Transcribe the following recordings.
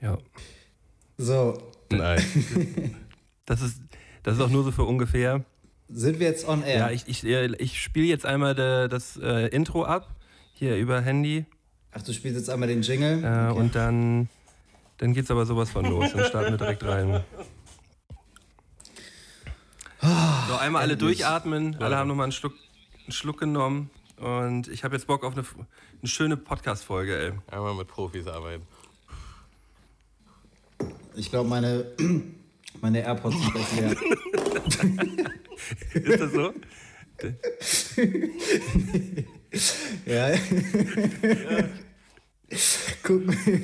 Ja. So. Nein. Das ist auch nur so für ungefähr. Sind wir jetzt on air? Ja, ich spiele jetzt einmal das Intro ab, hier über Handy. Ach, du spielst jetzt einmal den Jingle? Okay. Und dann geht's aber sowas von los. Dann starten wir direkt rein. So, einmal alle durchatmen. Alle haben nochmal einen Schluck genommen. Und ich habe jetzt Bock auf eine schöne Podcast-Folge, ey. Einmal mit Profis arbeiten. Ich glaube, meine AirPods sind gleich leer. Ist das so? Ja. Guck.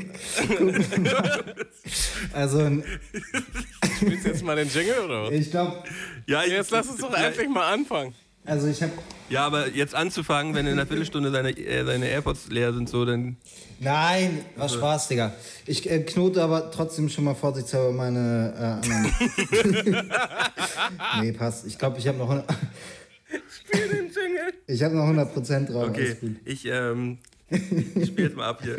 Also, Spielst du jetzt mal den Jingle oder was? ich glaube. Ja, Jetzt lass uns doch endlich mal anfangen. Also, ich habe. Ja, aber jetzt anzufangen, wenn in einer Viertelstunde seine AirPods leer sind, so, dann... Nein, war Spaß, Digga. Ich knote aber trotzdem schon mal vorsichtshalber meine anderen. Nee, passt. Ich glaube, ich habe noch... Spiel den Jingle. Ich habe noch 100% drauf. Okay, ich spiele jetzt mal ab hier.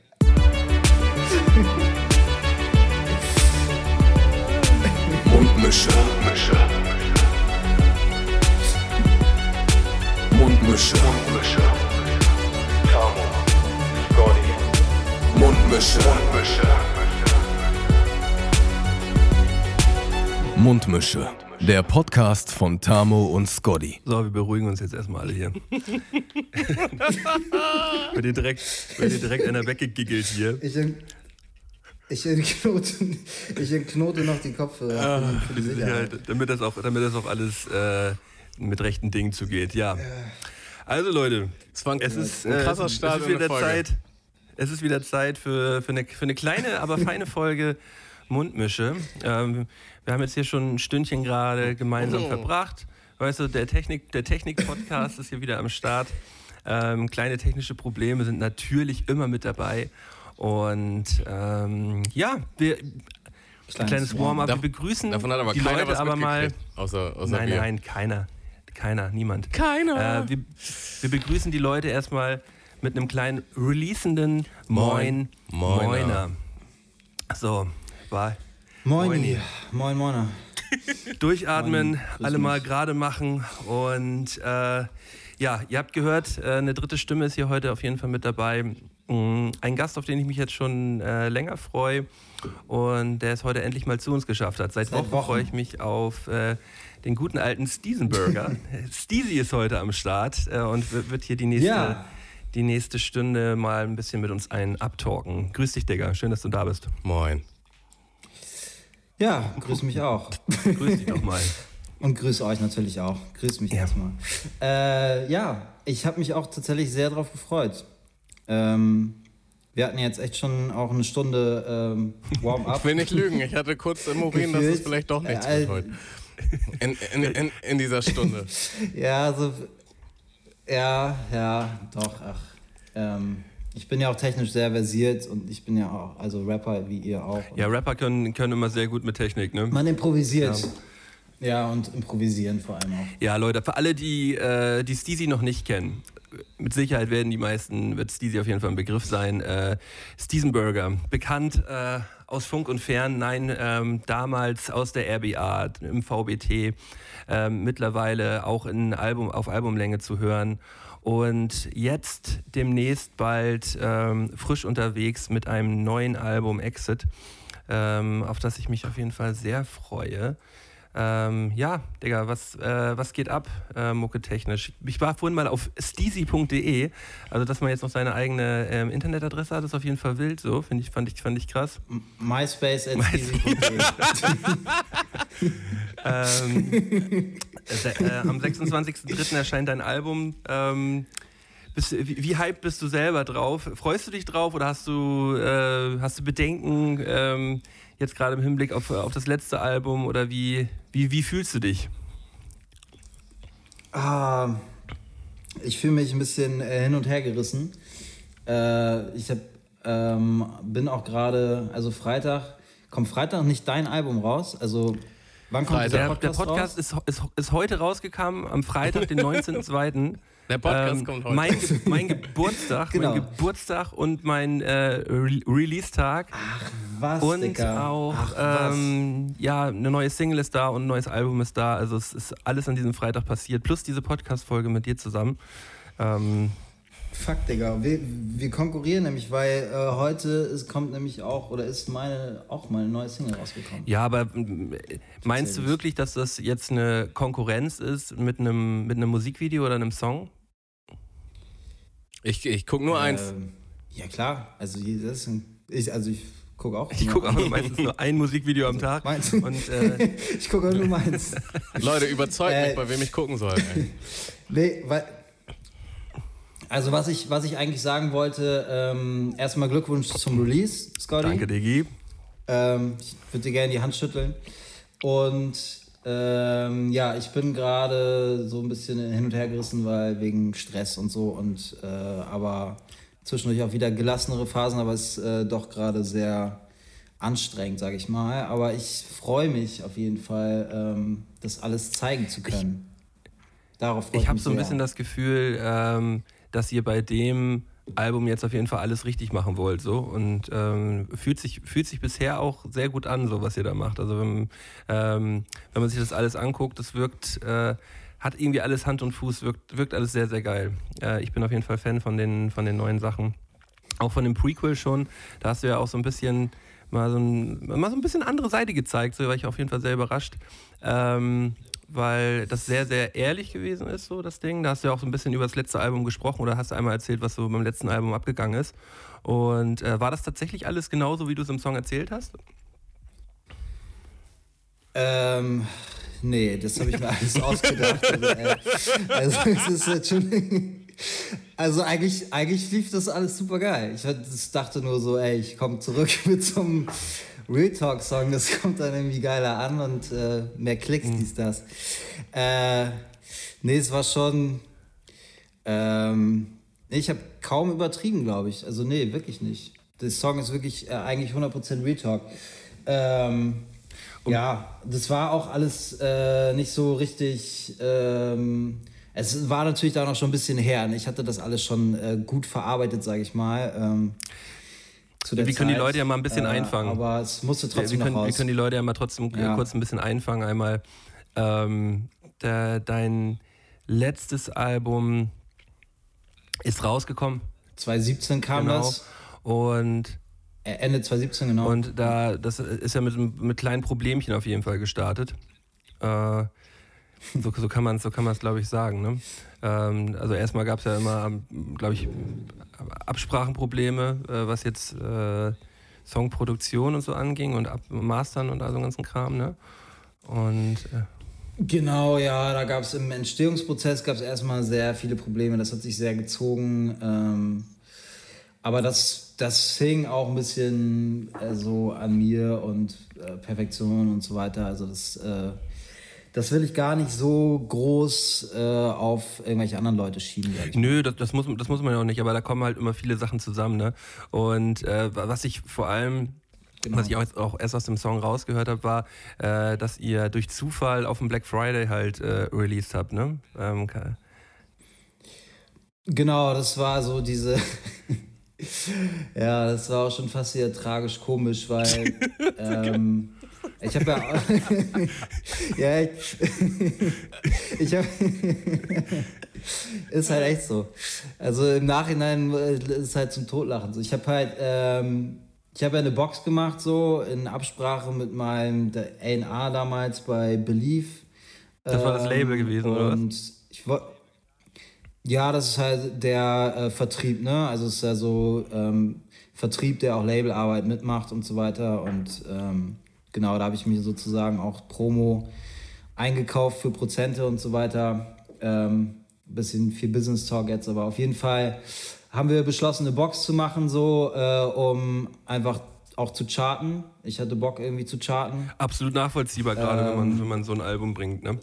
Mundmische. Tamo, Scotty. Mundmische. Der Podcast von Tamo und Scotty. So, wir beruhigen uns jetzt erstmal alle hier. Wird dir direkt einer weggegiggelt hier. Ich entknote noch die Kopfhörer für die Sicherheit. Damit das auch alles mit rechten Dingen zugeht, ja. Also Leute, Es ist ein krasser Start in der Folge. Es ist wieder Zeit für eine kleine, aber feine Folge Mundmische. Wir haben jetzt hier schon ein Stündchen gerade gemeinsam verbracht. Weißt du, der Technik-Podcast ist hier wieder am Start. Kleine technische Probleme sind natürlich immer mit dabei. Und kleines Warm-up. Wir begrüßen davon hat aber die keiner Leute was aber mal. Außer Nein, keiner, niemand. Keiner. Wir begrüßen die Leute erstmal mit einem kleinen releasenden Moiner. So, war. Moini. Moiner. Durchatmen, alle mal gerade machen und ihr habt gehört, eine dritte Stimme ist hier heute auf jeden Fall mit dabei. Ein Gast, auf den ich mich jetzt schon länger freue und der es heute endlich mal zu uns geschafft hat. Seit Wochen freue ich mich auf den guten alten Stiesenburger. Steezy ist heute am Start und wird hier die nächste Stunde mal ein bisschen mit uns abtalken. Grüß dich, Digga. Schön, dass du da bist. Moin. Ja, grüß mich auch. Grüß dich doch mal. Und grüß euch natürlich auch. Grüß mich erstmal. Ich habe mich auch tatsächlich sehr drauf gefreut. Wir hatten jetzt echt schon auch eine Stunde Warm-up. Ich will nicht lügen, ich hatte kurz im Urin, dass es vielleicht doch nichts wird heute. In dieser Stunde. Ich bin ja auch technisch sehr versiert und ich bin ja auch, also Rapper wie ihr auch. Ja, Rapper können immer sehr gut mit Technik, ne? Man improvisiert. Ja, und improvisieren vor allem auch. Ja, Leute, für alle, die Steezy noch nicht kennen, mit Sicherheit wird Steezy auf jeden Fall ein Begriff sein. Stiesenburger, bekannt aus Funk und Fern, damals aus der RBA, im VBT, mittlerweile auch auf Albumlänge zu hören. Und jetzt demnächst bald frisch unterwegs mit einem neuen Album Exit, auf das ich mich auf jeden Fall sehr freue. Digga, was geht ab, mucke-technisch? Ich war vorhin mal auf steezy.de, also dass man jetzt noch seine eigene Internetadresse hat, ist auf jeden Fall wild, so, fand ich krass. MySpace@steezy.de. Am 26.03. erscheint dein Album. Wie hyped bist du selber drauf? Freust du dich drauf oder hast du Bedenken jetzt gerade im Hinblick auf das letzte Album oder wie fühlst du dich? Ich fühle mich ein bisschen hin und her gerissen. Bin auch gerade, also kommt Freitag nicht dein Album raus? Also wann kommt der Podcast raus? Ist heute rausgekommen, am Freitag, den 19.02. Der Podcast kommt heute. Mein Geburtstag, genau. Mein Geburtstag und mein Release-Tag. was, und Digga. auch, ja, eine neue Single ist da und ein neues Album ist da. Also es ist alles an diesem Freitag passiert. Plus diese Podcast-Folge mit dir zusammen. Fuck, Digga. Wir konkurrieren nämlich, weil heute kommt nämlich auch, oder ist meine neue Single rausgekommen. Ja, aber meinst du wirklich, dass das jetzt eine Konkurrenz ist mit einem Musikvideo oder einem Song? Ich gucke nur eins. Ja, klar. Also, ich gucke auch. Ich gucke auch meistens nur ein Musikvideo am Tag. Meins. Und, ich gucke auch nur meins. Leute, überzeugt mich, bei wem ich gucken soll. Ey. Nee, weil. Also, was ich eigentlich sagen wollte, erstmal Glückwunsch zum Release, Scotty. Danke, Diggi. Ich würde dir gerne die Hand schütteln. Und ja, ich bin gerade so ein bisschen hin und her gerissen, weil wegen Stress und so. Und aber zwischendurch auch wieder gelassenere Phasen, aber es ist doch gerade sehr anstrengend, sage ich mal. Aber ich freue mich auf jeden Fall, das alles zeigen zu können. Darauf freue ich mich. Ich habe so ein bisschen das Gefühl, dass ihr bei dem Album jetzt auf jeden Fall alles richtig machen wollt, so, und fühlt sich bisher auch sehr gut an, so was ihr da macht. Also wenn man sich das alles anguckt, das wirkt, hat irgendwie alles Hand und Fuß, wirkt alles sehr, sehr geil. Ich bin auf jeden Fall Fan von den neuen Sachen. Auch von dem Prequel schon, da hast du ja auch so ein bisschen mal so ein bisschen andere Seite gezeigt, so war ich auf jeden Fall sehr überrascht. Weil das sehr, sehr ehrlich gewesen ist, so das Ding. Da hast du ja auch so ein bisschen über das letzte Album gesprochen oder hast du einmal erzählt, was so beim letzten Album abgegangen ist. Und war das tatsächlich alles genauso, wie du es im Song erzählt hast? Nee, das habe ich mir alles ausgedacht. Also es ist jetzt schon... Also eigentlich lief das alles super geil. Ich dachte nur so, ich komme zurück mit so einem Real Talk Song, das kommt dann irgendwie geiler an und mehr Klicks, dies, das. Nee, es war schon... ich habe kaum übertrieben, glaube ich. Also nee, wirklich nicht. Der Song ist wirklich eigentlich 100% Real Talk. Ja, das war auch alles nicht so richtig... es war natürlich da noch schon ein bisschen her. Ich hatte das alles schon gut verarbeitet, sage ich mal. Wir können die Leute ja mal ein bisschen einfangen. Aber es musste trotzdem noch raus. Wir können die Leute ja mal trotzdem kurz ein bisschen einfangen. Einmal dein letztes Album ist rausgekommen. 2017 kam das. Und Ende 2017, genau. Und das ist ja mit kleinen Problemchen auf jeden Fall gestartet. So kann man es, glaube ich, sagen. Ne? Also erstmal gab es ja immer, glaube ich, Absprachenprobleme, was jetzt Songproduktion und so anging und Mastern und all so ganzen Kram. Ne? Und genau, ja, da gab es im Entstehungsprozess erstmal sehr viele Probleme. Das hat sich sehr gezogen. Aber das hing auch ein bisschen so an mir und Perfektion und so weiter. Also das will ich gar nicht so groß auf irgendwelche anderen Leute schieben. Nö, das muss man ja auch nicht, aber da kommen halt immer viele Sachen zusammen. Ne? Und was ich vor allem, was ich auch erst aus dem Song rausgehört habe, war, dass ihr durch Zufall auf dem Black Friday halt released habt, ne? Genau, das war so diese... Ja, das war auch schon fast wieder tragisch-komisch, weil ich habe ja... ich habe... Ist halt echt so. Also im Nachhinein ist es halt zum Totlachen. Ich habe halt... ich habe ja eine Box gemacht, so in Absprache mit meinem A&R damals bei Believe. Das war das Label gewesen, oder was? Und ja, das ist halt der Vertrieb, ne? Also es ist ja so Vertrieb, der auch Labelarbeit mitmacht und so weiter. Und genau, da habe ich mir sozusagen auch Promo eingekauft für Prozente und so weiter. Bisschen viel Business Talk jetzt, aber auf jeden Fall haben wir beschlossen, eine Box zu machen, so um einfach auch zu charten. Ich hatte Bock irgendwie zu charten. Absolut nachvollziehbar, gerade wenn man so ein Album bringt, ne?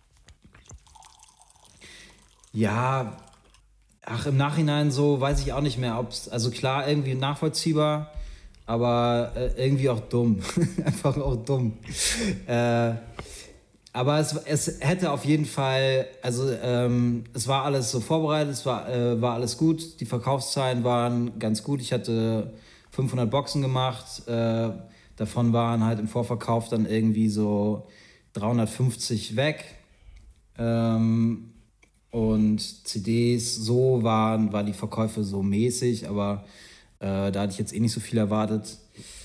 Ja, im Nachhinein so weiß ich auch nicht mehr, ob es, also klar, irgendwie nachvollziehbar, aber irgendwie auch dumm. Einfach auch dumm. Aber es hätte auf jeden Fall, also es war alles so vorbereitet, es war alles gut, die Verkaufszahlen waren ganz gut. Ich hatte 500 Boxen gemacht. Davon waren halt im Vorverkauf dann irgendwie so 350 weg. Und CDs so war die Verkäufe so mäßig, aber da hatte ich jetzt nicht so viel erwartet.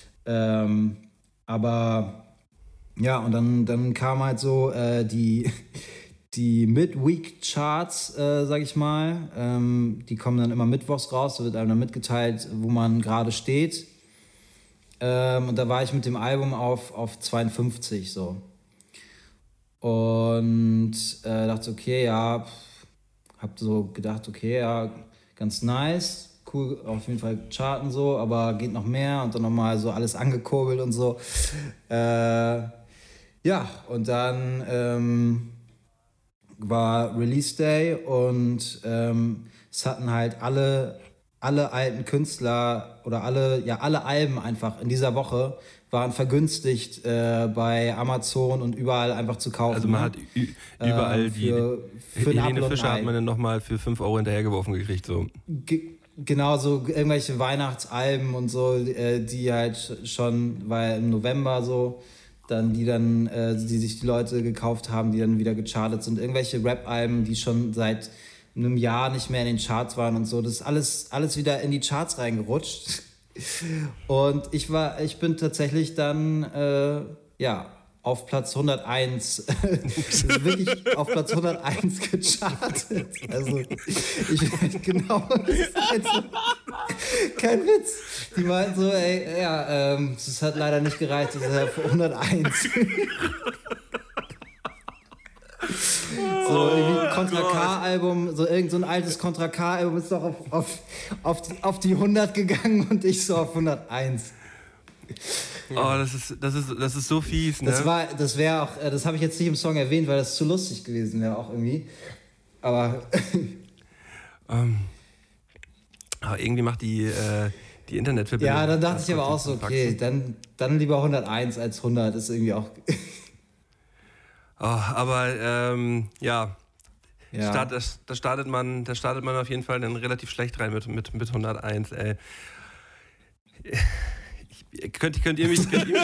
Aber ja, und dann kam halt so die Midweek-Charts, sag ich mal. Die kommen dann immer mittwochs raus, da wird einem dann mitgeteilt, wo man gerade steht. Und da war ich mit dem Album auf 52 so. Und dachte, okay, ja, hab so gedacht, okay, ja, ganz nice, cool, auf jeden Fall charten so, aber geht noch mehr und dann nochmal so alles angekurbelt und so. Ja, und dann war Release Day und es hatten halt alle alten Künstler oder alle Alben einfach in dieser Woche waren vergünstigt bei Amazon und überall einfach zu kaufen. Also man hat überall für Helene Fischer hat man dann nochmal für 5 Euro hinterhergeworfen gekriegt. So. Genau, so irgendwelche Weihnachtsalben und so, die halt schon, weil im November so, die sich die Leute gekauft haben, die dann wieder gechartet sind. Irgendwelche Rap-Alben, die schon seit einem Jahr nicht mehr in den Charts waren und so. Das ist alles wieder in die Charts reingerutscht. Und ich bin tatsächlich dann, auf Platz 101, wirklich auf Platz 101 gechartet. Also, genau, das ist halt so, kein Witz. Die meinten so, das hat leider nicht gereicht, das ist ja 101. So irgendwie ein Contra K-Album, so irgend so ein altes Contra K-Album ist doch auf die 100 gegangen und ich so auf 101. Oh, das ist so fies, ne? Das wäre auch, das habe ich jetzt nicht im Song erwähnt, weil das zu lustig gewesen wäre auch irgendwie. Aber irgendwie macht die Internetverbindung. Ja, dann dachte ich aber auch so, okay, dann lieber 101 als 100 ist irgendwie auch. Oh, aber Ja. Da startet man auf jeden Fall dann relativ schlecht rein mit 101, ey. Könnt ihr mich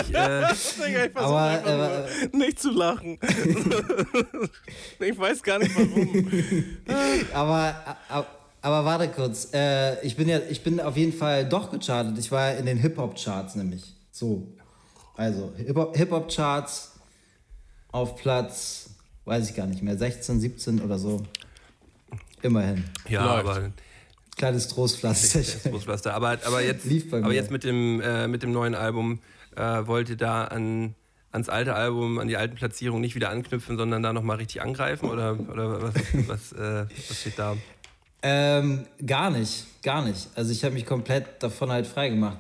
aber nicht zu lachen. Ich weiß gar nicht warum. aber warte kurz. Ich bin auf jeden Fall doch gechartet. Ich war in den Hip-Hop-Charts nämlich. So. Also Hip-Hop-Charts auf Platz, weiß ich gar nicht mehr, 16, 17 oder so. Immerhin. Ja, Läuft. aber kleines Trostpflaster. Trostpflaster. Aber jetzt mit dem neuen Album wollt ihr da ans alte Album, an die alten Platzierungen nicht wieder anknüpfen, sondern da nochmal richtig angreifen? Oder was steht da? Gar nicht. Also ich habe mich komplett davon halt frei gemacht.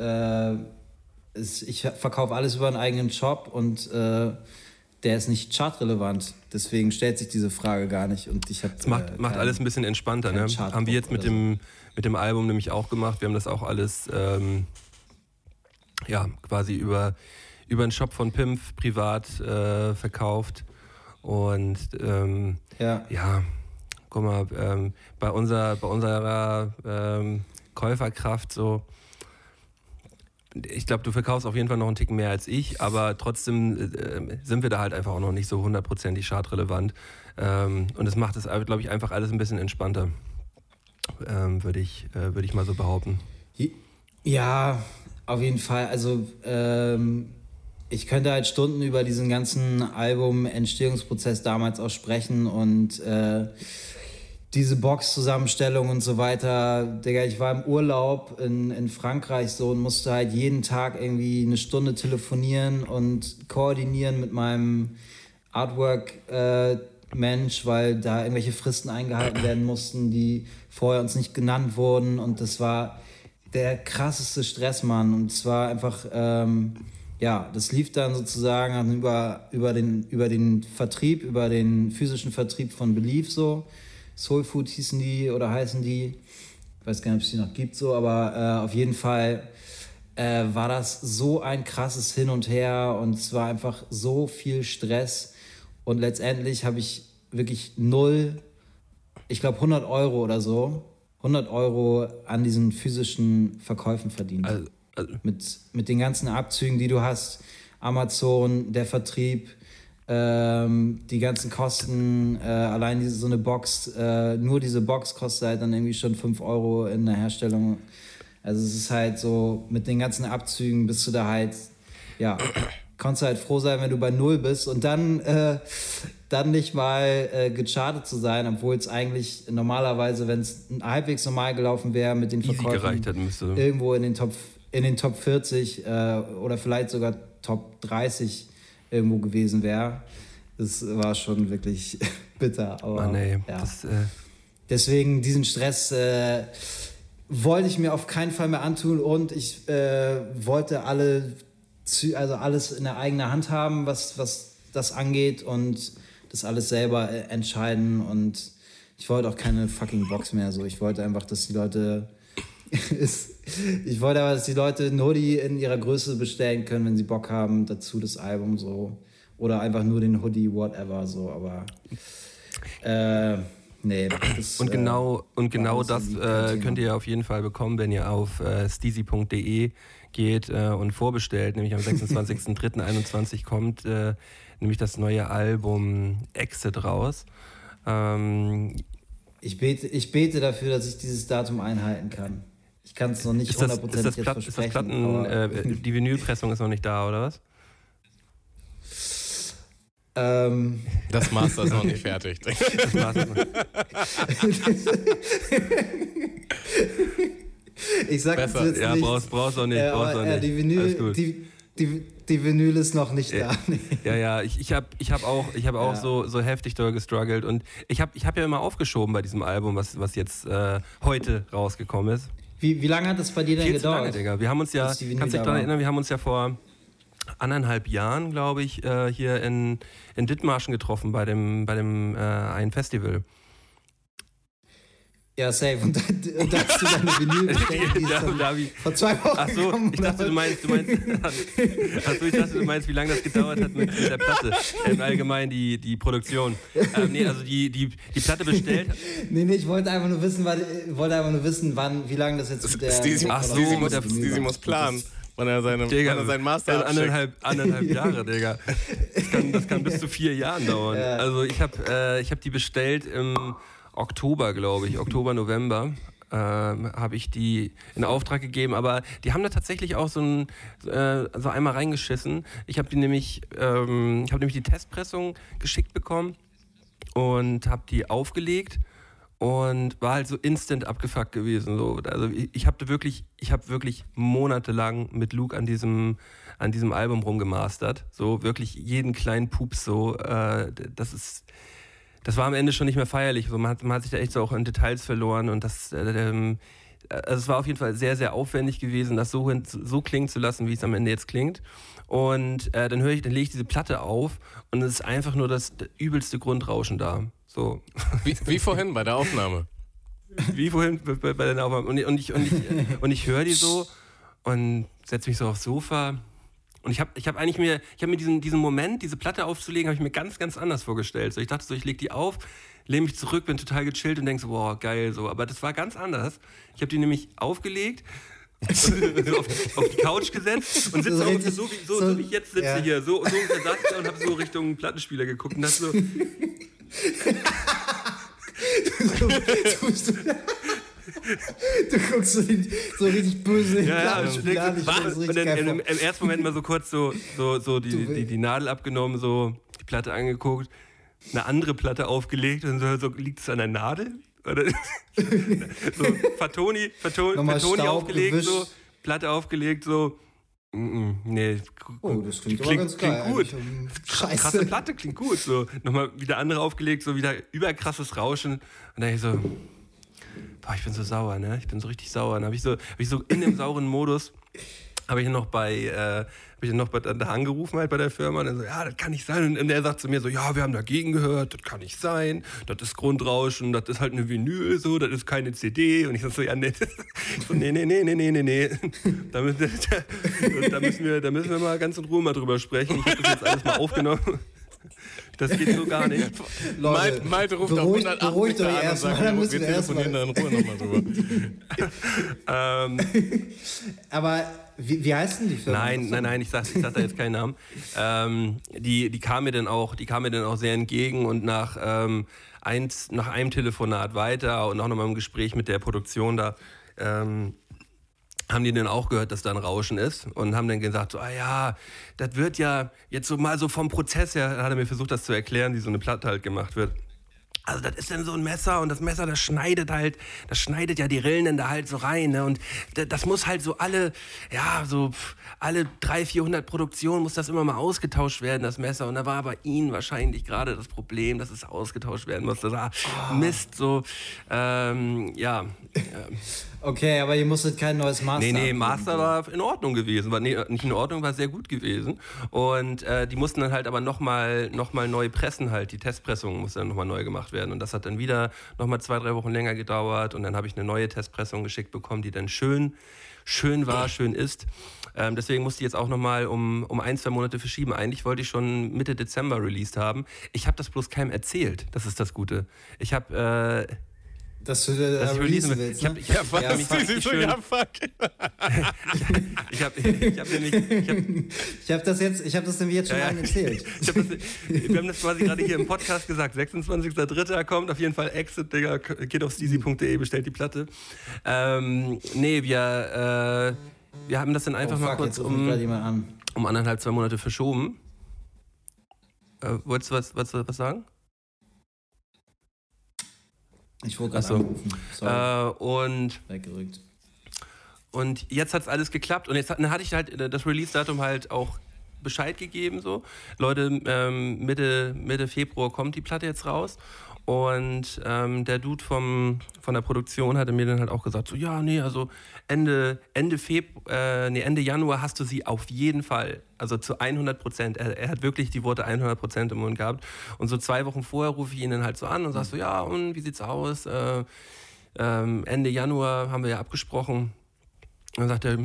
Ich verkaufe alles über einen eigenen Shop und der ist nicht chartrelevant. Deswegen stellt sich diese Frage gar nicht. Und ich das macht alles ein bisschen entspannter. Ne? Haben wir jetzt mit dem Album nämlich auch gemacht. Wir haben das auch alles quasi über einen Shop von Pimpf privat verkauft. Und guck mal, bei unserer Käuferkraft so, ich glaube, du verkaufst auf jeden Fall noch einen Ticken mehr als ich, aber trotzdem sind wir da halt einfach auch noch nicht so 100% chartrelevant. Und es macht es, glaube ich, einfach alles ein bisschen entspannter, würde ich mal so behaupten. Ja, auf jeden Fall. Also ich könnte halt Stunden über diesen ganzen Album-Entstehungsprozess damals auch sprechen und diese Box-Zusammenstellung und so weiter. Digga, ich war im Urlaub in Frankreich so und musste halt jeden Tag irgendwie eine Stunde telefonieren und koordinieren mit meinem Artwork-Mensch, weil da irgendwelche Fristen eingehalten werden mussten, die vorher uns nicht genannt wurden. Und das war der krasseste Stress, Mann. Und es war einfach, das lief dann sozusagen über den Vertrieb, über den physischen Vertrieb von Belief so. Soul Food hießen die oder heißen die. Ich weiß gar nicht, ob es die noch gibt, so, aber auf jeden Fall war das so ein krasses Hin und Her und es war einfach so viel Stress. Und letztendlich habe ich wirklich 100 Euro oder so 100 Euro an diesen physischen Verkäufen verdient. Mit den ganzen Abzügen, die du hast, Amazon, der Vertrieb, die ganzen Kosten, allein so eine Box, nur diese Box kostet halt dann irgendwie schon 5 Euro in der Herstellung. Also es ist halt so, mit den ganzen Abzügen bist du da halt, ja, kannst du halt froh sein, wenn du bei 0 bist und dann nicht mal gechartet zu sein, obwohl es eigentlich normalerweise, wenn es halbwegs normal gelaufen wäre mit den Verkäufen, irgendwo in den Top 40 oder vielleicht sogar Top 30 irgendwo gewesen wäre. Das war schon wirklich bitter. Aber, Mann, ey, ja. Deswegen diesen Stress wollte ich mir auf keinen Fall mehr antun und ich wollte alles in der eigenen Hand haben, was das angeht und das alles selber entscheiden und ich wollte auch keine fucking Box mehr. So. Ich wollte einfach, dass die Leute ein Hoodie in ihrer Größe bestellen können, wenn sie Bock haben, dazu das Album so. Oder einfach nur den Hoodie, whatever, so, aber nee. Und genau das könnt ihr auf jeden Fall bekommen, wenn ihr auf steezy.de geht und vorbestellt, nämlich am 26.03.21 kommt nämlich das neue Album Exit raus. Ich bete dafür, dass ich dieses Datum einhalten kann. Ich kann es noch nicht 100% jetzt versprechen. Die Vinylpressung ist noch nicht da, oder was? Das Master ist noch nicht fertig. Das Master ist noch Ich sag besser. Jetzt ja, nicht. Brauchst auch nicht. Die Vinyl ist noch nicht da. Ja, ich hab auch so heftig doll gestruggelt und ich hab ja immer aufgeschoben bei diesem Album, was jetzt heute rausgekommen ist. Wie lange hat das bei dir denn gedauert? Lange, Digga. Wir haben uns ja, kannst du dich daran erinnern, wir haben uns ja vor 1,5 Jahren, glaube ich, hier in Dithmarschen getroffen bei dem einen Festival. Ja, safe. Und da hast du deine Vinyl bestellt, die ist vor 2 Wochen Achso, ich dachte, du meinst, wie lange das gedauert hat mit der Platte. Allgemein die Produktion. Also die Platte bestellt. Nee, ich wollte einfach nur wissen, wie lange das jetzt mit der... Steezy muss planen. Wann er seinen Master abschickt. Anderthalb Jahre, Digga. Das kann bis zu 4 Jahren dauern. Ja. Also ich hab die bestellt im Oktober, glaube ich, November, habe ich die in Auftrag gegeben, aber die haben da tatsächlich auch so einmal reingeschissen. Ich habe nämlich die Testpressung geschickt bekommen und habe die aufgelegt und war halt so instant abgefuckt gewesen. So. Also ich habe wirklich monatelang mit Luke an diesem Album rumgemastert, so wirklich jeden kleinen Pups so, das war am Ende schon nicht mehr feierlich. Also man hat sich da echt so auch in Details verloren und also es war auf jeden Fall sehr, sehr aufwendig gewesen, das so klingen zu lassen, wie es am Ende jetzt klingt. Und dann lege ich diese Platte auf und es ist einfach nur das übelste Grundrauschen da. So. Wie vorhin bei der Aufnahme. Wie vorhin bei der Aufnahme. Und ich höre die so und setze mich so aufs Sofa. Und ich habe mir diesen Moment, diese Platte aufzulegen, habe ich mir ganz, ganz anders vorgestellt. So, ich dachte so, ich lege die auf, lehne mich zurück, bin total gechillt und denke so, boah, geil, so. Aber das war ganz anders. Ich habe die nämlich aufgelegt, so auf die Couch gesetzt und sitze auch so wie ich jetzt sitze hier. So ungefähr saß ich da und habe so Richtung Plattenspieler geguckt und dachte so... Du guckst so richtig böse. Ja, und dann im ersten Moment mal so kurz die Nadel abgenommen, so die Platte angeguckt, eine andere Platte aufgelegt und so liegt es an der Nadel? Oder so Fatoni aufgelegt, gewischt. So Platte aufgelegt, so. Nee, das klingt ganz geil. Klingt gut. Krasse Platte, klingt gut. So nochmal wieder andere aufgelegt, so wieder überkrasses Rauschen. Und dann ich so, boah, ich bin so sauer, ne? Ich bin so richtig sauer. Dann habe ich so in dem sauren Modus habe ich noch da angerufen halt bei der Firma und dann so, ja, das kann nicht sein. Und der sagt zu mir so, ja, wir haben dagegen gehört, das kann nicht sein, das ist Grundrauschen, das ist halt eine Vinyl, so, das ist keine CD. Und ich so, ja, nee. So, nee. Da müssen wir mal ganz in Ruhe mal drüber sprechen. Ich habe das jetzt alles mal aufgenommen. Das geht so gar nicht. Leute, Malte ruft auf 180 an und sagt, wir telefonieren da in Ruhe nochmal drüber. Aber wie heißt denn die Firma? Nein, ich sag da jetzt keinen Namen. Die kam mir dann auch sehr entgegen und nach einem Telefonat weiter und auch nochmal im Gespräch mit der Produktion da, haben die dann auch gehört, dass da ein Rauschen ist und haben dann gesagt, so, das wird ja jetzt so mal so vom Prozess her, hat er mir versucht, das zu erklären, wie so eine Platte halt gemacht wird. Also das ist dann so ein Messer und das Messer, das schneidet ja die Rillen dann da halt so rein, ne? Und das muss halt so alle 300-400 Produktionen muss das immer mal ausgetauscht werden, das Messer. Und da war bei ihnen wahrscheinlich gerade das Problem, dass es ausgetauscht werden musste. Mist, so, Okay, aber ihr musstet kein neues Master. Nee, Master war in Ordnung gewesen. War nicht in Ordnung, war sehr gut gewesen. Und die mussten dann halt aber nochmal neu pressen halt. Die Testpressung musste dann nochmal neu gemacht werden. Und das hat dann wieder nochmal 2-3 Wochen länger gedauert. Und dann habe ich eine neue Testpressung geschickt bekommen, die dann schön ist. Deswegen musste ich jetzt auch nochmal um 1-2 Monate verschieben. Eigentlich wollte ich schon Mitte Dezember released haben. Ich habe das bloß keinem erzählt. Das ist das Gute. Ich habe... dass du da releasen willst, ne? Ich habe das nämlich jetzt schon lange erzählt. Wir haben das quasi gerade hier im Podcast gesagt. 26.03. kommt auf jeden Fall Exit, Digga. Geht auf steezy.de, bestellt die Platte. Wir haben das dann einfach mal kurz um 1,5-2 Monate verschoben. Wolltest du was sagen? Ich wurde gerade angerufen. Sorry. Weggerückt. Und jetzt hat es alles geklappt. Und dann hatte ich halt das Release-Datum halt auch Bescheid gegeben. So. Leute, Mitte Februar kommt die Platte jetzt raus. Und der Dude von der Produktion hatte mir dann halt auch gesagt, so also Ende Januar hast du sie auf jeden Fall, also zu 100%. Er hat wirklich die Worte 100% im Mund gehabt. Und so 2 Wochen vorher rufe ich ihn dann halt so an und sag so, und wie sieht's aus? Ende Januar haben wir ja abgesprochen. Und dann sagt er,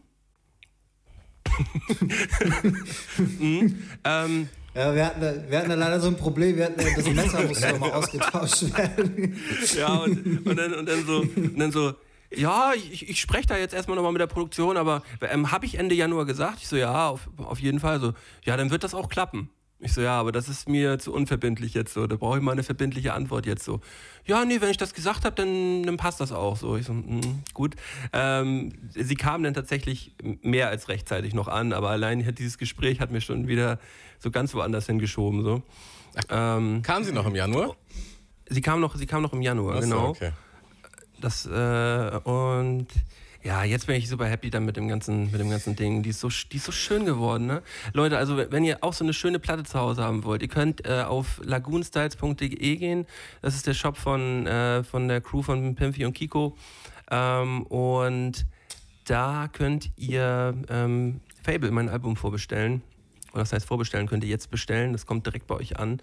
Ja, wir hatten da leider so ein Problem, das Messer musste nochmal ausgetauscht werden. Ja, und dann so, ich spreche da jetzt erstmal nochmal mit der Produktion, aber habe ich Ende Januar gesagt? Ich so, auf jeden Fall. So, dann wird das auch klappen. Ich so, aber das ist mir zu unverbindlich jetzt so, da brauche ich mal eine verbindliche Antwort jetzt so. Wenn ich das gesagt habe, dann passt das auch so. Ich so, gut. Sie kam dann tatsächlich mehr als rechtzeitig noch an, aber allein dieses Gespräch hat mir schon wieder so ganz woanders hingeschoben. So. Kam sie noch im Januar? Sie kam noch im Januar, genau. Okay. Das, und ja, jetzt bin ich super happy dann mit dem ganzen Ding. Die ist so schön geworden, ne? Leute, also wenn ihr auch so eine schöne Platte zu Hause haben wollt, ihr könnt auf lagoonstyles.de gehen. Das ist der Shop von der Crew von Pimphy und Kiko. Und da könnt ihr Fable, mein Album, vorbestellen. Oder das heißt vorbestellen, könnt ihr jetzt bestellen. Das kommt direkt bei euch an.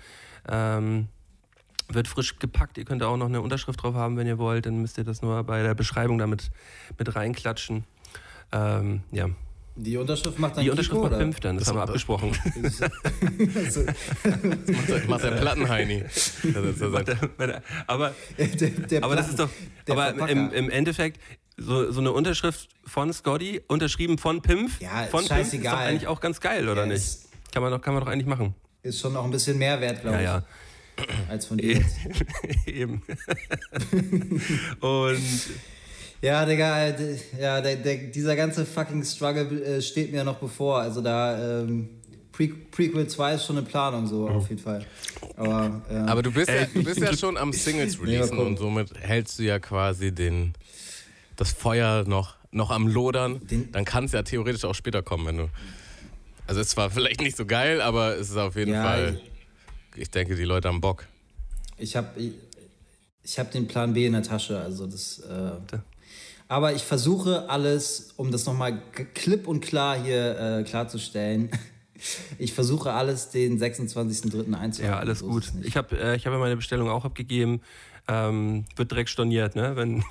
Wird frisch gepackt. Ihr könnt auch noch eine Unterschrift drauf haben, wenn ihr wollt. Dann müsst ihr das nur bei der Beschreibung damit mit reinklatschen. Die Unterschrift macht dann Die Unterschrift Kiko, macht oder? Pimpf dann, das haben wir abgesprochen. Das macht der Plattenheini. Aber das ist doch. Aber im Endeffekt, so eine Unterschrift von Scotty, unterschrieben von Pimpf, von Pimpf, ist doch eigentlich auch ganz geil, oder nicht? Kann man doch eigentlich machen. Ist schon noch ein bisschen mehr wert, glaube ich. Ja. Als von dir. Eben. Und ja, Digga, dieser ganze fucking Struggle steht mir noch bevor. Also da Prequel 2 ist schon eine Planung, so auf jeden Fall. Aber du bist ja schon am Singles releasen und somit hältst du ja quasi das Feuer noch am Lodern. Dann kann es ja theoretisch auch später kommen, wenn du. Also ist zwar vielleicht nicht so geil, aber es ist auf jeden Fall. Ich denke, die Leute haben Bock. Ich hab den Plan B in der Tasche, also das. Aber ich versuche alles, um das nochmal klipp und klar hier klarzustellen. Ich versuche alles den 26.03. einzuhalten. Ja, alles gut. Ich hab ja meine Bestellung auch abgegeben. Wird direkt storniert, ne? Wenn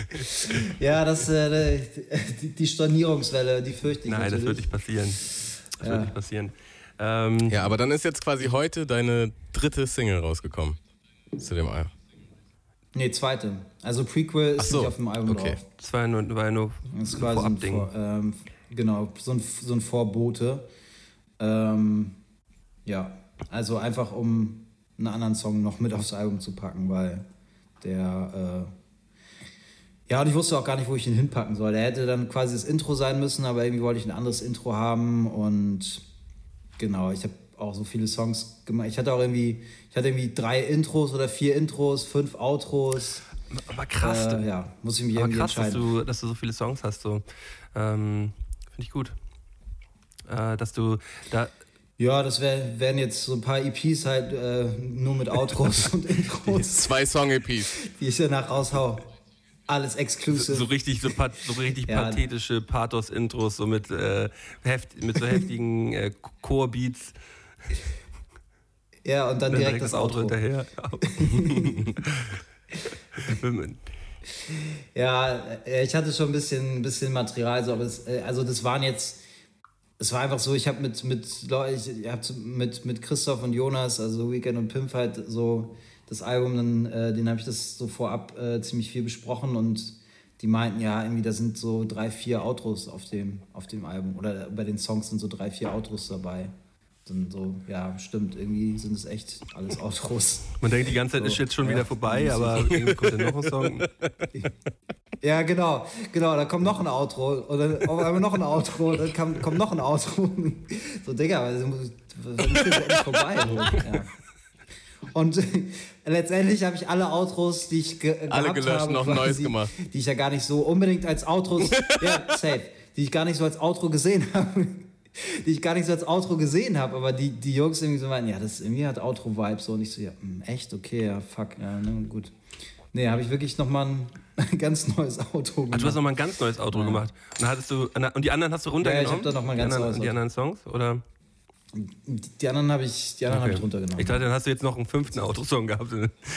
ja, die Stornierungswelle, die fürchte ich. Nein, natürlich. das wird nicht passieren. Das wird nicht passieren. Ja, aber dann ist jetzt quasi heute deine 3. Single rausgekommen zu dem Album. Nee, 2. Also Prequel ist nicht auf dem Album drauf. Das war ja nur das ist quasi ein genau, so ein Vorbote. Ja, also einfach um einen anderen Song noch mit aufs Album zu packen, weil der... und ich wusste auch gar nicht, wo ich ihn hinpacken soll. Der hätte dann quasi das Intro sein müssen, aber irgendwie wollte ich ein anderes Intro haben und genau, ich habe auch so viele Songs gemacht. Ich hatte irgendwie 3 Intros oder 4 Intros, 5 Outros. Aber krass. Muss ich mich irgendwie entscheiden. Dass du so viele Songs hast. So. Finde ich gut. Dass du da... Ja, das wären jetzt so ein paar EPs halt nur mit Outros und Intros. 2 Song-EPs. Die ich danach raushau. Alles exclusive. So richtig pathetische Pathos-Intros, so mit so heftigen Chorbeats. Ja, und dann direkt das Outro hinterher. Ja, ich hatte schon ein bisschen Material, so, aber das war einfach so, ich habe mit Christoph und Jonas, also Weekend und Pimp halt so das Album, den habe ich das so vorab ziemlich viel besprochen und die meinten, ja, irgendwie da sind so 3, 4 Outros auf dem Album oder bei den Songs sind so 3, 4 Outros dabei. Dann so, ja, stimmt, irgendwie sind es echt alles Outros. Man denkt die ganze Zeit, ist jetzt schon wieder vorbei, aber irgendwie kommt dann noch ein Song. Ja, genau, da kommt noch ein Outro und dann auf einmal noch ein Outro und dann kommt noch ein Outro. So, Digga, wann ist das endlich vorbei? Ja. Und letztendlich habe ich alle Outros, die ich alle gelöscht, habe, noch ein neues gemacht. Die ich ja gar nicht so unbedingt als Outros, safe, die ich gar nicht so als Outro gesehen habe. Aber die Jungs irgendwie so meinen, ja, das irgendwie hat Outro-Vibes. So. Und ich so, ja, echt? Okay, ja, fuck, ja, ne, gut. Nee, habe ich wirklich nochmal ein ganz neues Outro gemacht. Du hast nochmal ein ganz neues Outro gemacht. Und die anderen hast du runtergenommen? Ja, ich habe da nochmal ein ganz neues Outro. Die anderen Songs, oder? Die anderen habe ich runtergenommen. Ich dachte, dann hast du jetzt noch einen 5. Autosong gehabt.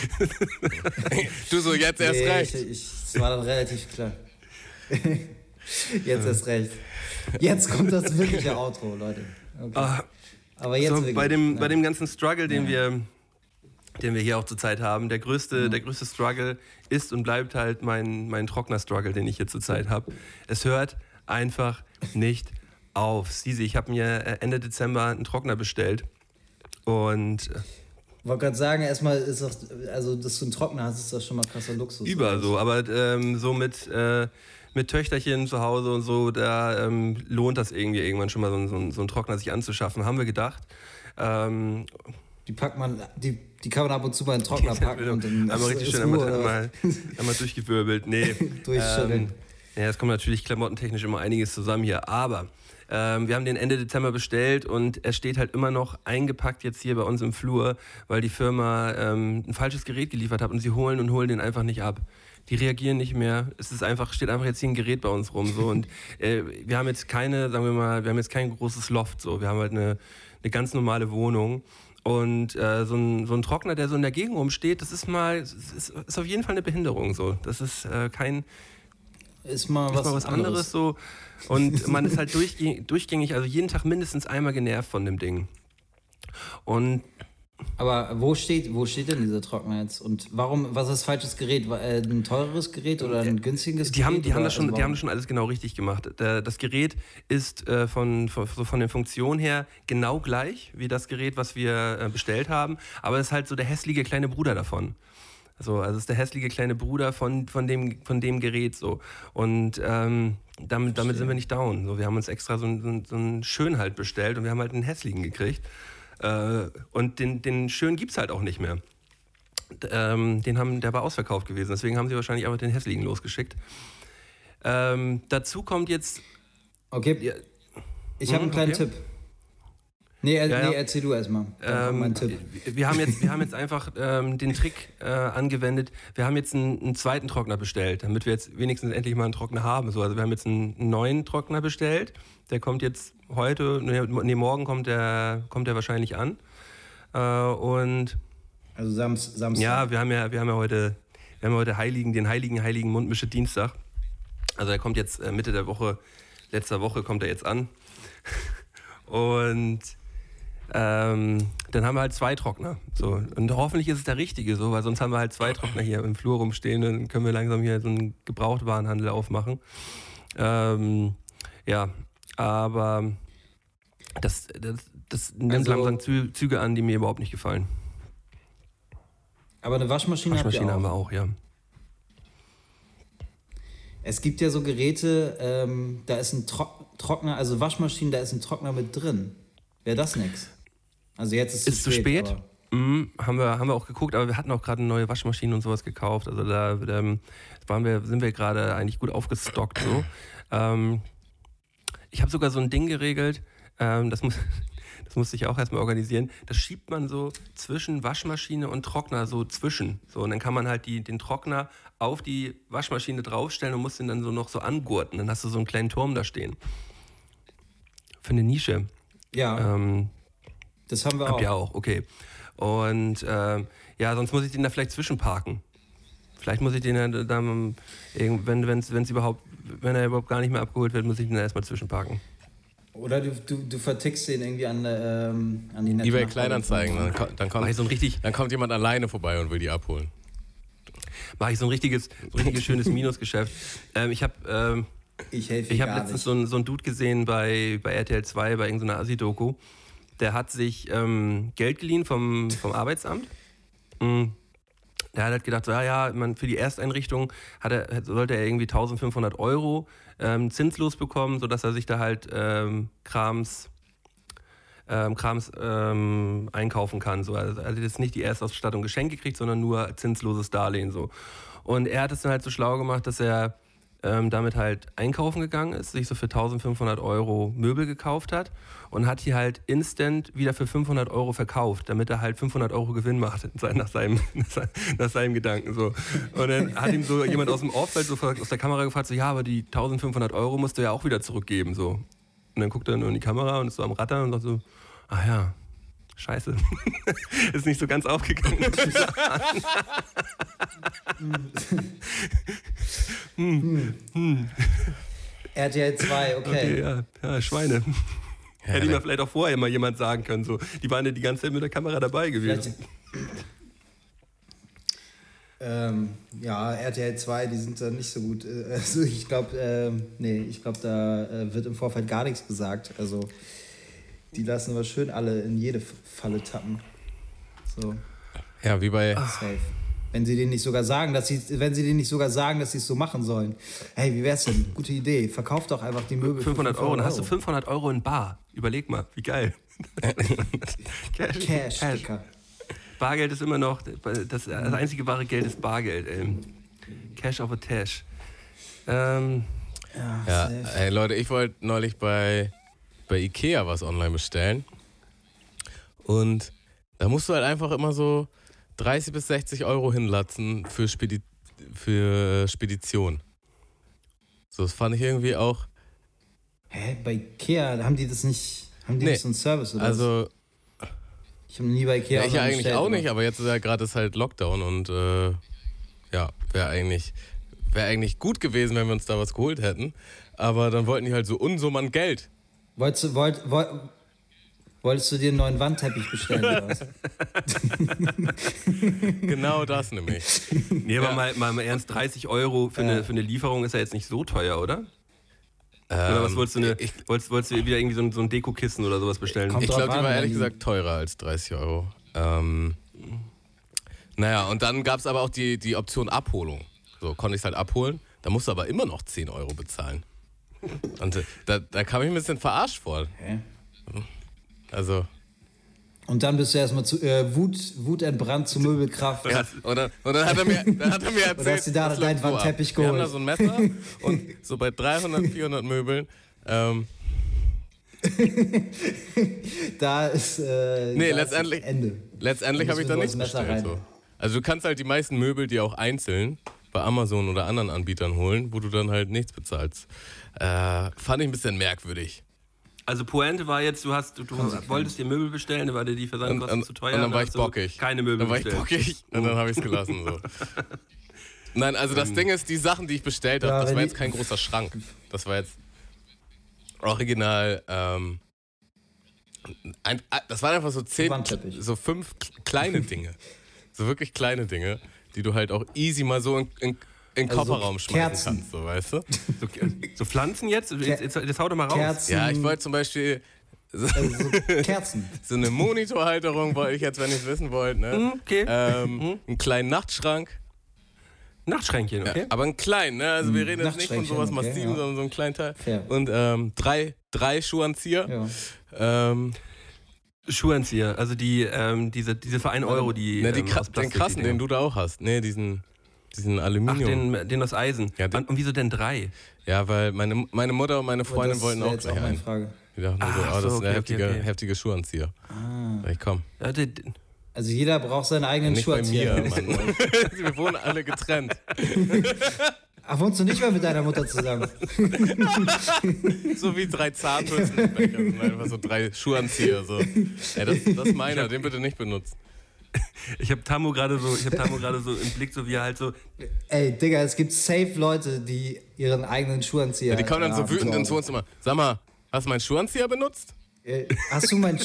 Du so, jetzt erst recht. Es war dann relativ klar. Jetzt erst recht. Jetzt kommt das wirkliche Outro, Leute. Okay. Aber jetzt so, bei dem ganzen Struggle, den wir hier auch zurzeit haben, der größte Struggle ist und bleibt halt mein Trockner-Struggle, den ich hier zurzeit habe. Es hört einfach nicht auf. Sisi, ich habe mir Ende Dezember einen Trockner bestellt und... Ich wollte gerade sagen, erstmal ist das, also dass du einen Trockner hast, ist das schon mal krasser Luxus. So, aber so mit Töchterchen zu Hause und so, da lohnt das irgendwann schon mal so einen Trockner sich anzuschaffen, haben wir gedacht. Die packt man, die kann man ab und zu mal in den Trockner packen und dann einmal richtig schön einmal durchgewirbelt. Nee. Durchschütteln. Ja, es kommt natürlich klamottentechnisch immer einiges zusammen hier, aber wir haben den Ende Dezember bestellt und er steht halt immer noch eingepackt jetzt hier bei uns im Flur, weil die Firma ein falsches Gerät geliefert hat und sie holen den einfach nicht ab. Die reagieren nicht mehr. Steht einfach jetzt hier ein Gerät bei uns rum. So. Und wir haben jetzt kein großes Loft. So. Wir haben halt eine ganz normale Wohnung. Und so ein Trockner, der so in der Gegend rumsteht, das ist auf jeden Fall eine Behinderung. So. Das ist ist mal was anderes so. Und man ist halt durchgängig, also jeden Tag mindestens einmal genervt von dem Ding. Aber wo steht denn dieser Trockner jetzt? Und was ist falsches Gerät? Ein teureres Gerät oder ein günstiges Gerät? Die haben das schon alles genau richtig gemacht. Das Gerät ist von der Funktion her genau gleich wie das Gerät, was wir bestellt haben, aber es ist halt so der hässliche kleine Bruder davon. Also es ist der hässliche kleine Bruder von dem Gerät so. Und damit sind wir nicht down. So, wir haben uns extra so einen Schön halt bestellt und wir haben halt einen hässlichen gekriegt. Und den Schön gibt's halt auch nicht mehr. Der war ausverkauft gewesen, deswegen haben sie wahrscheinlich einfach den hässlichen losgeschickt. Dazu kommt jetzt... Okay, ich habe einen kleinen Tipp. Nee, erzähl du erstmal. Mein Tipp. Wir haben jetzt einfach den Trick angewendet. Wir haben jetzt einen zweiten Trockner bestellt, damit wir jetzt wenigstens endlich mal einen Trockner haben. So, also wir haben jetzt einen neuen Trockner bestellt. Der kommt jetzt morgen kommt der wahrscheinlich an. Und also Samstag. Ja, wir haben ja heute den heiligen Mundmische-Dienstag. Also der kommt jetzt Mitte der Woche, letzter Woche kommt er jetzt an. Und dann haben wir halt 2 Trockner. So. Und hoffentlich ist es der richtige, so, weil sonst haben wir halt 2 Trockner hier im Flur rumstehen und dann können wir langsam hier so einen Gebrauchtwarenhandel aufmachen. Ja, aber das nimmt langsam Züge an, die mir überhaupt nicht gefallen. Aber eine Waschmaschine habt ihr auch? Haben wir auch, ja. Es gibt ja so Geräte, da ist ein Trockner, also Waschmaschinen, da ist ein Trockner mit drin. Wäre das nix? Also jetzt ist es zu spät. Haben wir auch geguckt, aber wir hatten auch gerade eine neue Waschmaschine und sowas gekauft. Also da sind wir gerade eigentlich gut aufgestockt. So. Ich habe sogar so ein Ding geregelt, das musste ich auch erstmal organisieren. Das schiebt man so zwischen Waschmaschine und Trockner so zwischen. So, und dann kann man halt den Trockner auf die Waschmaschine draufstellen und muss den dann so noch so angurten. Dann hast du so einen kleinen Turm da stehen. Für eine Nische. Ja, das haben wir auch. Habt ihr auch, okay. Und sonst muss ich den da vielleicht zwischenparken. Vielleicht muss ich den dann, wenn er überhaupt gar nicht mehr abgeholt wird, muss ich den da erstmal zwischenparken. Oder du vertickst den irgendwie an die nette eBay Kleinanzeigen, dann kommt jemand alleine vorbei und will die abholen. Mache ich so ein richtiges schönes Minusgeschäft. Ich habe letztens so einen Dude gesehen bei RTL 2, bei irgendeiner Assi-Doku. Der hat sich Geld geliehen vom Arbeitsamt. Der hat halt gedacht, so, für die Ersteinrichtung sollte er irgendwie 1.500 Euro zinslos bekommen, sodass er sich da halt Krams einkaufen kann. So. Also er hat jetzt nicht die Erstausstattung geschenkt gekriegt, sondern nur zinsloses Darlehen. So. Und er hat es dann halt so schlau gemacht, dass er damit halt einkaufen gegangen ist, sich so für 1.500 Euro Möbel gekauft hat und hat die halt instant wieder für 500 Euro verkauft, damit er halt 500 Euro Gewinn macht, nach seinem Gedanken. So. Und dann hat ihm so jemand aus dem Off halt so aus der Kamera gefragt, so, ja, aber die 1.500 Euro musst du ja auch wieder zurückgeben. So. Und dann guckt er nur in die Kamera und ist so am Rattern und sagt so, ach ja, scheiße. Ist nicht so ganz aufgegangen. RTL 2, okay. Ja, Schweine. Hätte mir vielleicht auch vorher mal jemand sagen können. So. Die waren ja die ganze Zeit mit der Kamera dabei gewesen. RTL 2, die sind da nicht so gut. Also ich glaube, da wird im Vorfeld gar nichts gesagt. Also die lassen wir schön alle in jede Falle tappen. So. Ja, wie bei... Safe. Wenn sie denen nicht sogar sagen, dass sie es so machen sollen. Hey, wie wär's denn? Gute Idee. Verkauf doch einfach die Möbel 500 Euro. Dann hast du 500 Euro in Bar. Überleg mal, wie geil. Cash. Dicker. Bargeld ist immer noch, das einzige wahre Geld ist Bargeld. Cash over Tash. Ey Leute, ich wollte neulich bei Ikea was online bestellen. Und da musst du halt einfach immer so 30 bis 60 Euro hinlatzen für Spedition. So, das fand ich irgendwie auch... Hä? Bei Ikea, haben die das nicht... Haben die nicht so einen Service oder also... Ich habe nie bei Ikea... Ja, ich ja eigentlich auch nicht, aber jetzt ist ja gerade halt Lockdown und wäre eigentlich gut gewesen, wenn wir uns da was geholt hätten. Aber dann wollten die halt so Unsummen an Geld. Wolltest du dir einen neuen Wandteppich bestellen oder was? Genau das nämlich. Nee, aber mal ernst, 30 Euro für eine Lieferung ist ja jetzt nicht so teuer, oder? Oder was wolltest du wolltest du wieder irgendwie so ein Dekokissen oder sowas bestellen? Ich glaube, die war ehrlich gesagt teurer als 30 Euro. Naja, und dann gab es aber auch die Option Abholung. So, konnte ich es halt abholen. Da musst du aber immer noch 10 Euro bezahlen. Und da kam ich ein bisschen verarscht vor. Hä? Also. Und dann bist du erstmal zu wutentbrannt zu Möbelkraft. Ja, und dann hat er mir erzählt, oder hast du da deinen Wandteppich geholt? Wir haben da so ein Messer und so bei 300, 400 Möbeln. Da ist letztendlich Ende. Letztendlich habe ich da nichts bestellt. So. Also du kannst halt die meisten Möbel, die auch einzeln bei Amazon oder anderen Anbietern holen, wo du dann halt nichts bezahlst. Fand ich ein bisschen merkwürdig. Also Pointe war jetzt, du wolltest dir Möbel bestellen, dann war dir die Versandkosten zu teuer. Und dann war ich bockig. Keine Möbel bestellt. Dann war ich bockig und dann habe ich es gelassen. So. Nein, also das Ding ist, die Sachen, die ich bestellt habe, das war jetzt kein großer Schrank. Das war jetzt original Das waren einfach so 5 kleine Dinge. So wirklich kleine Dinge, die du halt auch easy mal so in den Kofferraum schmeißen kannst, so, weißt du? So Pflanzen jetzt? Jetzt hau doch mal raus. Kerzen. Ja, ich wollte zum Beispiel so Kerzen. so eine Monitorhalterung wollte ich jetzt, wenn ihr es wissen wollt, ne? Okay. Einen kleinen Nachtschrank. Nachtschränkchen, okay. Ja, aber einen kleinen, ne? Also wir reden jetzt nicht von sowas Massiven, sondern so einen kleinen Teil. Fair. Und 3 Schuhanzieher. Ja. Schuhanzieher, also diese für 1 Euro, die Ne, aus Plastik, den krassen, den du da auch hast. Ne, diesen Aluminium. Ach, den aus Eisen. Ja, und wieso denn 3? Ja, weil meine Mutter und meine Freundin wollten auch gleich einen. Frage. Die dachten so, das ist okay, heftige Schuhanzieher. Ich komm. Ja, Also jeder braucht seine eigenen Nicht bei Schuhanzieher. mir, Mann. Wir wohnen alle getrennt. Ach, wohnst du nicht mal mit deiner Mutter zusammen? So wie 3 Zahnbürstenbecher. Das sind einfach so 3 Schuhanzieher. So. Ey, das ist meiner, den bitte nicht benutzen. Ich habe Tammo gerade so im Blick, so wie er halt so. Ey, Digga, es gibt safe Leute, die ihren eigenen Schuhanzieher. Ja, die kommen dann so wütend ins Wohnzimmer. Sag mal, hast du meinen Schuhanzieher benutzt? Hast du meinen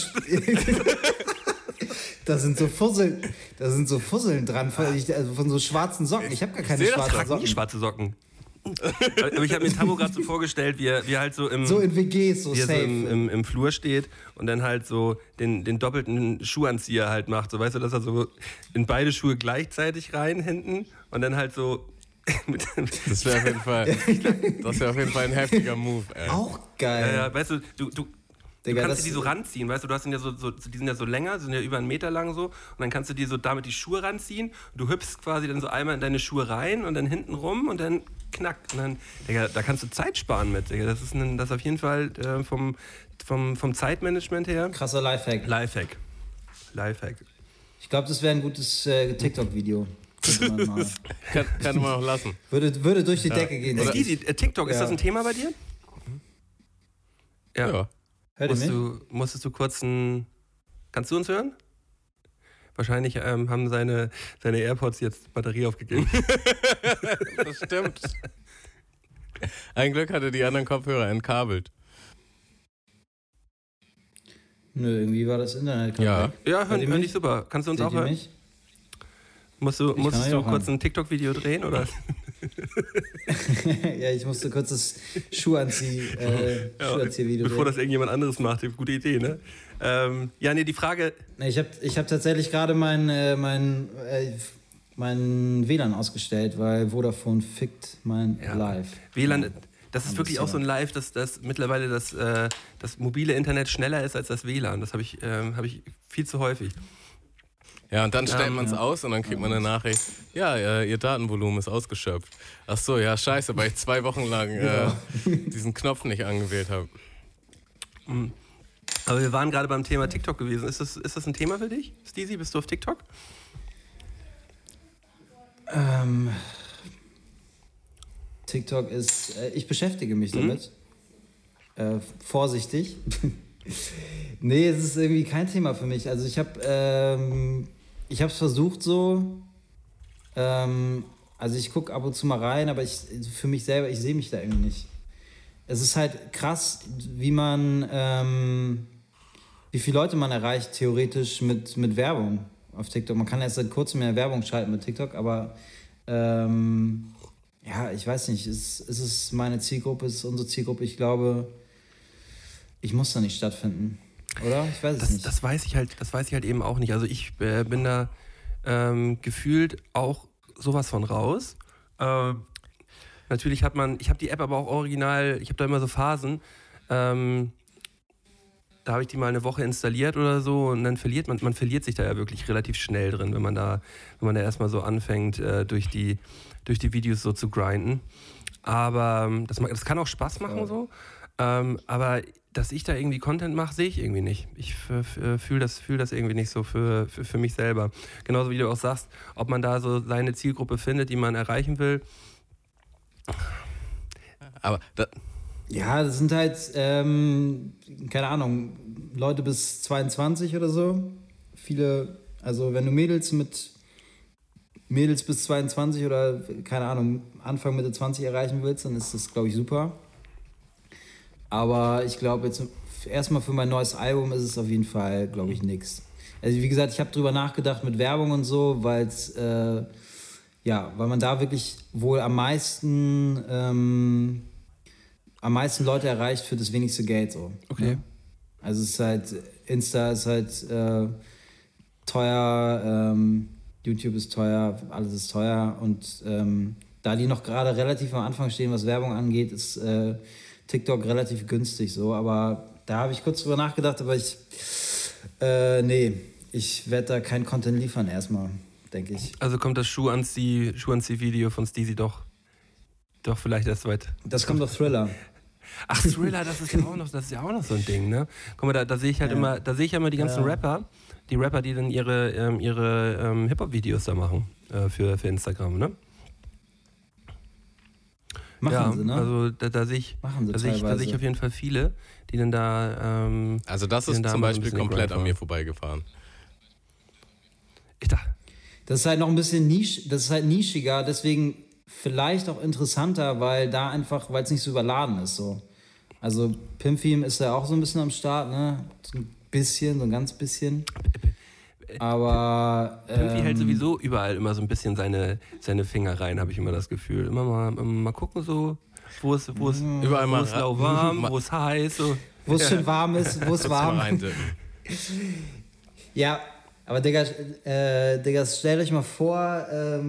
Da sind so Fusseln dran von so schwarzen Socken. Ich habe gar keine schwarzen Socken. Nie schwarze Socken. Aber ich habe mir Tammo gerade so vorgestellt, wie er halt so in WGs so safe im Flur steht und dann halt so den doppelten Schuhanzieher halt macht. So, weißt du, dass er so in beide Schuhe gleichzeitig rein hinten und dann halt so. Das wäre auf jeden Fall ein heftiger Move, ey. Auch geil. Ja, weißt du, du kannst die so ranziehen, weißt du, die sind ja so länger, sind ja über 1 Meter lang so und dann kannst du dir so damit die Schuhe ranziehen und du hüpfst quasi dann so einmal in deine Schuhe rein und dann hinten rum und dann knackt und dann, Digga, da kannst du Zeit sparen mit, Digga, das ist auf jeden Fall vom Zeitmanagement her. Krasser Lifehack. Ich glaube, das wäre ein gutes TikTok-Video. Kann man auch lassen. Würde durch die Decke gehen. TikTok, ist das ein Thema bei dir? Ja. Musstest du kurz kannst du uns hören? Wahrscheinlich haben seine AirPods jetzt Batterie aufgegeben. Das stimmt. Ein Glück hatte die anderen Kopfhörer entkabelt. Nö, irgendwie war das Internet kaputt. Ja, hören dich super. Kannst du uns auch hören? Mich? Musstest du kurz ein TikTok-Video drehen, oder? Ja, ich musste kurz das Schuhanzieh-Video drehen. Bevor das irgendjemand anderes macht, gute Idee, ne? Die Frage... Ich hab tatsächlich gerade mein WLAN ausgestellt, weil Vodafone fickt mein Live. WLAN, das ist wirklich auch so ein Live, dass mittlerweile das mobile Internet schneller ist als das WLAN. Das habe ich viel zu häufig. Ja, und dann stellt man es aus und dann kriegt man eine Nachricht, ihr Datenvolumen ist ausgeschöpft. Ach so, ja, scheiße, weil ich 2 Wochen lang diesen Knopf nicht angewählt habe. Aber wir waren gerade beim Thema TikTok gewesen. Ist das ein Thema für dich, Steezy? Bist du auf TikTok? TikTok ist, ich beschäftige mich damit. Vorsichtig. Nee, es ist irgendwie kein Thema für mich. Also ich habe es versucht so. Also ich gucke ab und zu mal rein, aber für mich selber, ich sehe mich da irgendwie nicht. Es ist halt krass, wie viele Leute man erreicht theoretisch mit Werbung auf TikTok. Man kann erst seit kurzem mehr Werbung schalten mit TikTok, aber ich weiß nicht, ist es meine Zielgruppe, ist es unsere Zielgruppe? Ich glaube, ich muss da nicht stattfinden. Oder? Ich weiß es nicht. Das weiß ich halt eben auch nicht. Also ich bin da gefühlt auch sowas von raus. Natürlich ich habe die App aber auch original, ich habe da immer so Phasen, da habe ich die mal eine Woche installiert oder so und dann verliert man verliert sich da ja wirklich relativ schnell drin, wenn man da erstmal so anfängt, durch die Videos so zu grinden. Aber das kann auch Spaß machen so. Aber dass ich da irgendwie Content mache, sehe ich irgendwie nicht. Ich fühle das irgendwie nicht so für mich selber. Genauso wie du auch sagst, ob man da so seine Zielgruppe findet, die man erreichen will. Aber das sind halt, keine Ahnung, Leute bis 22 oder so. Viele, also wenn du Mädels bis 22 oder, keine Ahnung, Anfang Mitte 20 erreichen willst, dann ist das, glaube ich, super. Aber ich glaube jetzt erstmal für mein neues Album ist es auf jeden Fall, glaube ich, nix. Also wie gesagt, ich habe drüber nachgedacht mit Werbung und so, weil man da wirklich wohl am meisten Leute erreicht für das wenigste Geld. So. Okay. Ne? Also es ist halt, Insta ist halt teuer, YouTube ist teuer, alles ist teuer und da die noch gerade relativ am Anfang stehen, was Werbung angeht, ist TikTok relativ günstig so, aber da habe ich kurz drüber nachgedacht, aber ich werde da keinen Content liefern erstmal, denke ich. Also kommt das Schuh-Anzieh-Video von Steezy doch vielleicht erst weit. Das kommt auf Thriller. Ach, Thriller, das ist ja auch noch so ein Ding, ne? Guck mal, da sehe ich halt immer die ganzen Rapper, die dann ihre Hip-Hop-Videos da machen für Instagram, ne? Machen sie, ne? Also da sehe ich auf jeden Fall viele, die dann da. Also das ist zum Beispiel komplett an mir vorbeigefahren. Ich dachte. Das ist halt noch ein bisschen nischiger, deswegen vielleicht auch interessanter, weil es nicht so überladen ist. So. Also Pimfim ist ja auch so ein bisschen am Start, ne? So ein ganz bisschen. Aber Pimfy hält sowieso überall immer so ein bisschen seine Finger rein, habe ich immer das Gefühl. Immer mal gucken so, wo es lauwarm, wo es heiß, so. Wo es schön warm ist, wo es warm. Ja, aber Digga, stellt euch mal vor,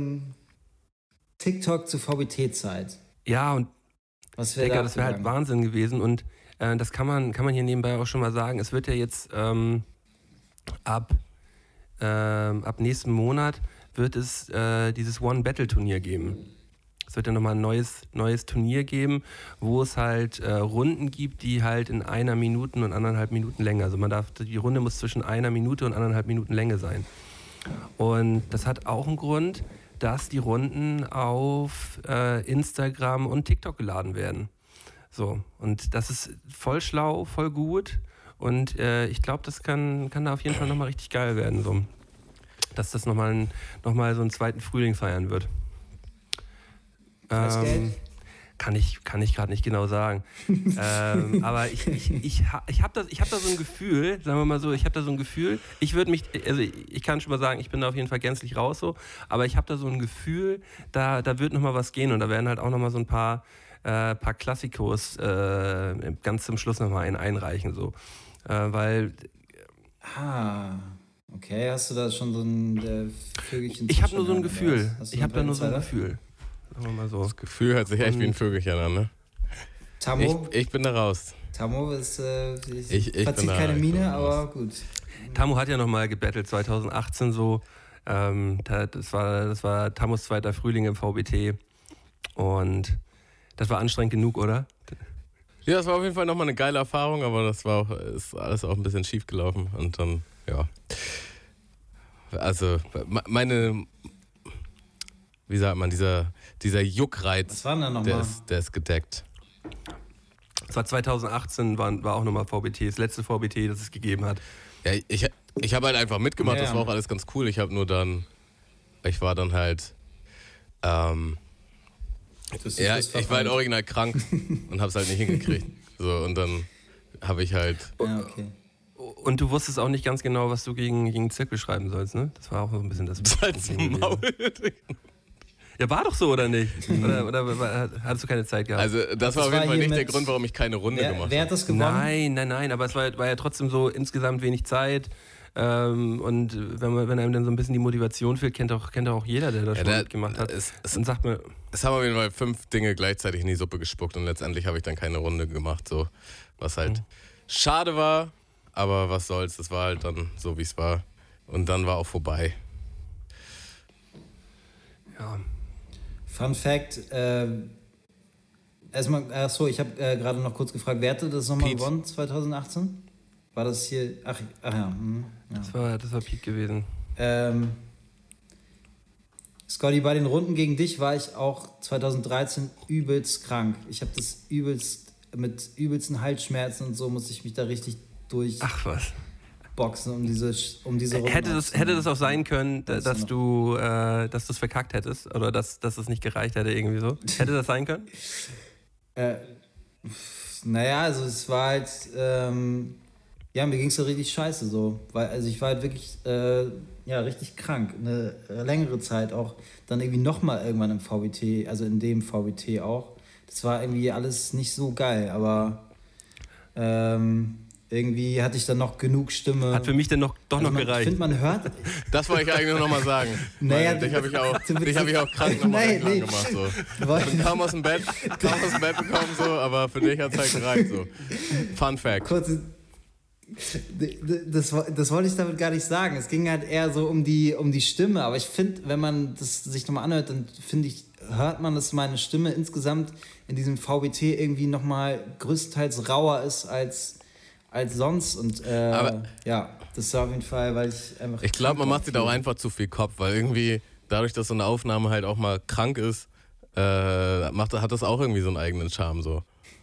TikTok zur VBT-Zeit. Ja, und das wäre halt Wahnsinn gewesen und das kann man hier nebenbei auch schon mal sagen. Es wird ja jetzt ab nächsten Monat wird es dieses One-Battle-Turnier geben. Es wird ja nochmal ein neues Turnier geben, wo es halt Runden gibt, die halt in 1 Minute und 1,5 Minuten Länge. Also die Runde muss zwischen 1 Minute und 1,5 Minuten Länge sein. Und das hat auch einen Grund, dass die Runden auf Instagram und TikTok geladen werden. So, und das ist voll schlau, voll gut. Und ich glaube, das kann da auf jeden Fall nochmal richtig geil werden. So. Dass das nochmal so einen zweiten Frühling feiern wird. Kann ich gerade nicht genau sagen. Aber ich hab da so ein Gefühl, sagen wir mal so, ich kann schon mal sagen, ich bin da auf jeden Fall gänzlich raus so, aber ich habe da so ein Gefühl, da wird nochmal was gehen und da werden halt auch nochmal so ein paar Klassikos ganz zum Schluss nochmal einreichen so. Weil. Okay, hast du da schon so ein Vögelchen? Ich habe nur so ein Gefühl. Sagen wir mal so. Das Gefühl hört sich echt wie ein Vögelchen an, ne? Tammo? Ich bin da raus. Tammo ist. Ich verzieht keine Miene, aber gut. Tammo hat ja nochmal gebettelt 2018 so. Das war Tammos zweiter Frühling im VBT. Und das war anstrengend genug, oder? Ja, das war auf jeden Fall nochmal eine geile Erfahrung, aber ist alles auch ein bisschen schief gelaufen. Und dann, ja. Also, wie sagt man, dieser Juckreiz, was war denn da nochmal? Der ist gedeckt. Das war 2018, war auch nochmal VBT, das letzte VBT, das es gegeben hat. Ja, ich habe halt einfach mitgemacht, ja. Das war auch alles ganz cool. Ich war dann halt, ich war halt original krank und hab's halt nicht hingekriegt. So, und dann habe ich halt... Ja, okay. Und du wusstest auch nicht ganz genau, was du gegen Zirkel schreiben sollst, ne? Das war auch so ein bisschen das Maul. Ja, war doch so, oder nicht? Oder hattest du keine Zeit gehabt? Also das war auf jeden Fall nicht der Grund, warum ich keine Runde gemacht habe. Wer hat das gewonnen? Nein, aber es war ja trotzdem so insgesamt wenig Zeit. Und wenn einem dann so ein bisschen die Motivation fehlt, kennt auch jeder, der das schon mitgemacht hat. Es haben auf jeden Fall 5 Dinge gleichzeitig in die Suppe gespuckt und letztendlich habe ich dann keine Runde gemacht, so, was halt schade war, aber was soll's, das war halt dann so, wie es war und dann war auch vorbei. Ja. Fun Fact, erstmal, ich habe gerade noch kurz gefragt, wer hatte das nochmal gewonnen 2018? War das hier, ach ja. Ja. Das war Pete gewesen. Scotty, bei den Runden gegen dich war ich auch 2013 übelst krank. Ich habe das mit übelsten Halsschmerzen und so musste ich mich da richtig durchboxen, um diese Runden. Hätte das auch sein können, dass du es verkackt hättest oder dass es nicht gereicht hätte irgendwie so? Hätte das sein können? Naja, also es war halt, ja, mir ging es so richtig scheiße so. Also ich war halt wirklich, richtig krank. Eine längere Zeit auch. Dann irgendwie nochmal irgendwann im VBT, also in dem VBT auch. Das war irgendwie alles nicht so geil, aber irgendwie hatte ich dann noch genug Stimme. Hat für mich dann noch gereicht. Ich finde, man hört... Das wollte ich eigentlich noch mal sagen. Naja, dich habe ich auch krank nochmal gemacht. So. Ich kam aus dem Bett bekommen, so, aber für dich hat es halt gereicht. So. Fun Fact. Kurz, das wollte ich damit gar nicht sagen. Es ging halt eher so um die Stimme. Aber ich finde, wenn man das sich nochmal anhört, dann finde ich, hört man, dass meine Stimme insgesamt in diesem VBT irgendwie nochmal größtenteils rauer ist als sonst. Und aber ja, das war auf jeden Fall, weil ich einfach... Ich glaube, man macht sich da auch einfach zu viel Kopf, weil irgendwie dadurch, dass so eine Aufnahme halt auch mal krank ist, hat das auch irgendwie so einen eigenen Charme so.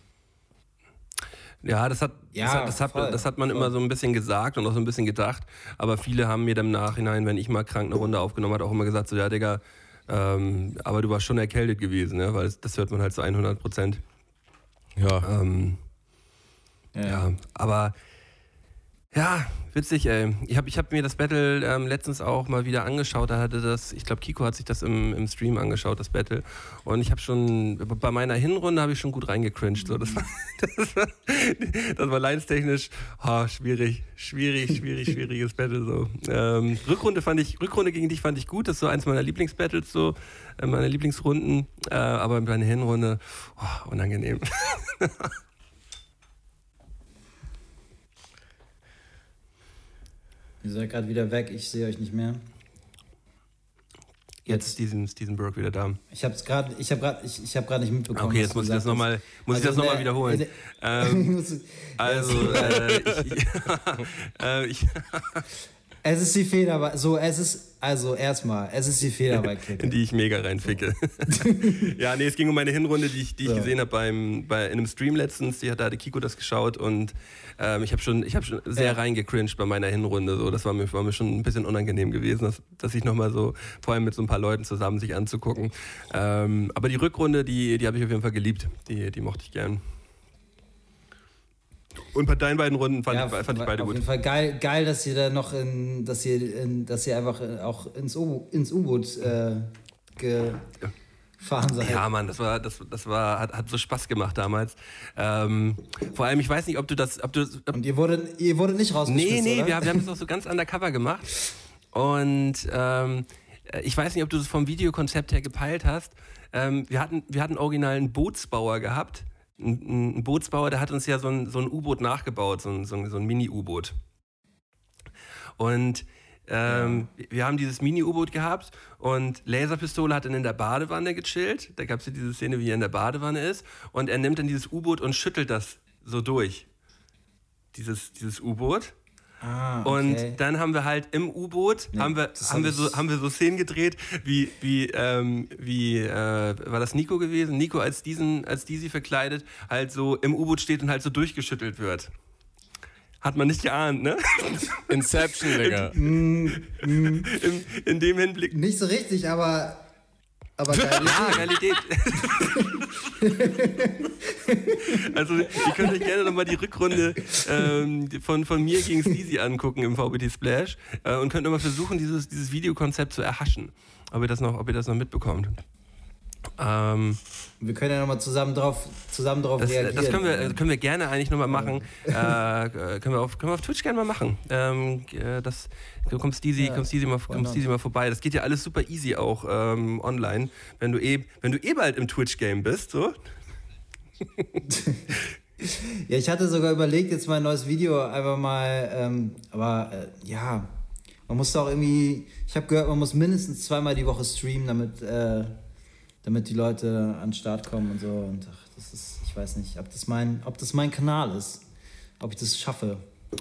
Ja, das hat man immer so ein bisschen gesagt und auch so ein bisschen gedacht. Aber viele haben mir dann im Nachhinein, wenn ich mal krank eine Runde aufgenommen habe, auch immer gesagt, so ja Digga, aber du warst schon erkältet gewesen, ne? Weil das hört man halt zu 100%. Ja. Ja, aber ja, witzig, ey. Ich hab mir das Battle letztens auch mal wieder angeschaut. Da hatte ich glaube, Kiko hat sich das im Stream angeschaut, das Battle. Und ich habe schon, bei meiner Hinrunde habe ich schon gut reingecringed. So. Das war linestechnisch schwieriges Battle. So. Rückrunde gegen dich fand ich gut. Das ist so eins meiner Lieblingsbattles, so, meine Lieblingsrunden. Aber meine Hinrunde, unangenehm. Ihr seid gerade wieder weg, ich sehe euch nicht mehr. Jetzt ist Steven Burke wieder da. Ich habe gerade nicht mitbekommen. Okay, jetzt muss ich das nochmal wiederholen. Es ist die Federarbeit. Es ist die Federarbeit. In die ich mega reinficke. Ja, es ging um meine Hinrunde, die ich gesehen habe in einem Stream letztens. Da hatte Kiko das geschaut und ich habe schon sehr reingecringed bei meiner Hinrunde. So, das war mir schon ein bisschen unangenehm gewesen, dass ich nochmal so, vor allem mit so ein paar Leuten zusammen sich anzugucken. Aber die Rückrunde, die habe ich auf jeden Fall geliebt. Die mochte ich gern. Und bei deinen beiden Runden fand ich beide gut. Auf jeden Fall geil, dass ihr da noch dass ihr einfach auch ins U-Boot gefahren seid. Ja, Mann, das hat so Spaß gemacht damals. Vor allem, ich weiß nicht, ob du das... Und ihr wurdet nicht rausgeschmissen, Nee, oder? wir haben das auch so ganz undercover gemacht. Und ich weiß nicht, ob du das vom Videokonzept her gepeilt hast. Wir hatten original einen Bootsbauer gehabt. Ein Bootsbauer, der hat uns ja so ein U-Boot nachgebaut, so ein Mini-U-Boot. Und wir haben dieses Mini-U-Boot gehabt und Laserpistole hat dann in der Badewanne gechillt. Da gab es ja diese Szene, wie er in der Badewanne ist. Und er nimmt dann dieses U-Boot und schüttelt das so durch. Dieses U-Boot. Ah, okay. Und dann haben wir halt im U-Boot haben wir so Szenen gedreht, wie war das Nico gewesen? Nico als Dizzy verkleidet halt so im U-Boot steht und halt so durchgeschüttelt wird. Hat man nicht geahnt, ne? Inception, Digga. In dem Hinblick. Nicht so richtig, aber geil. Ja, geile Idee. Also ihr könnt euch gerne nochmal die Rückrunde von mir gegen Steezy angucken im VBT Splash und könnt nochmal versuchen, dieses Videokonzept zu erhaschen. Ob ihr das noch mitbekommt. Wir können ja nochmal zusammen drauf reagieren. Das können wir gerne eigentlich nochmal machen. Können wir auf Twitch gerne mal machen. Kommt Steezy mal vorbei. Das geht ja alles super easy auch online. Wenn du bald im Twitch-Game bist, so. Ja, ich hatte sogar überlegt, jetzt mal ein neues Video einfach mal, ja, man muss auch irgendwie, ich habe gehört, man muss mindestens 2-mal die Woche streamen, damit die Leute an den Start kommen und so. Und das ist, ich weiß nicht, ob das mein Kanal ist, ob ich das schaffe.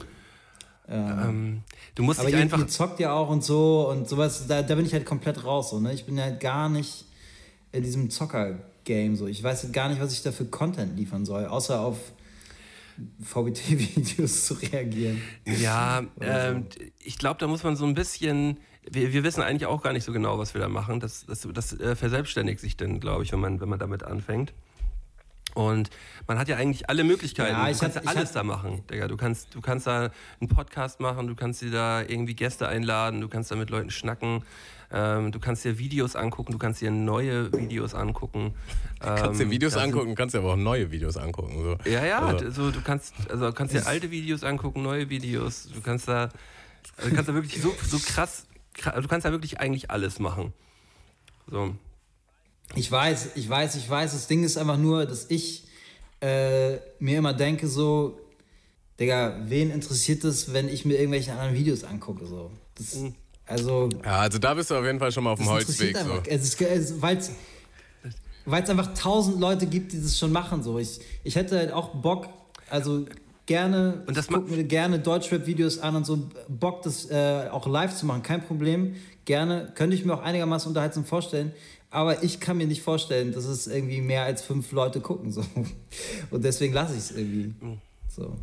Du musst aber dich einfach... ihr zockt ja auch und so und sowas, da bin ich halt komplett raus. So, ne? Ich bin halt gar nicht in diesem Zocker-Game. So. Ich weiß halt gar nicht, was ich da für Content liefern soll, außer auf VBT-Videos zu reagieren. Ja, ich glaube, da muss man so ein bisschen... Wir wissen eigentlich auch gar nicht so genau, was wir da machen. Das verselbstständigt sich dann, glaube ich, wenn man damit anfängt. Und man hat ja eigentlich alle Möglichkeiten. Du kannst ja alles da machen, Digga. Du kannst da einen Podcast machen, du kannst dir da irgendwie Gäste einladen, du kannst da mit Leuten schnacken, du kannst dir Videos angucken, du kannst dir neue Videos angucken. Kannst dir Videos angucken, kannst dir aber auch neue Videos angucken. So. Ja, also du kannst dir alte Videos angucken, neue Videos. Du kannst da wirklich so krass, du kannst da wirklich eigentlich alles machen. So. Ich weiß. Das Ding ist einfach nur, dass ich mir immer denke so, Digga, wen interessiert es, wenn ich mir irgendwelche anderen Videos angucke? So. Also da bist du auf jeden Fall schon mal auf dem Holzweg. So. Weil es einfach 1000 Leute gibt, die das schon machen. So. Ich hätte halt auch Bock, also gerne, und ich gucke mir gerne Deutschrap-Videos an und so, Bock, das auch live zu machen, kein Problem. Gerne, könnte ich mir auch einigermaßen unterhaltsam vorstellen. Aber ich kann mir nicht vorstellen, dass es irgendwie mehr als 5 Leute gucken. So. Und deswegen lasse ich es irgendwie. So.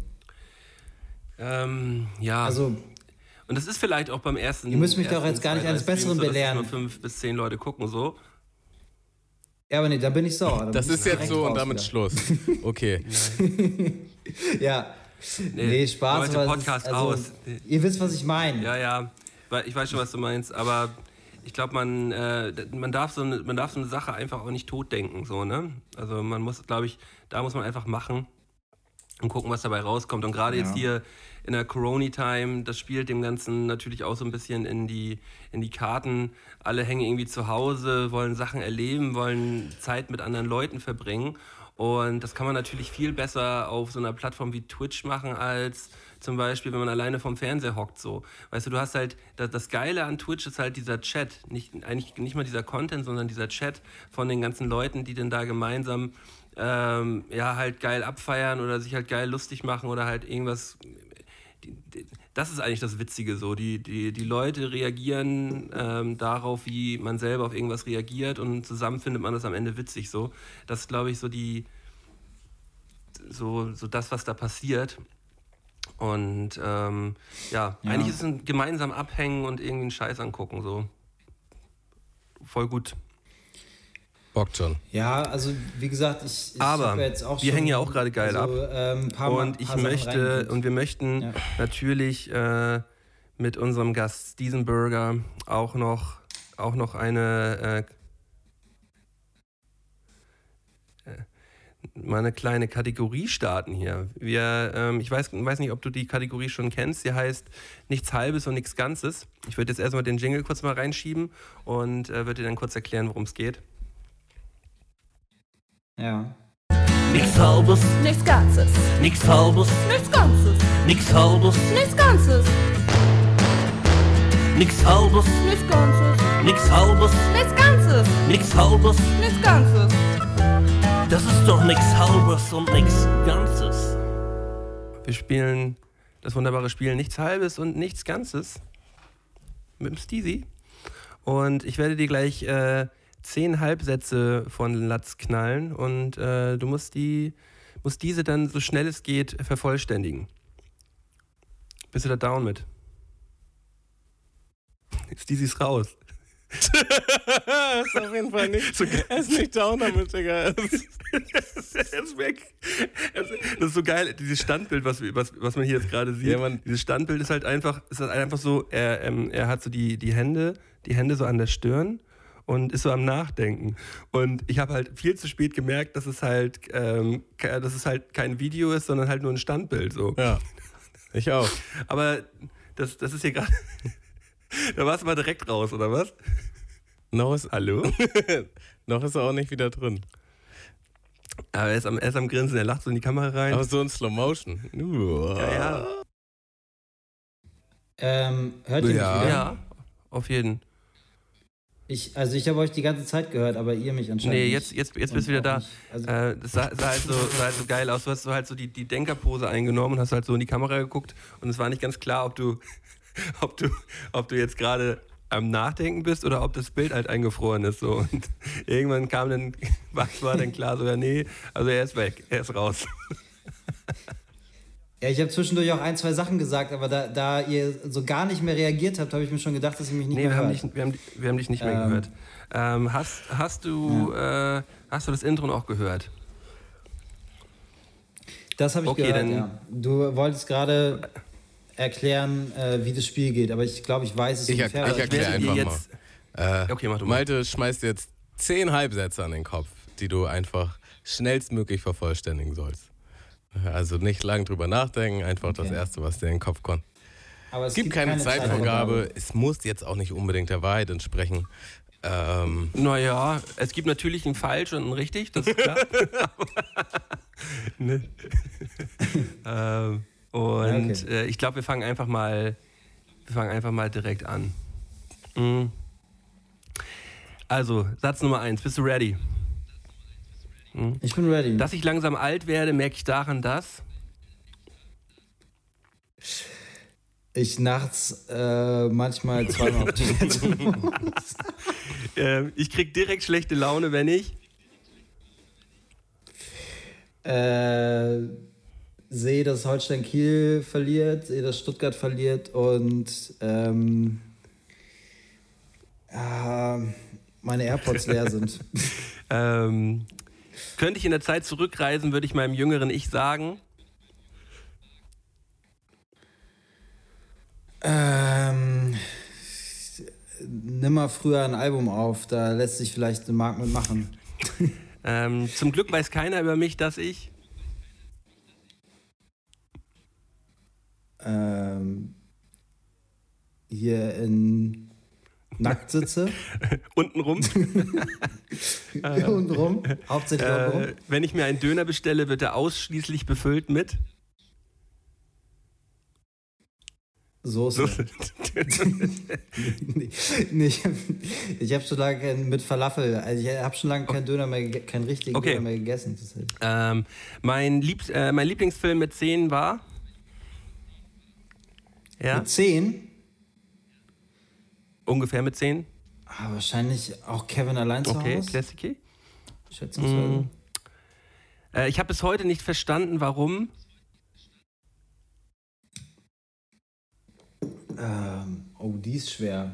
Ja. Also, und das ist vielleicht auch beim ersten. Ihr müsst mich doch jetzt gar nicht eines Besseren belehren. Nur 5 bis 10 Leute gucken, so. Ja, aber nee, da bin ich sauer. Das ist jetzt so und damit wieder. Schluss. Okay. Ja. Nee, Spaß. Leute, Podcast aus. Ihr wisst, was ich meine. Ja. Ich weiß schon, was du meinst, aber ich glaube, man darf so eine Sache einfach auch nicht totdenken, so, ne? Also man muss, glaube ich, da muss man einfach machen und gucken, was dabei rauskommt. Und gerade jetzt hier in der Corona-Time, das spielt dem Ganzen natürlich auch so ein bisschen in die Karten. Alle hängen irgendwie zu Hause, wollen Sachen erleben, wollen Zeit mit anderen Leuten verbringen. Und das kann man natürlich viel besser auf so einer Plattform wie Twitch machen, als zum Beispiel, wenn man alleine vorm Fernseher hockt. So. Weißt du hast halt, das Geile an Twitch ist halt dieser Chat. Eigentlich nicht mal dieser Content, sondern dieser Chat von den ganzen Leuten, die dann da gemeinsam halt geil abfeiern oder sich halt geil lustig machen oder halt irgendwas. Das ist eigentlich das Witzige so. Die Leute reagieren darauf, wie man selber auf irgendwas reagiert, und zusammen findet man das am Ende witzig so. Das ist, glaube ich, so das, was da passiert. Und eigentlich ist es ein gemeinsam abhängen und irgendwie einen Scheiß angucken, so. Voll gut. Bockt schon. Ja, also wie gesagt, ich aber habe jetzt auch wir hängen ja auch gerade geil ab. Und wir möchten natürlich mit unserem Gast Stiesenberger auch noch mal eine kleine Kategorie starten hier. Ich weiß nicht, ob du die Kategorie schon kennst. Sie heißt Nichts Halbes und Nichts Ganzes. Ich würde jetzt erstmal den Jingle kurz mal reinschieben und würde dir dann kurz erklären, worum es geht. Ja. Nichts Halbes, nichts Ganzes. Nichts Halbes, nichts Ganzes. Nichts Halbes, nichts Ganzes. Nichts Halbes, nichts Ganzes. Nichts Halbes, nichts Ganzes. Nichts Halbes, nichts Ganzes. Das ist doch nichts Halbes und nichts Ganzes. Wir spielen das wunderbare Spiel Nichts Halbes und Nichts Ganzes mit dem Steezy. Und ich werde dir gleich 10 Halbsätze von Latz knallen und du musst diese dann so schnell es geht vervollständigen. Bist du da down mit? Steezy ist raus. Ist auf jeden Fall nicht. Er ist nicht down damit, Digga. Er ist weg. Das ist so geil, dieses Standbild, was man hier jetzt gerade sieht. Ja, dieses Standbild ist halt einfach so, er hat so die Hände so an der Stirn und ist so am Nachdenken. Und ich habe halt viel zu spät gemerkt, dass es halt kein Video ist, sondern halt nur ein Standbild. So. Ja, ich auch. Aber das ist hier gerade... Da warst du mal direkt raus, oder was? Hallo? Noch ist er auch nicht wieder drin. Aber er ist am Grinsen, er lacht so in die Kamera rein. Aber so in Slow Motion. Ja. Hört ihr mich wieder? Ja, auf jeden. Ich habe euch die ganze Zeit gehört, aber ihr mich anscheinend nicht. Nee, jetzt bist du wieder da. Also das sah halt so geil aus. Du hast so halt so die Denkerpose eingenommen und hast halt so in die Kamera geguckt und es war nicht ganz klar, ob du jetzt gerade am Nachdenken bist oder ob das Bild halt eingefroren ist. So. Und irgendwann war dann klar, so, ja, nee, also er ist weg, er ist raus. Ja, ich habe zwischendurch auch 1, 2 Sachen gesagt, aber da ihr so gar nicht mehr reagiert habt, habe ich mir schon gedacht, dass ihr mich nicht mehr hört. Wir haben dich nicht mehr gehört. Hast du das Intro noch gehört? Das habe ich gehört, ja. Du wolltest gerade erklären, wie das Spiel geht, aber ich glaube, ich weiß es ungefähr. Ich erkläre einfach jetzt mal. Okay, mach du mal. Malte schmeißt jetzt 10 Halbsätze an den Kopf, die du einfach schnellstmöglich vervollständigen sollst. Also nicht lang drüber nachdenken, einfach das Erste, was dir in den Kopf kommt. Aber es gibt keine Zeitvorgabe. Es muss jetzt auch nicht unbedingt der Wahrheit entsprechen. Naja, es gibt natürlich ein Falsch und ein Richtig, das ist klar. Ne. Ich glaube, wir fangen einfach mal direkt an. Also, Satz Nummer 1. Bist du ready? Ich bin ready. Dass ich langsam alt werde, merke ich daran, dass ich nachts manchmal zweimal auf die Toilette muss. Ich krieg direkt schlechte Laune, wenn ich sehe, dass Holstein Kiel verliert, sehe, dass Stuttgart verliert und meine AirPods leer sind. Könnte ich in der Zeit zurückreisen, würde ich meinem jüngeren Ich sagen. Nimm mal früher ein Album auf, da lässt sich vielleicht eine Mark mitmachen. Zum Glück weiß keiner über mich, dass ich hier in nackt sitze. Untenrum. Untenrum, hauptsächlich untenrum. Wenn ich mir einen Döner bestelle, wird er ausschließlich befüllt mit Soße. Nee, ich habe schon lange mit Falafel, also ich habe schon lange keinen Döner mehr, keinen richtigen Döner mehr gegessen. Mein Lieblingsfilm mit 10 war? Ja? Mit 10? Ungefähr mit 10? Wahrscheinlich auch Kevin allein zu Hause. Okay, Classic. Schätzungsweise. Ich habe bis heute nicht verstanden, warum. Die ist schwer.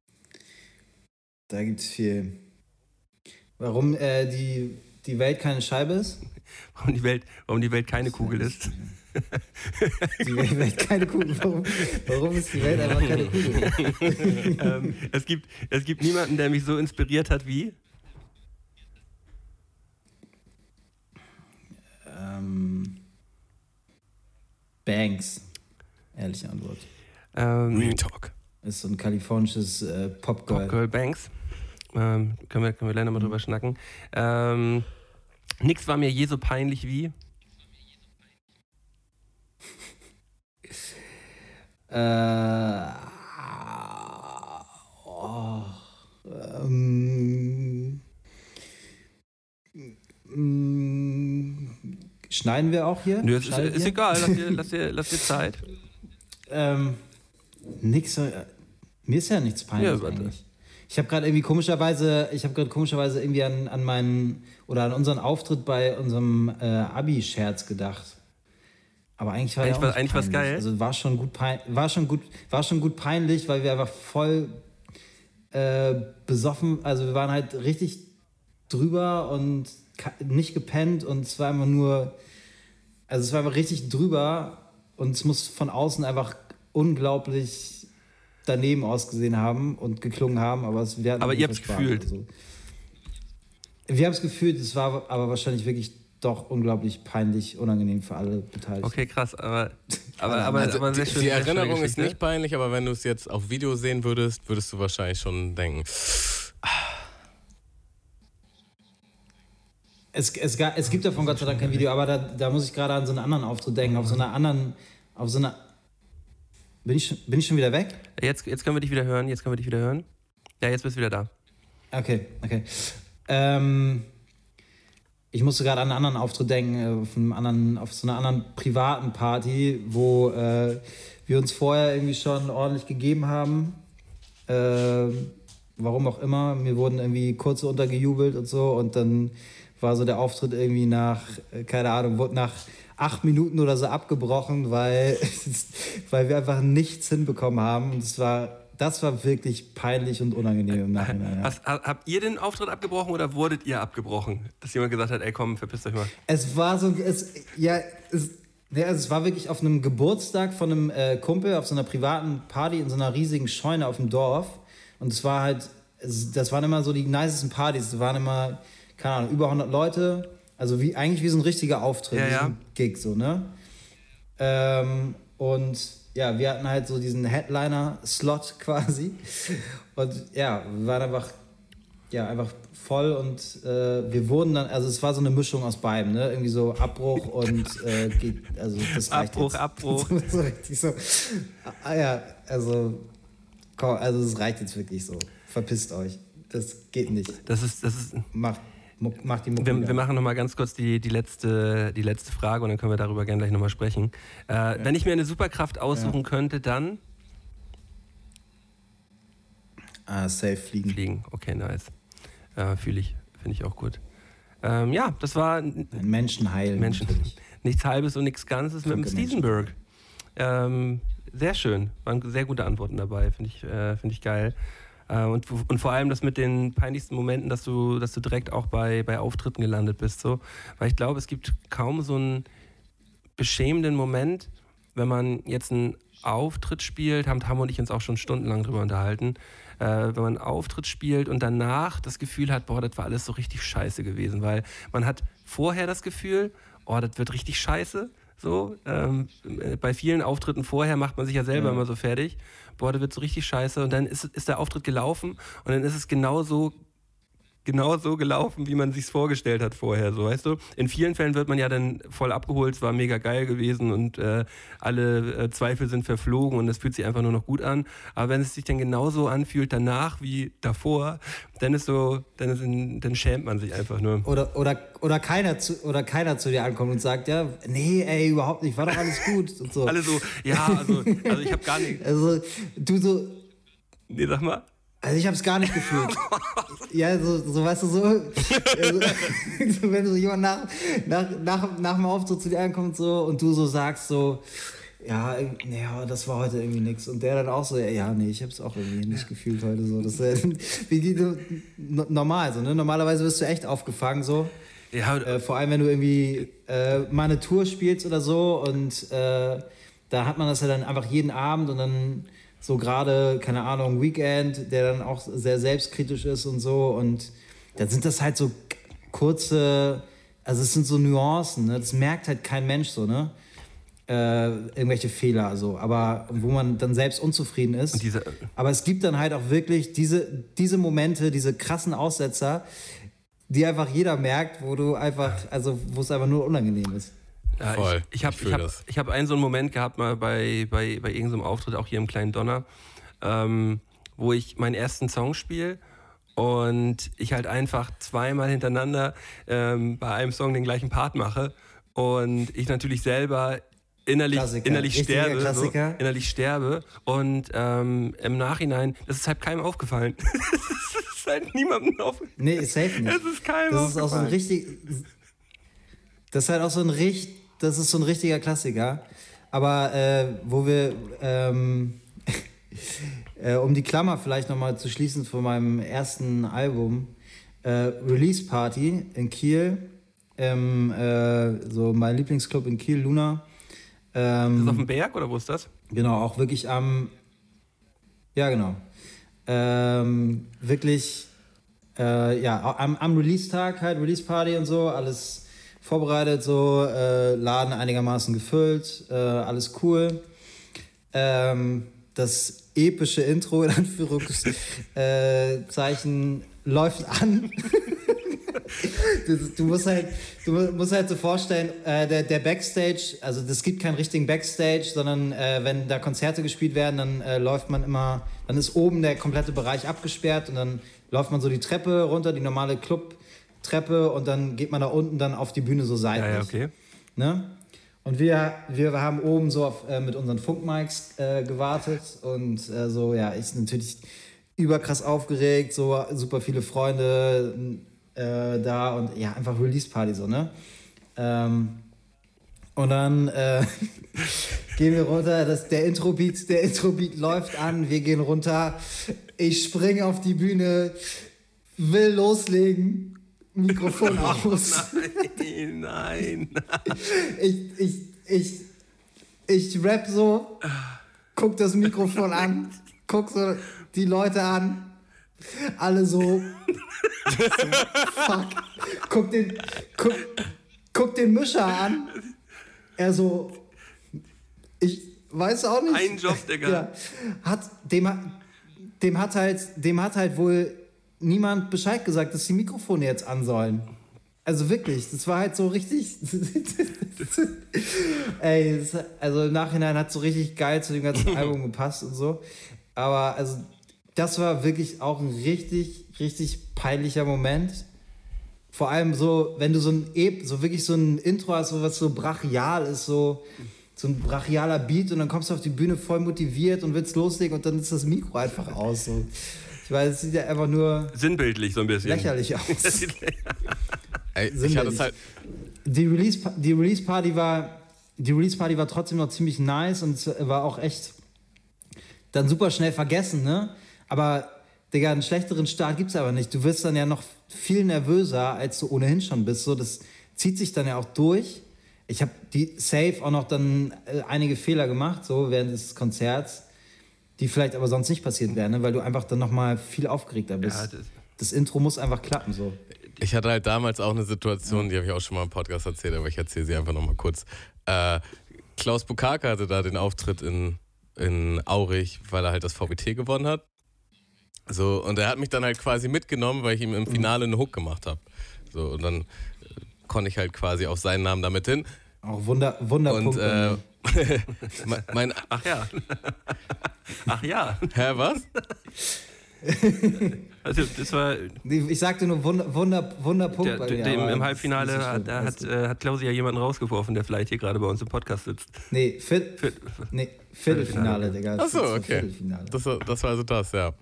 Da gibt es viel. Warum die Welt keine Scheibe ist? Warum die Welt keine Kugel ist? Die Welt keine Kugel. Warum ist die Welt einfach keine Kugel? Es gibt niemanden, der mich so inspiriert hat wie? Banks. Ehrliche Antwort. Real Talk. Ist so ein kalifornisches Popgirl. Popgirl Banks. Können wir leider mal drüber schnacken. Nix war mir je so peinlich wie? Schneiden wir auch hier? Nö, ist egal, lass dir Zeit. Nix, mir ist ja nichts peinlich eigentlich. Ich habe gerade komischerweise irgendwie an meinen oder an unseren Auftritt bei unserem Abi-Scherz gedacht. Aber eigentlich war eigentlich was geil. Also war schon gut peinlich, weil wir einfach voll besoffen, also wir waren halt richtig drüber und nicht gepennt und es war einfach nur, also es war einfach richtig drüber und es muss von außen einfach unglaublich daneben ausgesehen haben und geklungen haben, aber wir hatten ihr habt es gefühlt. So. Wir haben es gefühlt, es war aber wahrscheinlich wirklich doch unglaublich peinlich, unangenehm für alle Beteiligten. Okay, krass, aber sehr schön. Die Erinnerung ist nicht peinlich, aber wenn du es jetzt auf Video sehen würdest du wahrscheinlich schon denken. Es gibt davon Gott sei Dank kein Video, aber da muss ich gerade an so einen anderen Auftritt denken, auf so einer Bin ich schon wieder weg? Jetzt können wir dich wieder hören. Ja, jetzt bist du wieder da. Okay. Ich musste gerade an einen anderen Auftritt denken, auf so einer anderen privaten Party, wo wir uns vorher irgendwie schon ordentlich gegeben haben. Warum auch immer. Mir wurden irgendwie kurze untergejubelt und so. Und dann war so der Auftritt irgendwie wurde nach 8 Minuten oder so abgebrochen, weil wir einfach nichts hinbekommen haben. Und es war das war wirklich peinlich und unangenehm im Nachhinein. Ja. Habt ihr den Auftritt abgebrochen oder wurdet ihr abgebrochen? Dass jemand gesagt hat, ey komm, verpisst euch mal. Es war so, es war wirklich auf einem Geburtstag von einem Kumpel, auf so einer privaten Party in so einer riesigen Scheune auf dem Dorf. Und es war halt, das waren immer so die nicesten Partys. Es waren immer, keine Ahnung, über 100 Leute. Also eigentlich wie so ein richtiger Auftritt, wie so ein Gig, so, ne? Und ja, wir hatten halt so diesen Headliner-Slot quasi. Und ja, wir waren einfach voll und wir wurden dann, also es war so eine Mischung aus beidem, ne? Irgendwie so Abbruch und also das reicht Abbruch. So richtig so. Ja, also komm, also es reicht jetzt wirklich so. Verpisst euch. Das geht nicht. Das ist Macht die Mucke. Wir machen nochmal ganz kurz die letzte Frage und dann können wir darüber gerne gleich nochmal sprechen. Wenn ich mir eine Superkraft aussuchen könnte, dann? Safe fliegen. Fliegen, okay, nice. Finde ich auch gut. Ja, das war... Menschen heilen. Nichts Halbes und nichts Ganzes mit dem Stiesenberg. Sehr schön. Waren sehr gute Antworten dabei, finde ich geil. Und vor allem das mit den peinlichsten Momenten, dass du direkt auch bei Auftritten gelandet bist. So. Weil ich glaube, es gibt kaum so einen beschämenden Moment, wenn man jetzt einen Auftritt spielt, haben Tam und ich uns auch schon stundenlang drüber unterhalten, wenn man einen Auftritt spielt und danach das Gefühl hat, boah, das war alles so richtig scheiße gewesen. Weil man hat vorher das Gefühl, oh, das wird richtig scheiße. So, bei vielen Auftritten vorher macht man sich ja selber immer so fertig. Boah, das wird so richtig scheiße. Und dann ist der Auftritt gelaufen und dann ist es genauso gelaufen, wie man sich's vorgestellt hat vorher, so, weißt du? In vielen Fällen wird man ja dann voll abgeholt, es war mega geil gewesen und alle Zweifel sind verflogen und es fühlt sich einfach nur noch gut an. Aber wenn es sich dann genauso anfühlt danach wie davor, dann schämt man sich einfach nur. Oder keiner zu dir ankommt und sagt, ja, nee, ey, überhaupt nicht, war doch alles gut und so. Alle so, ja, also ich hab gar nicht. Also, du so. Nee, sag mal. Also ich hab's gar nicht gefühlt. Ja, so weißt du, so wenn so jemand nach dem Auftritt zu dir ankommt so, und du so sagst so, ja, das war heute irgendwie nix. Und der dann auch so, ja, nee, ich hab's auch irgendwie nicht gefühlt heute so. Das ist normal so, ne? Normalerweise wirst du echt aufgefangen so. Ja, vor allem, wenn du irgendwie mal eine Tour spielst oder so und da hat man das ja dann einfach jeden Abend und dann so gerade, keine Ahnung, Weekend, der dann auch sehr selbstkritisch ist und so. Und dann sind das halt so kurze, also es sind so Nuancen, ne? Das merkt halt kein Mensch so, ne? Irgendwelche Fehler, so. Aber wo man dann selbst unzufrieden ist. Aber es gibt dann halt auch wirklich diese Momente, diese krassen Aussetzer, die einfach jeder merkt, wo du einfach, also wo es einfach nur unangenehm ist. Ja, voll. Ich hab einen so einen Moment gehabt mal bei irgendeinem Auftritt, auch hier im Kleinen Donner, wo ich meinen ersten Song spiele und ich halt einfach zweimal hintereinander bei einem Song den gleichen Part mache und ich natürlich selber innerlich sterbe und im Nachhinein, das ist halt keinem aufgefallen. Das ist halt niemandem aufgefallen. Nee, safe nicht. Das ist keinem aufgefallen. Das ist auch so ein richtig... Das ist halt auch so ein richtiger Klassiker. Aber wo wir, um die Klammer vielleicht nochmal zu schließen von meinem ersten Album, Release Party in Kiel, so mein Lieblingsclub in Kiel, Luna. Ist das auf dem Berg oder wo ist das? Genau, auch wirklich am Release-Tag halt, Release Party und so, alles vorbereitet, so, Laden einigermaßen gefüllt, alles cool. Das epische Intro in Anführungszeichen läuft an. Du musst halt so vorstellen, der Backstage, also es gibt keinen richtigen Backstage, sondern wenn da Konzerte gespielt werden, dann dann ist oben der komplette Bereich abgesperrt und dann läuft man so die Treppe runter, die normale Clubtreppe und dann geht man da unten dann auf die Bühne so seitlich. Ja, okay. Ne? Und wir haben oben so mit unseren Funkmics gewartet und ich natürlich überkrass aufgeregt, so super viele Freunde da und ja, einfach Release-Party so, ne? Und dann gehen wir runter, der Intro-Beat läuft an, wir gehen runter, ich springe auf die Bühne, will loslegen, Mikrofon aus. Nein. Ich rap so, guck das Mikrofon an, guck so die Leute an, alle so fuck, guck den Mischer an, er so, ich weiß auch nicht. Ein Job, Digga. Ja, dem hat halt wohl niemand Bescheid gesagt, dass die Mikrofone jetzt an sollen. Also wirklich, das war halt so richtig. Ey, also im Nachhinein hat es so richtig geil zu dem ganzen Album gepasst und so. Aber also, das war wirklich auch ein richtig, richtig peinlicher Moment. Vor allem so, wenn du so wirklich so ein Intro hast, was so brachial ist, so ein brachialer Beat und dann kommst du auf die Bühne voll motiviert und willst loslegen und dann ist das Mikro einfach aus. So. Ich weiß, es sieht ja einfach nur sinnbildlich so ein bisschen lächerlich aus. Ey, ich hatte es halt. Die Release-Party war trotzdem noch ziemlich nice und es war auch echt dann super schnell vergessen, ne? Aber Digga, einen schlechteren Start gibt's aber nicht. Du wirst dann ja noch viel nervöser, als du ohnehin schon bist. So, das zieht sich dann ja auch durch. Ich habe die safe auch noch dann einige Fehler gemacht, so während des Konzerts, die vielleicht aber sonst nicht passiert wären, ne? Weil du einfach dann nochmal viel aufgeregter bist. Ja, das Intro muss einfach klappen, so. Ich hatte halt damals auch eine Situation, die habe ich auch schon mal im Podcast erzählt, aber ich erzähle sie einfach nochmal kurz. Klaus Bukake hatte da den Auftritt in Aurich, weil er halt das VBT gewonnen hat. So, und er hat mich dann halt quasi mitgenommen, weil ich ihm im Finale eine Hook gemacht habe. So, und dann konnte ich halt quasi auf seinen Namen damit hin. Auch Wunderpunkt. Und Ach ja. Ach ja. Hä, was? Also das war. Ich sagte nur Wunderpunkt. Im Halbfinale hat Klausi ja jemanden rausgeworfen, der vielleicht hier gerade bei uns im Podcast sitzt. Nee, Viertelfinale, Digga. Achso, okay. Das war also das, ja.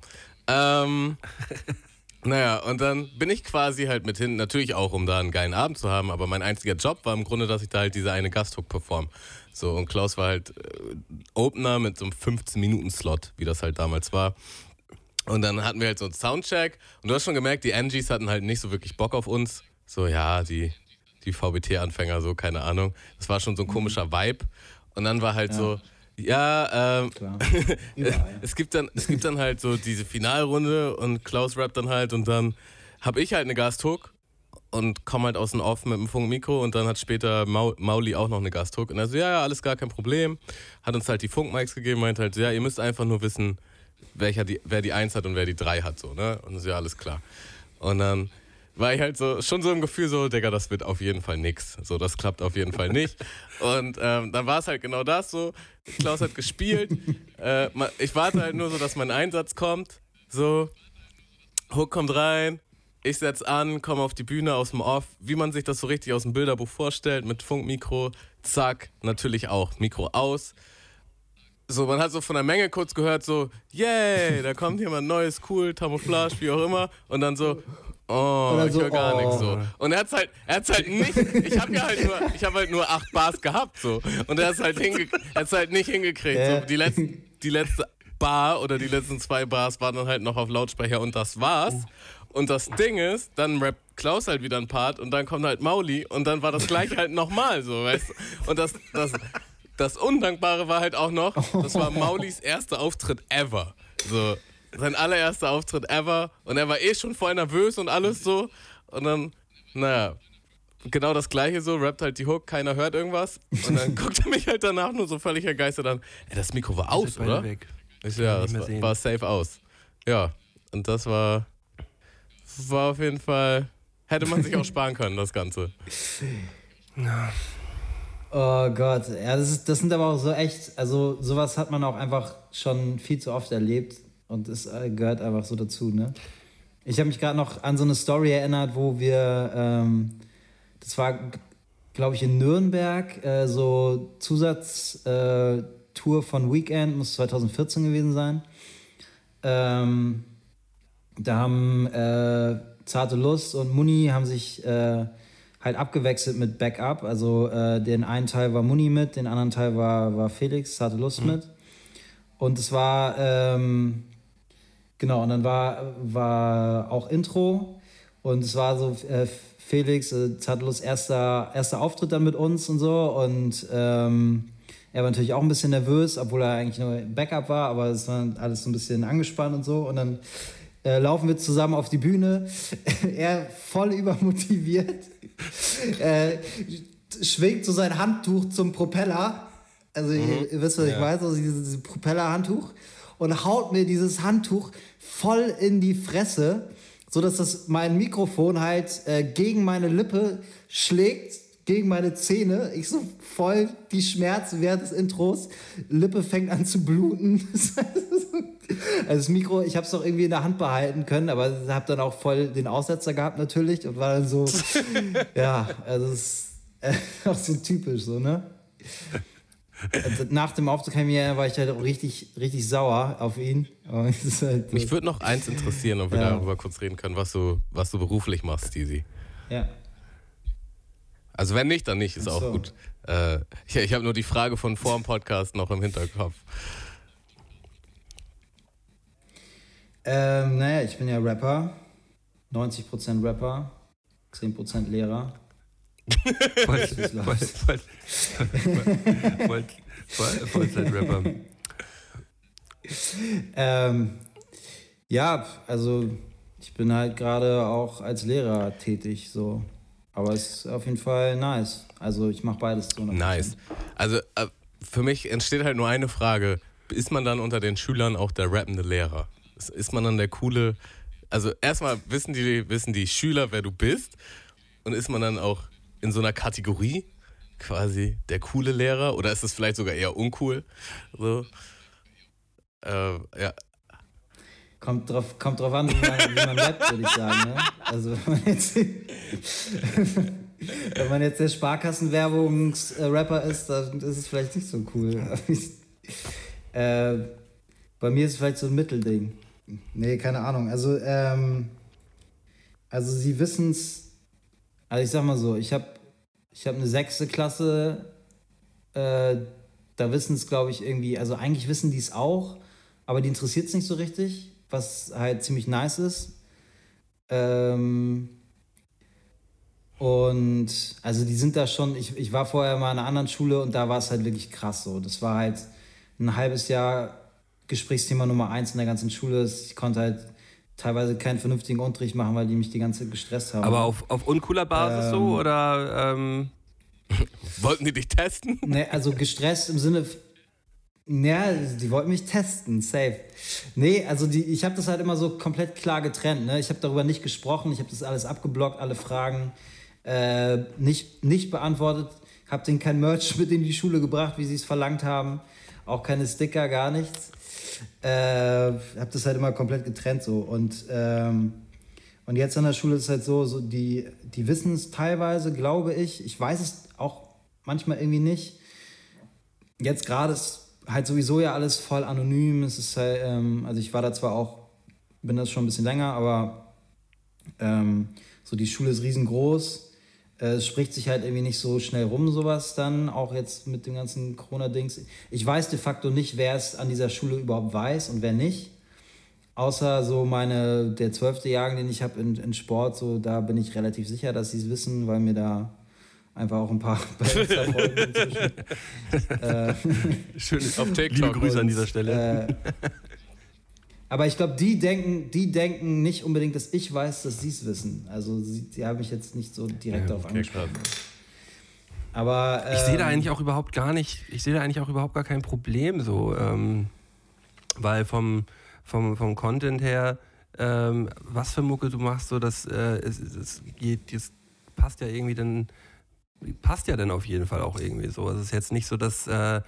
Naja, und dann bin ich quasi halt mit hin, natürlich auch, um da einen geilen Abend zu haben, aber mein einziger Job war im Grunde, dass ich da halt diese eine Gasthook perform. So, und Klaus war halt Opener mit so einem 15-Minuten-Slot, wie das halt damals war. Und dann hatten wir halt so einen Soundcheck und du hast schon gemerkt, die Angies hatten halt nicht so wirklich Bock auf uns. So, ja, die VBT-Anfänger, so, keine Ahnung. Das war schon so ein komischer Vibe. Und dann war halt so, es gibt dann halt so diese Finalrunde und Klaus rappt dann halt und dann habe ich halt eine Gasthook und komme halt aus dem Off mit dem Funkmikro und dann hat später Mauli auch noch eine Gasthook und er so, ja, alles gar kein Problem. Hat uns halt die Funkmics gegeben, meint halt, ja, ihr müsst einfach nur wissen, wer die 1 hat und wer die 3 hat, so, ne? Und das ist ja alles klar. Und dann war ich halt so, schon so im Gefühl so, Digga, das wird auf jeden Fall nix. So, das klappt auf jeden Fall nicht. Und dann war es halt genau das so. Klaus hat gespielt. Ich warte halt nur so, dass mein Einsatz kommt. So, Hook kommt rein. Ich setz an, komme auf die Bühne aus dem Off. Wie man sich das so richtig aus dem Bilderbuch vorstellt, mit Funkmikro. Zack, natürlich auch. Mikro aus. So, man hat so von der Menge kurz gehört, so, yay, da kommt jemand Neues, cool, Camouflage, wie auch immer. Und dann so, oh, ich höre gar nichts so. Und er hat's halt nicht, ich habe halt nur 8 Bars gehabt, so. Und er hat's halt nicht hingekriegt. So. Die letzte Bar oder die letzten 2 Bars waren dann halt noch auf Lautsprecher und das war's. Und das Ding ist, dann rappt Klaus halt wieder ein Part und dann kommt halt Mauli und dann war das gleich halt nochmal so, weißt du. Und das Undankbare war halt auch noch, das war Maulis erster Auftritt ever. So, sein allererster Auftritt ever. Und er war schon voll nervös und alles so. Und dann, naja, genau das Gleiche so, rappt halt die Hook, keiner hört irgendwas. Und dann guckt er mich halt danach nur so völlig ergeistert an. Ey, das Mikro war aus, oder? Ich so, ja, das war safe aus. Ja, und das war auf jeden Fall, hätte man sich auch sparen können, das Ganze. Ja. Oh Gott, ja, das sind aber auch so echt, also sowas hat man auch einfach schon viel zu oft erlebt und es gehört einfach so dazu, ne? Ich habe mich gerade noch an so eine Story erinnert, wo wir, das war, glaube ich, in Nürnberg, so Zusatztour von Weekend, muss 2014 gewesen sein. Da haben Zarte Lust und Muni haben sich halt abgewechselt mit Backup. Also den einen Teil war Muni mit, den anderen Teil war Felix, hatte Lust mit. Und es war, genau, und dann war auch Intro. Und es war so, Felix, Zadelos erster Auftritt dann mit uns und so. Und er war natürlich auch ein bisschen nervös, obwohl er eigentlich nur Backup war, aber es war alles so ein bisschen angespannt und so. Und dann laufen wir zusammen auf die Bühne. Er voll übermotiviert. Schwingt so sein Handtuch zum Propeller. Also ihr wisst, was ich weiß, also dieses Propellerhandtuch. Und haut mir dieses Handtuch voll in die Fresse, sodass das mein Mikrofon halt gegen meine Lippe schlägt, gegen meine Zähne. Ich so voll die Schmerzen während des Intros. Lippe fängt an zu bluten. Also das Mikro, ich habe es doch irgendwie in der Hand behalten können, aber habe dann auch voll den Aussetzer gehabt natürlich und war dann so, ja, also es ist auch so typisch so, ne? Also nach dem Auftritt war ich halt auch richtig sauer auf ihn. Halt mich würde noch eins interessieren, ob wir darüber kurz reden können, was du beruflich machst, Steezy. Ja. Also wenn nicht, dann nicht, ist auch gut. Ich habe nur die Frage von vor dem Podcast noch im Hinterkopf. Naja, ich bin ja Rapper. 90% Rapper, 10% Lehrer. Vollzeit-Rapper. Ja, also ich bin halt gerade auch als Lehrer tätig, so. Aber es ist auf jeden Fall nice. Also ich mache beides zu 100%. Nice. Also für mich entsteht halt nur eine Frage. Ist man dann unter den Schülern auch der rappende Lehrer? Ist man dann der coole... Also erstmal wissen die Schüler, wer du bist. Und ist man dann auch in so einer Kategorie quasi der coole Lehrer? Oder ist es vielleicht sogar eher uncool? So. Ja. Kommt drauf an, wie man rappt, würde ich sagen. Ne? Also wenn man jetzt der Sparkassenwerbungsrapper ist, dann ist es vielleicht nicht so cool. Bei mir ist es vielleicht so ein Mittelding. Nee, keine Ahnung. Also sie wissen es. Also ich sag mal so, ich hab eine 6. Klasse, da wissen es, glaube ich, irgendwie, also eigentlich wissen die es auch, aber die interessiert es nicht so richtig, was halt ziemlich nice ist. Und also die sind da schon, ich war vorher mal an einer anderen Schule und da war es halt wirklich krass so. Das war halt ein halbes Jahr Gesprächsthema Nummer 1 in der ganzen Schule. Ich konnte halt teilweise keinen vernünftigen Unterricht machen, weil die mich die ganze Zeit gestresst haben. Aber auf uncooler Basis so, oder? Wollten die dich testen? Ne, also gestresst im Sinne... Ja, die wollten mich testen, safe. Nee, also ich habe das halt immer so komplett klar getrennt. Ne? Ich habe darüber nicht gesprochen, ich habe das alles abgeblockt, alle Fragen nicht beantwortet. Habe denen kein Merch mit in die Schule gebracht, wie sie es verlangt haben. Auch keine Sticker, gar nichts. Habe das halt immer komplett getrennt so. Und jetzt an der Schule ist es halt so die wissen es teilweise, glaube ich. Ich weiß es auch manchmal irgendwie nicht. Jetzt gerade ist halt sowieso ja alles voll anonym. Es ist halt, also ich war da zwar auch, bin das schon ein bisschen länger, aber so die Schule ist riesengroß. Es spricht sich halt irgendwie nicht so schnell rum, sowas dann, auch jetzt mit dem ganzen Corona-Dings. Ich weiß de facto nicht, wer es an dieser Schule überhaupt weiß und wer nicht. Außer so der 12. Jahrgang, den ich habe in Sport, so da bin ich relativ sicher, dass sie es wissen, weil mir da einfach auch ein paar folgen inzwischen. Schön auf TikTok. Liebe Grüße an dieser Stelle. Aber ich glaube, die denken nicht unbedingt, dass ich weiß, dass sie es wissen. Also sie haben mich jetzt nicht so direkt darauf angesprochen. Aber ich sehe da eigentlich auch überhaupt gar kein Problem so, weil vom Content her, was für Mucke du machst, so das passt ja irgendwie dann. Passt ja dann auf jeden Fall auch irgendwie so. Es ist jetzt nicht so, dass du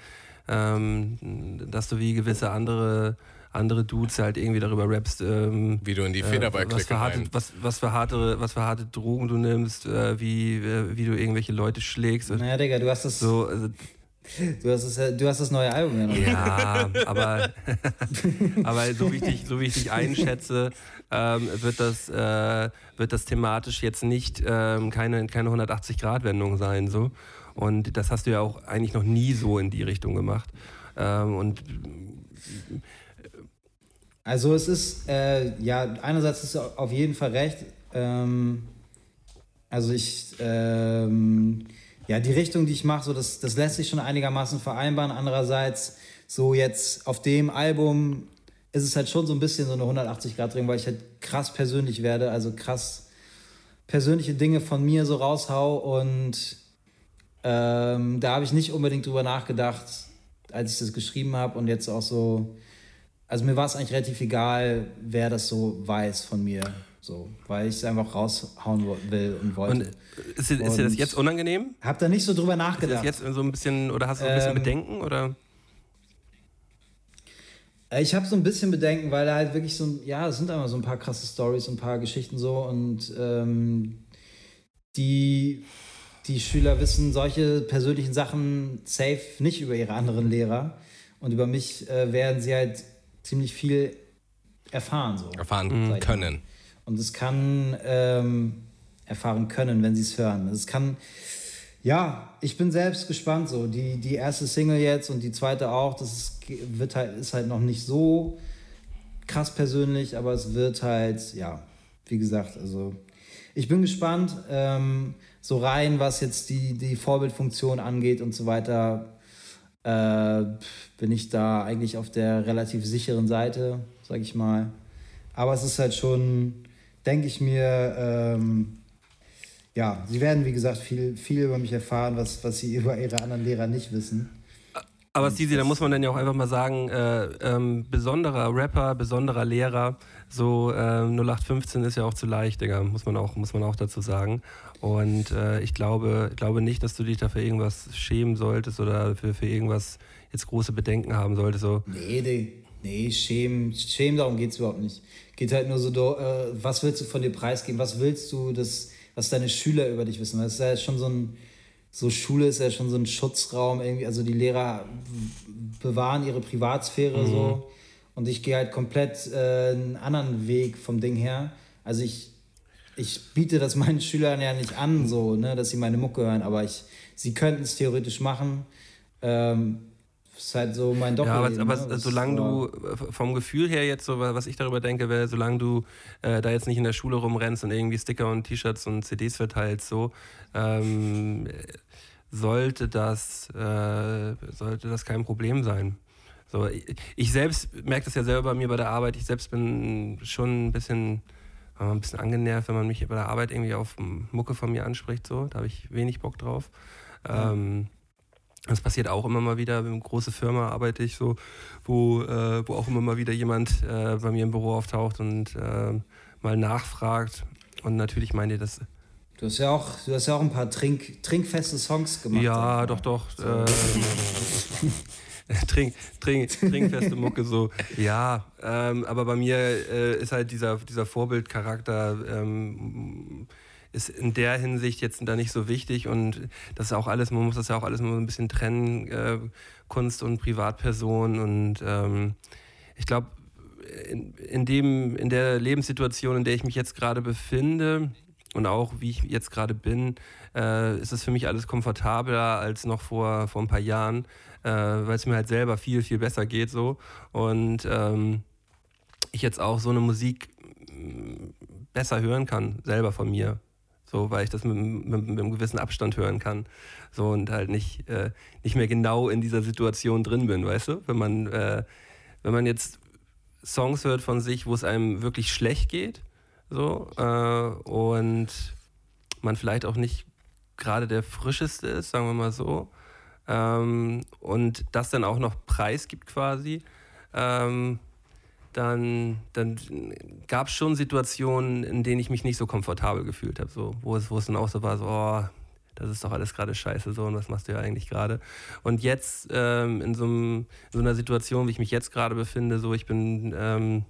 wie gewisse andere Dudes halt irgendwie darüber rappst, wie du in die Federball-Clique was für harte Drogen du nimmst, wie du irgendwelche Leute schlägst. Naja, Digga, du hast das... So, also, Du hast das neue Album ja noch. Ja, aber so wie ich dich einschätze, wird das thematisch jetzt nicht keine 180-Grad-Wendung sein. So. Und das hast du ja auch eigentlich noch nie so in die Richtung gemacht. Also es ist, einerseits ist auf jeden Fall recht. Die Richtung, die ich mache, so das lässt sich schon einigermaßen vereinbaren. Andererseits, so jetzt auf dem Album ist es halt schon so ein bisschen so eine 180-Grad-Drehung, weil ich halt krass persönlich werde, also krass persönliche Dinge von mir so raushau und da habe ich nicht unbedingt drüber nachgedacht, als ich das geschrieben habe und jetzt auch so, also mir war es eigentlich relativ egal, wer das so weiß von mir, so, weil ich es einfach raushauen will und wollte. Und ist dir das jetzt unangenehm? Hab da nicht so drüber nachgedacht. Ist das jetzt so ein bisschen, oder hast du so ein bisschen Bedenken, oder? Ich habe so ein bisschen Bedenken, weil da halt wirklich es sind einfach so ein paar krasse Storys und ein paar Geschichten so und die Schüler wissen solche persönlichen Sachen safe nicht über ihre anderen Lehrer und über mich werden sie halt ziemlich viel erfahren. So. Erfahren können. Und es kann erfahren können, wenn sie es hören. Es kann, ich bin selbst gespannt. So. Die erste Single jetzt und die zweite auch, ist halt noch nicht so krass persönlich, aber es wird halt, wie gesagt, also ich bin gespannt. So rein, was jetzt die Vorbildfunktion angeht und so weiter, bin ich da eigentlich auf der relativ sicheren Seite, sag ich mal. Aber es ist halt schon, denke ich mir, sie werden, wie gesagt, viel über mich erfahren, was sie über ihre anderen Lehrer nicht wissen. Aber Stisi, da muss man dann ja auch einfach mal sagen, besonderer Rapper, besonderer Lehrer, so 0815 ist ja auch zu leicht, Digga, muss man auch dazu sagen. Und ich glaube nicht, dass du dich dafür irgendwas schämen solltest oder für irgendwas jetzt große Bedenken haben solltest. So. Nee, schämen, darum geht es überhaupt nicht. Geht halt nur so, was willst du von dir preisgeben, was willst du, was deine Schüler über dich wissen. Das ist ja schon Schule ist ja schon so ein Schutzraum irgendwie, also die Lehrer bewahren ihre Privatsphäre so und ich gehe halt komplett einen anderen Weg vom Ding her. Also ich biete das meinen Schülern ja nicht an, so, ne, dass sie meine Mucke hören, aber sie könnten es theoretisch machen. Ist halt so mein Doppelleben. Ja, aber solange du vom Gefühl her jetzt so, was ich darüber denke, wäre, solange du da jetzt nicht in der Schule rumrennst und irgendwie Sticker und T-Shirts und CDs verteilst, so, sollte das kein Problem sein. So, ich selbst merke das ja selber bei mir bei der Arbeit. Ich selbst bin schon ein bisschen angenervt, wenn man mich bei der Arbeit irgendwie auf Mucke von mir anspricht. So. Da habe ich wenig Bock drauf. Das passiert auch immer mal wieder. In einer großen Firma arbeite ich so, wo auch immer mal wieder jemand bei mir im Büro auftaucht und mal nachfragt. Und natürlich meint ihr das. Du hast ja auch ein paar trinkfeste Songs gemacht. Ja, doch. So. Trinkfeste Mucke so. Ja, aber bei mir ist halt dieser Vorbildcharakter ist in der Hinsicht jetzt da nicht so wichtig und das ist auch alles, man muss das ja auch alles mal so ein bisschen trennen, Kunst und Privatperson und ich glaube, in der Lebenssituation, in der ich mich jetzt gerade befinde und auch wie ich jetzt gerade bin, ist es für mich alles komfortabler als noch vor ein paar Jahren, weil es mir halt selber viel, viel besser geht so und ich jetzt auch so eine Musik besser hören kann, selber von mir. So, weil ich das mit einem gewissen Abstand hören kann. So und halt nicht mehr genau in dieser Situation drin bin, weißt du? Wenn man jetzt Songs hört von sich, wo es einem wirklich schlecht geht, so, und man vielleicht auch nicht gerade der Frischeste ist, sagen wir mal so, und das dann auch noch preisgibt quasi, dann gab es schon Situationen, in denen ich mich nicht so komfortabel gefühlt habe, so, wo es dann auch so war, so, oh, das ist doch alles gerade scheiße so und was machst du ja eigentlich gerade? Und jetzt in so einer Situation, wie ich mich jetzt gerade befinde, so ich bin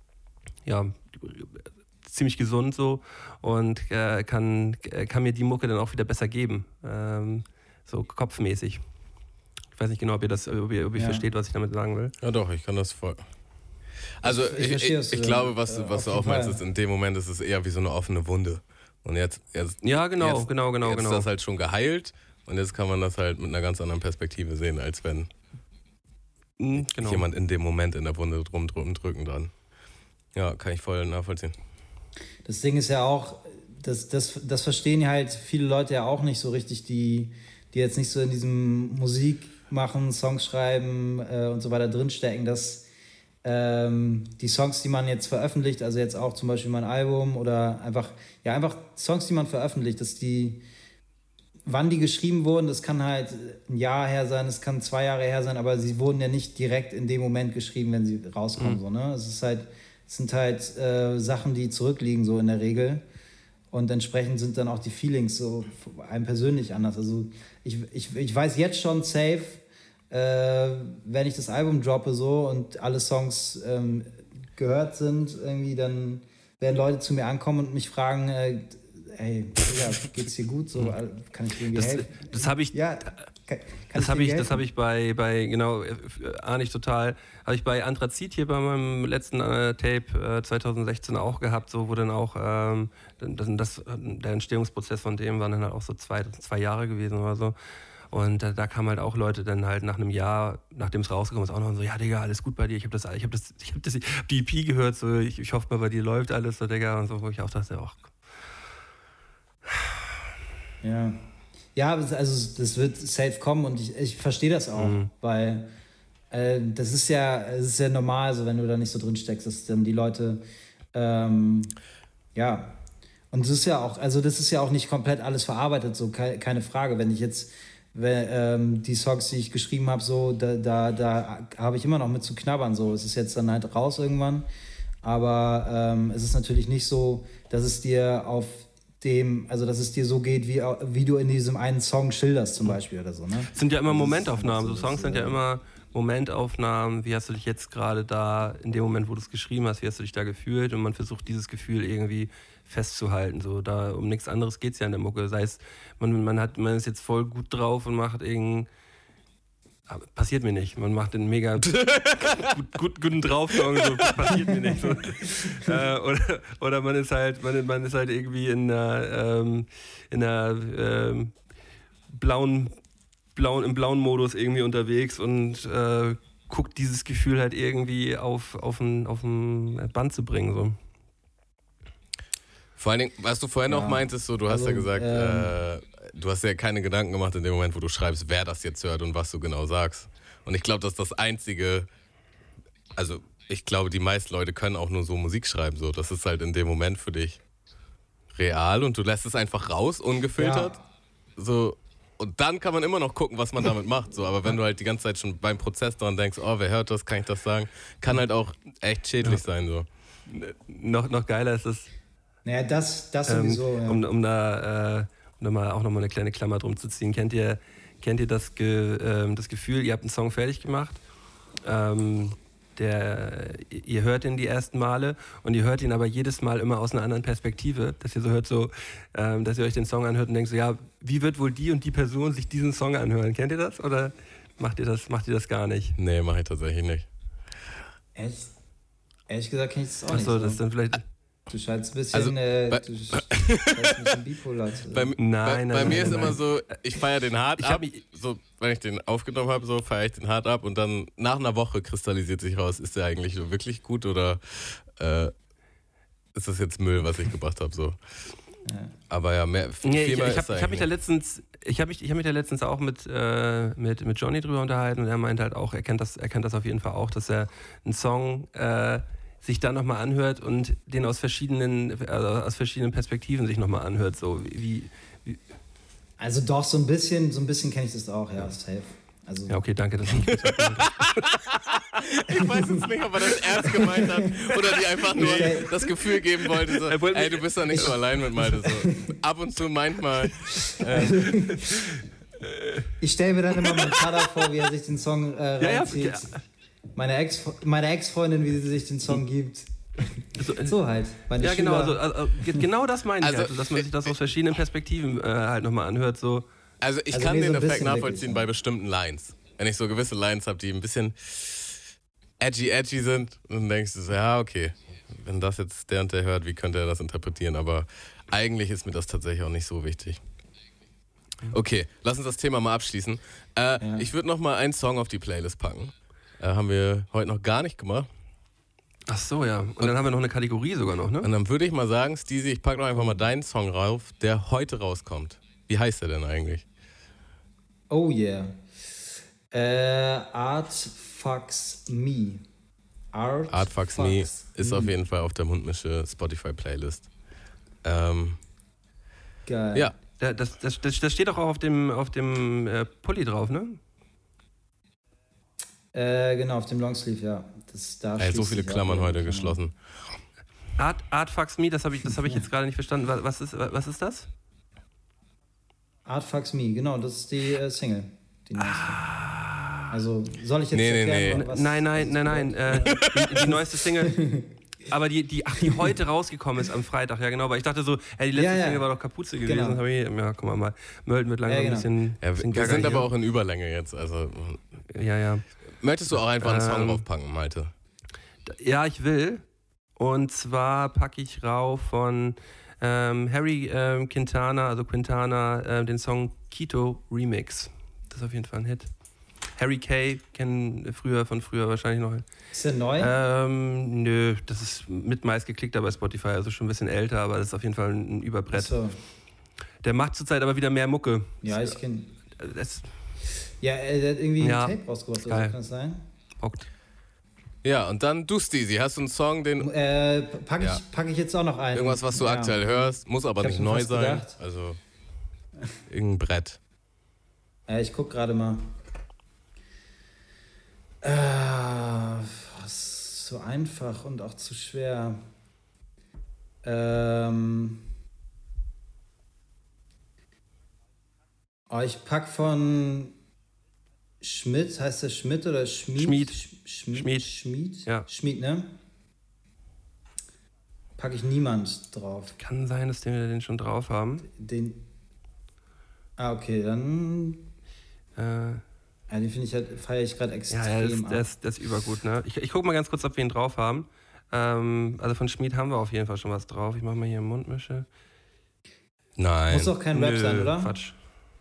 ziemlich gesund so und kann mir die Mucke dann auch wieder besser geben, so kopfmäßig. Ich weiß nicht genau, ob ihr versteht, was ich damit sagen will. Ja doch, ich kann das voll. Also ich glaube, was du auch meinst, ist in dem Moment ist es eher wie so eine offene Wunde. Und jetzt genau. Ist das halt schon geheilt und jetzt kann man das halt mit einer ganz anderen Perspektive sehen, als wenn jemand in dem Moment in der Wunde drücken dran. Ja, kann ich voll nachvollziehen. Das Ding ist ja auch, das verstehen ja halt viele Leute ja auch nicht so richtig, die jetzt nicht so in diesem Musik machen, Songs schreiben und so weiter drinstecken, dass die Songs, die man jetzt veröffentlicht, also jetzt auch zum Beispiel mein Album oder einfach Songs, die man veröffentlicht, dass wann die geschrieben wurden, das kann halt ein Jahr her sein, das kann 2 Jahre her sein, aber sie wurden ja nicht direkt in dem Moment geschrieben, wenn sie rauskommen. So, ne? Es sind halt Sachen, die zurückliegen, so in der Regel. Und entsprechend sind dann auch die Feelings so einem persönlich anders. Also ich weiß jetzt schon safe, wenn ich das Album droppe so und alle Songs gehört sind, irgendwie, dann werden Leute zu mir ankommen und mich fragen, hey, geht's dir gut? So, kann ich dir irgendwie helfen? Das habe ich. Ja, das habe ich bei ahne ich total, habe ich bei Anthrazit hier bei meinem letzten Tape 2016 auch gehabt, so wo dann auch der Entstehungsprozess von dem waren dann halt auch so 2 Jahre gewesen oder so. Und da kamen halt auch Leute dann halt nach einem Jahr, nachdem es rausgekommen ist, auch noch so, ja Digga, alles gut bei dir, ich hab die EP gehört, so ich hoffe mal, bei dir läuft alles, so Digga, und so, wo ich auch dachte, ach. Ja, also das wird safe kommen und ich verstehe das auch, weil das ist ja normal, so wenn du da nicht so drin steckst, dass dann die Leute, und das ist ja auch nicht komplett alles verarbeitet, so keine Frage, wenn ich jetzt die Songs, die ich geschrieben habe, so, da habe ich immer noch mit zu knabbern, so, es ist jetzt dann halt raus irgendwann, aber es ist natürlich nicht so, dass es dir dass es dir so geht, wie du in diesem einen Song schilderst zum Beispiel oder so, ne? Es sind ja immer Momentaufnahmen, so Songs sind ja immer Momentaufnahmen, wie hast du dich jetzt gerade da, in dem Moment, wo du es geschrieben hast, wie hast du dich da gefühlt und man versucht dieses Gefühl irgendwie festzuhalten, so, da um nichts anderes geht es ja in der Mucke, sei es, man ist jetzt voll gut drauf und macht passiert mir nicht. Man macht den mega guten Drauf-Song, so passiert mir nicht. So. Oder man ist halt irgendwie in einer im blauen Modus irgendwie unterwegs und guckt dieses Gefühl halt irgendwie auf ein Band zu bringen. So. Vor allen Dingen, was du vorhin auch meintest, so, du hast ja gesagt, du hast ja keine Gedanken gemacht in dem Moment, wo du schreibst, wer das jetzt hört und was du genau sagst. Und ich glaube, das ist das Einzige, also ich glaube, die meisten Leute können auch nur so Musik schreiben. So. Das ist halt in dem Moment für dich real und du lässt es einfach raus, ungefiltert. Ja. So, und dann kann man immer noch gucken, was man damit macht. So. Aber wenn du halt die ganze Zeit schon beim Prozess daran denkst, oh, wer hört das, kann ich das sagen, kann halt auch echt schädlich sein. So. Noch geiler ist es. Naja, das sowieso. Um da auch nochmal eine kleine Klammer drum zu ziehen. Kennt ihr das Gefühl, ihr habt einen Song fertig gemacht, ihr hört ihn die ersten Male und ihr hört ihn aber jedes Mal immer aus einer anderen Perspektive, dass ihr so hört, dass ihr euch den Song anhört und denkt so, ja, wie wird wohl die und die Person sich diesen Song anhören? Kennt ihr das oder macht ihr das gar nicht? Nee, mache ich tatsächlich nicht. Echt? Ehrlich gesagt kenne ich das auch nicht. Achso, das ist dann vielleicht... Du scheinst ein bisschen, ein bisschen bipolar zu sein. Bei mir ist immer so, ich feiere den hart ab. So, wenn ich den aufgenommen habe, so feiere ich den hart ab und dann nach einer Woche kristallisiert sich raus, ist der eigentlich so wirklich gut oder ist das jetzt Müll, was ich gebracht habe? So. Ja. Aber ja, ich habe mich da letztens auch mit Johnny drüber unterhalten und er meint halt auch, er kennt das auf jeden Fall auch, dass er einen Song sich dann nochmal anhört und den aus verschiedenen Perspektiven sich nochmal anhört. So wie. Also doch, so ein bisschen kenne ich das auch, ja, safe. Also ja, okay, danke. Ich weiß jetzt nicht, ob er das ernst gemeint hat oder die einfach nur das Gefühl geben wollte, so, ey, du bist doch nicht so allein mit Malte. So. Ab und zu manchmal. Ich stelle mir dann immer meinen Vater vor, wie er sich den Song reinzieht. Ja. Meine Ex-Freundin, wie sie sich den Song gibt. So halt. Ja, genau. Genau das meine ich. Also, dass man sich das aus verschiedenen Perspektiven halt nochmal anhört. So. Also ich kann den Effekt nachvollziehen bei bestimmten Lines. Wenn ich so gewisse Lines habe, die ein bisschen edgy sind, dann denkst du so, ja, okay, wenn das jetzt der und der hört, wie könnte er das interpretieren? Aber eigentlich ist mir das tatsächlich auch nicht so wichtig. Okay, lass uns das Thema mal abschließen. Ich würde noch mal einen Song auf die Playlist packen. Haben wir heute noch gar nicht gemacht. Ach so, ja. Und dann haben wir noch eine Kategorie sogar noch, ne? Und dann würde ich mal sagen, Steezy, ich packe doch einfach mal deinen Song rauf, der heute rauskommt. Wie heißt der denn eigentlich? Oh yeah. Art Fucks Me. Art Fucks Me ist auf jeden Fall auf der Mundmische Spotify-Playlist. Geil. Ja. Das steht auch auf dem Pulli drauf, ne? Genau, auf dem Longsleeve, ja. So viele Klammern heute geschlossen. Art Fucks Me, das hab ich jetzt gerade nicht verstanden. Was ist das? Art Fucks Me, genau, das ist die Single. Die neueste. Also, soll ich jetzt erklären? Was Nein. Die neueste Single. Aber die heute rausgekommen ist am Freitag, ja genau, weil ich dachte so, die letzte Single war doch Kapuze gewesen. Genau. Guck mal, Mölden wird langsam ein bisschen wir sind aber auch in Überlänge jetzt, also. Ja. Möchtest du auch einfach einen Song draufpacken, Malte? Ja, ich will. Und zwar packe ich rauf von Harry Quintana, den Song Quito Remix. Das ist auf jeden Fall ein Hit. Harry Kay kennen von früher wahrscheinlich noch. Ist der neu? Nö, das ist mit meistgeklickter bei Spotify, also schon ein bisschen älter, aber das ist auf jeden Fall ein Überbrett. So. Der macht zurzeit aber wieder mehr Mucke. Ja, ich kenne. Ja, der hat irgendwie ein Tape rausgebracht, oder so, kann das sein? Bockt. Ja, und dann du, Steezy, hast du einen Song, den... Pack ich jetzt auch noch ein. Irgendwas, was du aktuell hörst, muss aber nicht neu sein. Gedacht. Also, irgendein Brett. Ich guck gerade mal. Ist so einfach und auch zu schwer. Ich pack von Schmidt, heißt der Schmidt oder Schmied? Schmied? Ja. Schmied, ne? Packe ich niemand drauf. Kann sein, dass wir den schon drauf haben. Okay, dann... den finde ich feiere ich gerade extrem ab. Das ist übergut, ne? Ich gucke mal ganz kurz, ob wir ihn drauf haben. Also von Schmied haben wir auf jeden Fall schon was drauf. Ich mache mal hier Mundmische. Nein. Muss doch kein Rap sein, oder? Quatsch.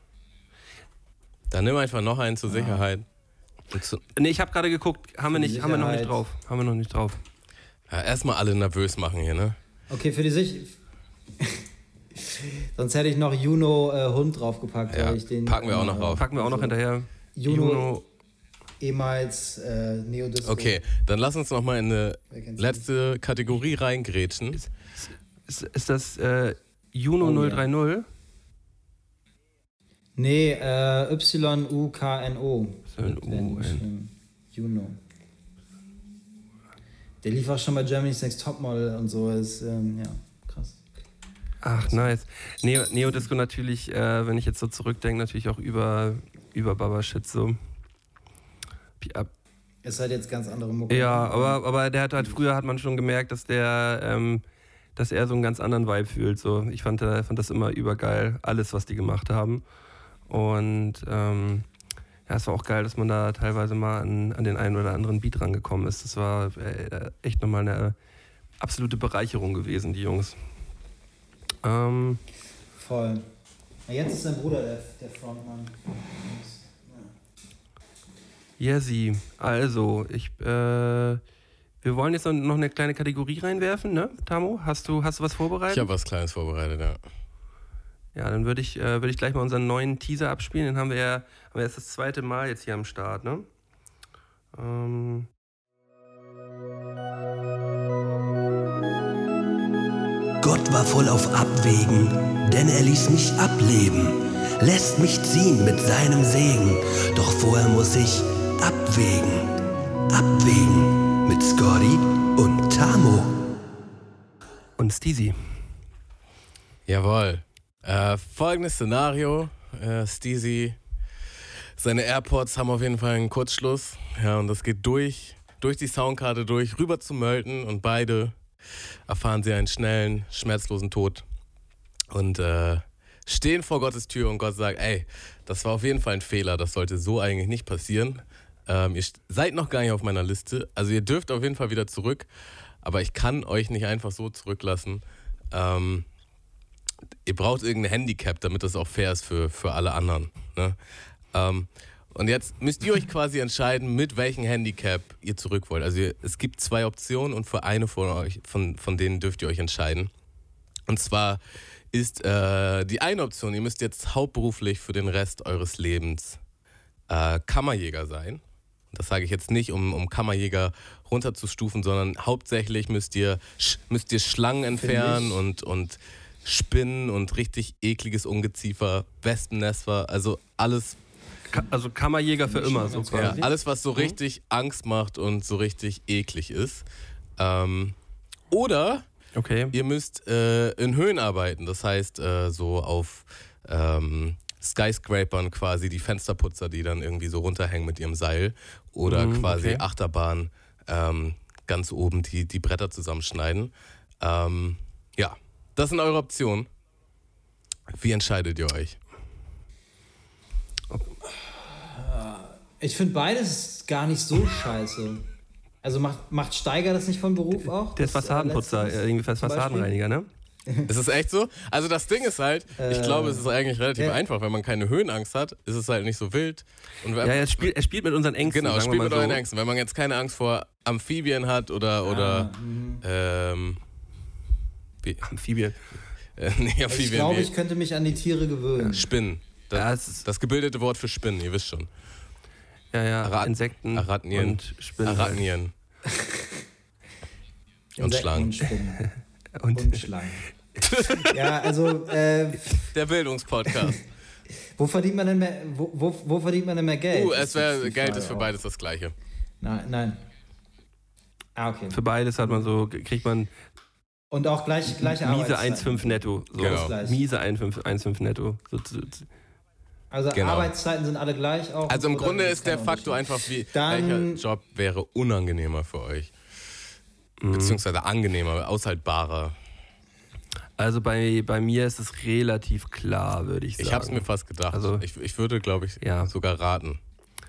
Dann nimm einfach noch einen zur Sicherheit. Nee, ich habe gerade geguckt, haben wir noch nicht drauf. Ja, erstmal alle nervös machen hier, ne? Okay, für die Sicherheit. Sonst hätte ich noch Juno Hund draufgepackt. Ja, weil ich den packen wir auch noch drauf. Packen wir auch noch hinterher. Juno ehemals Neodisco. Okay, dann lass uns noch mal in eine letzte Kategorie reingrätschen. Ist das Juno 030? Nee, YUKNO. Juno. Der lief auch schon bei Germany's Next Topmodel und so. Ist, krass. Ach, nice. Neodisco natürlich, wenn ich jetzt so zurückdenke, natürlich auch über Baba-Shit so. Ist halt jetzt ganz andere Mucke. Ja, aber der hat früher hat man schon gemerkt, dass er so einen ganz anderen Vibe fühlt. So. Ich fand das immer übergeil, alles, was die gemacht haben. Und es war auch geil, dass man da teilweise mal an den einen oder anderen Beat rangekommen ist. Das war echt nochmal eine absolute Bereicherung gewesen, die Jungs. Voll. Jetzt ist sein Bruder der Frontmann. Yesi, also wir wollen jetzt noch eine kleine Kategorie reinwerfen, ne, Tamo? Hast du was vorbereitet? Ich habe was Kleines vorbereitet, ja. Ja, dann würde ich gleich mal unseren neuen Teaser abspielen. Den haben wir erst das zweite Mal jetzt hier am Start, ne? Gott war voll auf Abwägen, denn er ließ mich ableben, lässt mich ziehen mit seinem Segen. Doch vorher muss ich abwägen mit Scotty und Tamo. Und Steezy. Jawohl. Folgendes Szenario. Steezy, seine AirPods haben auf jeden Fall einen Kurzschluss. Ja, und das geht durch die Soundkarte durch, rüber zu Mölten und beide erfahren sie einen schnellen, schmerzlosen Tod und stehen vor Gottes Tür und Gott sagt, ey, das war auf jeden Fall ein Fehler, das sollte so eigentlich nicht passieren. Ihr seid noch gar nicht auf meiner Liste, also ihr dürft auf jeden Fall wieder zurück, aber ich kann euch nicht einfach so zurücklassen. Ihr braucht irgendein Handicap, damit das auch fair ist für alle anderen. Ne? Und jetzt müsst ihr euch quasi entscheiden, mit welchem Handicap ihr zurück wollt. Also es gibt 2 Optionen und für eine von euch, von denen dürft ihr euch entscheiden. Und zwar ist die eine Option, ihr müsst jetzt hauptberuflich für den Rest eures Lebens Kammerjäger sein. Das sage ich jetzt nicht, um Kammerjäger runterzustufen, sondern hauptsächlich müsst ihr Schlangen entfernen und Spinnen und richtig ekliges Ungeziefer, Wespennester, also alles. Also Kammerjäger für immer, so quasi. Ja, alles, was so richtig Angst macht und so richtig eklig ist. Oder ihr müsst in Höhen arbeiten, das heißt so auf Skyscrapern quasi, die Fensterputzer, die dann irgendwie so runterhängen mit ihrem Seil oder quasi Achterbahn ganz oben die Bretter zusammenschneiden. Ja, das sind eure Optionen. Wie entscheidet ihr euch? Ich finde beides gar nicht so scheiße. Also macht Steiger das nicht von Beruf auch? Der ist Fassadenputzer, irgendwie fast Fassadenreiniger, ne? Ist es echt so? Also das Ding ist halt, ich glaube, es ist eigentlich relativ einfach. Wenn man keine Höhenangst hat, ist es halt nicht so wild. Und er spielt mit unseren Ängsten. Genau, spielt mit euren Ängsten. Wenn man jetzt keine Angst vor Amphibien hat oder Amphibien. Nee, Amphibien. Ich glaube, ich könnte mich an die Tiere gewöhnen. Spinnen. Das gebildete Wort für Spinnen, ihr wisst schon. Ja, Insekten Arachnien. und Spinnen. Arachnien. Und Schlangen. Und Schlangen. Ja, also der Bildungspodcast. Wo verdient man denn mehr, wo verdient man denn mehr Geld? Geld ist für beides das Gleiche. Nein. Ah, okay. Für beides kriegt man und auch gleiche miese 1,5 netto. So. Genau. Miese 1,5 netto. Also genau. Arbeitszeiten sind alle gleich auch. Also im Grunde ist der Faktor einfach, welcher Job wäre unangenehmer für euch? Beziehungsweise angenehmer, aushaltbarer. Also bei mir ist es relativ klar, würde ich sagen. Ich habe es mir fast gedacht. Also ich würde, glaube ich, sogar raten.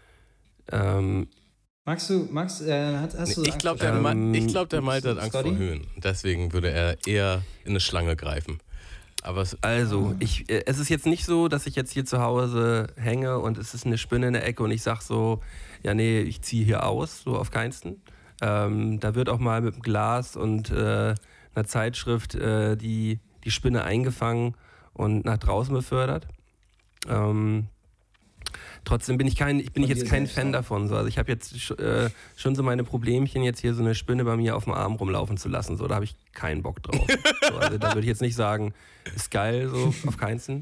Hast du ich glaube, der Malte hat Angst vor Höhen. Deswegen würde er eher in eine Schlange greifen. Aber es ist jetzt nicht so, dass ich jetzt hier zu Hause hänge und es ist eine Spinne in der Ecke und ich sage so, ja nee, ich ziehe hier aus, so auf keinsten. Da wird auch mal mit einem Glas und einer Zeitschrift die Spinne eingefangen und nach draußen befördert. Trotzdem bin ich jetzt kein Fan davon. So. Also ich habe jetzt schon so meine Problemchen, jetzt hier so eine Spinne bei mir auf dem Arm rumlaufen zu lassen. So, da habe ich keinen Bock drauf. So, also da würde ich jetzt nicht sagen, ist geil, so auf keinsten.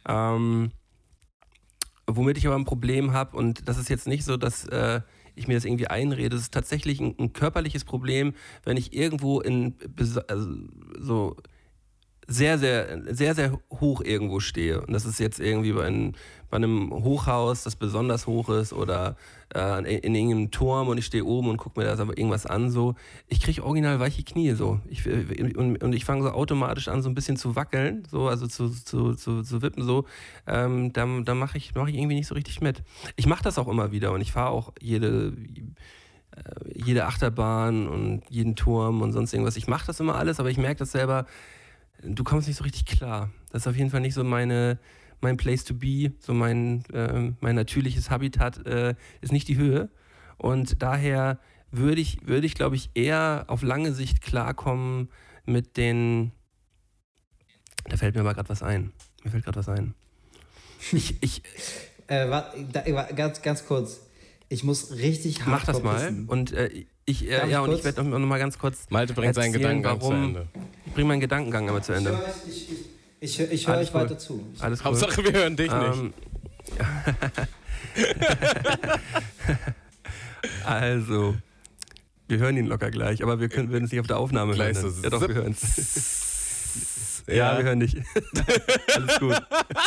Womit ich aber ein Problem habe, und das ist jetzt nicht so, dass ich mir das irgendwie einrede, das ist tatsächlich ein körperliches Problem, wenn ich irgendwo so sehr, sehr, sehr, sehr hoch irgendwo stehe. Und das ist jetzt irgendwie bei einem Hochhaus, das besonders hoch ist, oder in irgendeinem Turm und ich stehe oben und gucke mir da irgendwas an. So. Ich kriege original weiche Knie. So. Und ich fange so automatisch an, so ein bisschen zu wackeln, so, also zu wippen. So. Da mache ich irgendwie nicht so richtig mit. Ich mache das auch immer wieder und ich fahre auch jede Achterbahn und jeden Turm und sonst irgendwas. Ich mache das immer alles, aber ich merke das selber, du kommst nicht so richtig klar. Das ist auf jeden Fall nicht so mein Place to be, so mein natürliches Habitat ist nicht die Höhe. Und daher würde ich, glaube ich, eher auf lange Sicht klarkommen mit den... Da fällt mir aber gerade was ein. Ganz kurz. Ich muss richtig hart mach das mal. Und ich werde noch mal ganz kurz. Malte bringt seinen Gedankengang zu Ende. Ich bringe meinen Gedankengang aber zu Ende. Ich höre euch weiter zu. Alles Hauptsache, wir hören dich nicht. Also, wir hören ihn locker gleich, aber wir werden es nicht auf der Aufnahme hören. Ja, doch, wir hören es. Ja, wir hören dich. Alles gut.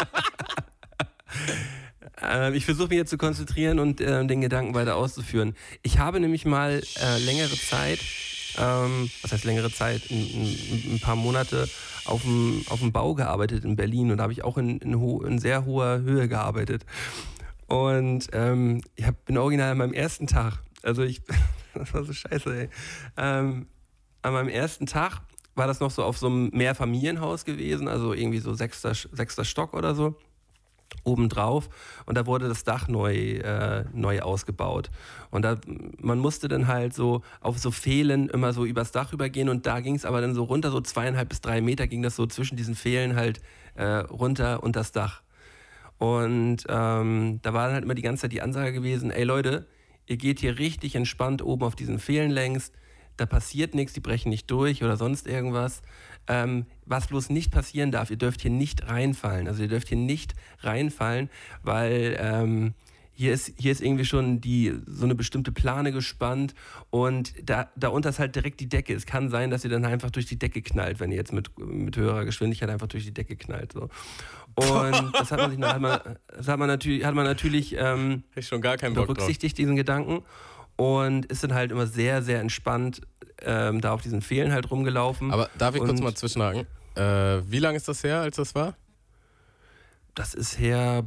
Ich versuche mich jetzt zu konzentrieren und den Gedanken weiter auszuführen. Ich habe nämlich mal längere Zeit was heißt längere Zeit, ein paar Monate auf dem Bau gearbeitet in Berlin und da habe ich auch in sehr hoher Höhe gearbeitet. Und ich bin original an meinem ersten Tag, also das war so scheiße, ey. An meinem ersten Tag war das noch so auf so einem Mehrfamilienhaus gewesen, also irgendwie so sechster Stock oder so, obendrauf. Und da wurde das Dach neu ausgebaut. Und man musste dann halt so auf so Pfählen immer so übers Dach rübergehen und da ging es aber dann so runter, so 2,5 bis 3 Meter ging das so zwischen diesen Pfählen halt runter und das Dach. Und da war dann halt immer die ganze Zeit die Ansage gewesen, ey Leute, ihr geht hier richtig entspannt oben auf diesen Pfählen längs, da passiert nichts, die brechen nicht durch oder sonst irgendwas. Was bloß nicht passieren darf, ihr dürft hier nicht reinfallen. Also ihr dürft hier nicht reinfallen, weil hier ist irgendwie schon so eine bestimmte Plane gespannt und darunter ist halt direkt die Decke. Es kann sein, dass ihr dann einfach durch die Decke knallt, wenn ihr jetzt mit höherer Geschwindigkeit einfach durch die Decke knallt. So. Und das hat man natürlich schon gar keinen Bock berücksichtigt, diesen Gedanken. Und ist dann halt immer sehr, sehr entspannt da auf diesen Pfählen halt rumgelaufen. Aber darf ich kurz mal zwischenhaken? Wie lange ist das her, als das war? Das ist her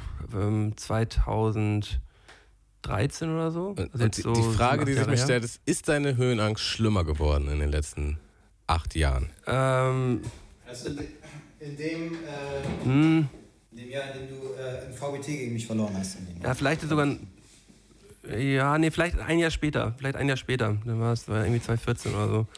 2013 oder so. Also und die Frage, die sich mir stellt, ist deine Höhenangst schlimmer geworden in den letzten 8 Jahren? Also in dem Jahr, in dem du im VBT gegen mich verloren hast. Ja, vielleicht sogar vielleicht ein Jahr später. Dann war irgendwie 2014 oder so.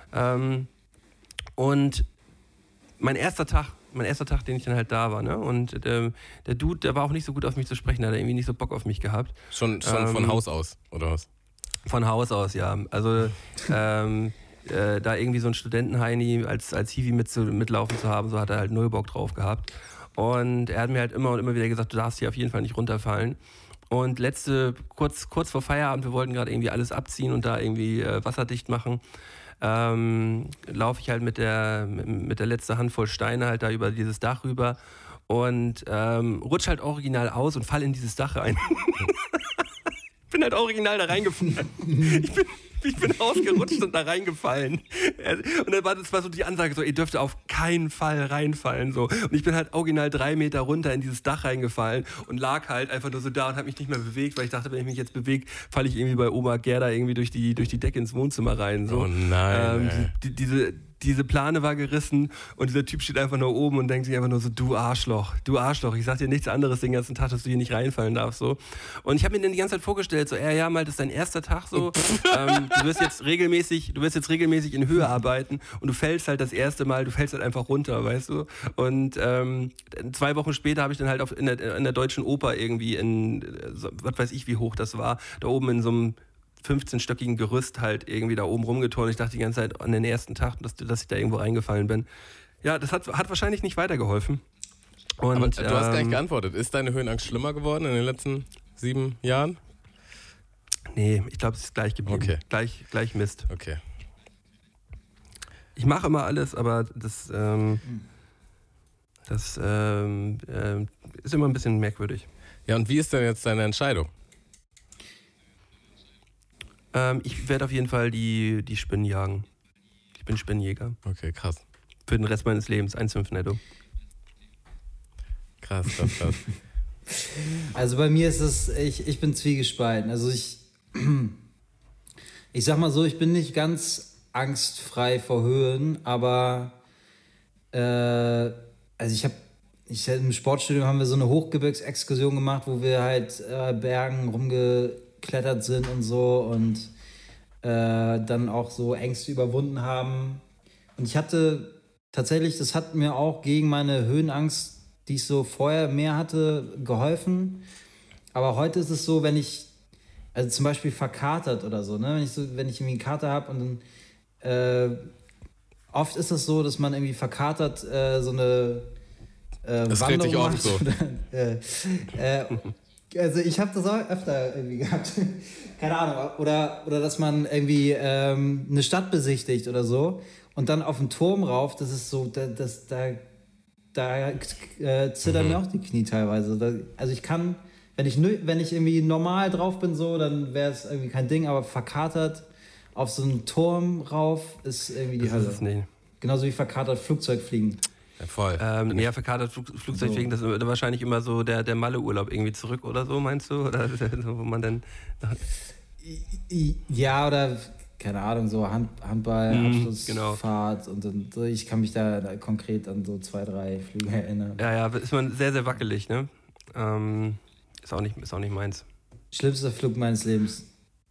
Und mein erster Tag, den ich dann halt da war, ne? Und der Dude, der war auch nicht so gut auf mich zu sprechen, der hat irgendwie nicht so Bock auf mich gehabt. Schon von Haus aus, oder was? Von Haus aus, ja. Also da irgendwie so ein Studentenheini als Hiwi mitlaufen zu haben, so hat er halt null Bock drauf gehabt. Und er hat mir halt immer und immer wieder gesagt, du darfst hier auf jeden Fall nicht runterfallen. Und kurz vor Feierabend, wir wollten gerade irgendwie alles abziehen und da irgendwie wasserdicht machen, laufe ich halt mit der letzten Handvoll Steine halt da über dieses Dach rüber und rutsch halt original aus und fall in dieses Dach rein. Bin halt original da reingefallen. Ich bin ausgerutscht und da reingefallen. Und dann das war so die Ansage, so, ihr dürft auf keinen Fall reinfallen. So. Und ich bin halt original 3 Meter runter in dieses Dach reingefallen und lag halt einfach nur so da und habe mich nicht mehr bewegt, weil ich dachte, wenn ich mich jetzt bewege, falle ich irgendwie bei Oma Gerda irgendwie durch die Decke ins Wohnzimmer rein. So. Oh nein. Diese Plane war gerissen und dieser Typ steht einfach nur oben und denkt sich einfach nur so, du Arschloch, ich sag dir nichts anderes den ganzen Tag, dass du hier nicht reinfallen darfst. So. Und ich habe mir dann die ganze Zeit vorgestellt, so, ja, mal, das ist dein erster Tag so, du wirst jetzt regelmäßig in Höhe arbeiten und du fällst halt das erste Mal, du fällst halt einfach runter, weißt du. Und 2 Wochen später habe ich dann halt in der Deutschen Oper irgendwie was weiß ich, wie hoch das war, da oben in so einem 15-stöckigen Gerüst halt irgendwie da oben rumgeturnt. Ich dachte die ganze Zeit an den ersten Tag, dass ich da irgendwo reingefallen bin. Ja, das hat wahrscheinlich nicht weitergeholfen. Und, aber du hast gar nicht geantwortet. Ist deine Höhenangst schlimmer geworden in den letzten 7 Jahren? Nee, ich glaube, es ist gleich geblieben. Okay. Gleich Mist. Okay. Ich mache immer alles, aber das ist immer ein bisschen merkwürdig. Ja, und wie ist denn jetzt deine Entscheidung? Ich werde auf jeden Fall die Spinnen jagen. Ich bin Spinnenjäger. Okay, krass. Für den Rest meines Lebens, 1,5 netto. Krass. Also bei mir ist es, ich bin zwiegespalten. Also ich sag mal so, ich bin nicht ganz angstfrei vor Höhen, aber also im Sportstudium haben wir so eine Hochgebirgsexkursion gemacht, wo wir halt Bergen rumgeklettert sind und so und dann auch so Ängste überwunden haben. Und ich hatte tatsächlich, das hat mir auch gegen meine Höhenangst, die ich so vorher mehr hatte, geholfen. Aber heute ist es so, wenn ich, also zum Beispiel verkatert oder so, ne? Wenn ich irgendwie einen Kater habe und dann oft ist es so, dass man irgendwie verkatert so eine das Wanderung auch macht. so. Also ich habe das auch öfter irgendwie gehabt. Keine Ahnung. Oder dass man irgendwie eine Stadt besichtigt oder so und dann auf den Turm rauf, das ist so, da zittern mir auch die Knie teilweise. Also ich kann, wenn ich irgendwie normal drauf bin, so, dann wäre es irgendwie kein Ding, aber verkatert auf so einen Turm rauf ist irgendwie die Hölle. Nee. Genauso wie verkatert Flugzeugfliegen. Ja, voll. Verkatert Flugzeugfliegen, das ist wahrscheinlich immer so der Malle-Urlaub irgendwie zurück oder so, meinst du? Oder wo man dann... Ja, oder... Keine Ahnung, so Handball, Abschlussfahrt und ich kann mich da konkret an so 2, 3 Flüge erinnern. Ja, ist man sehr, sehr wackelig, ne? Ist auch nicht meins. Schlimmster Flug meines Lebens.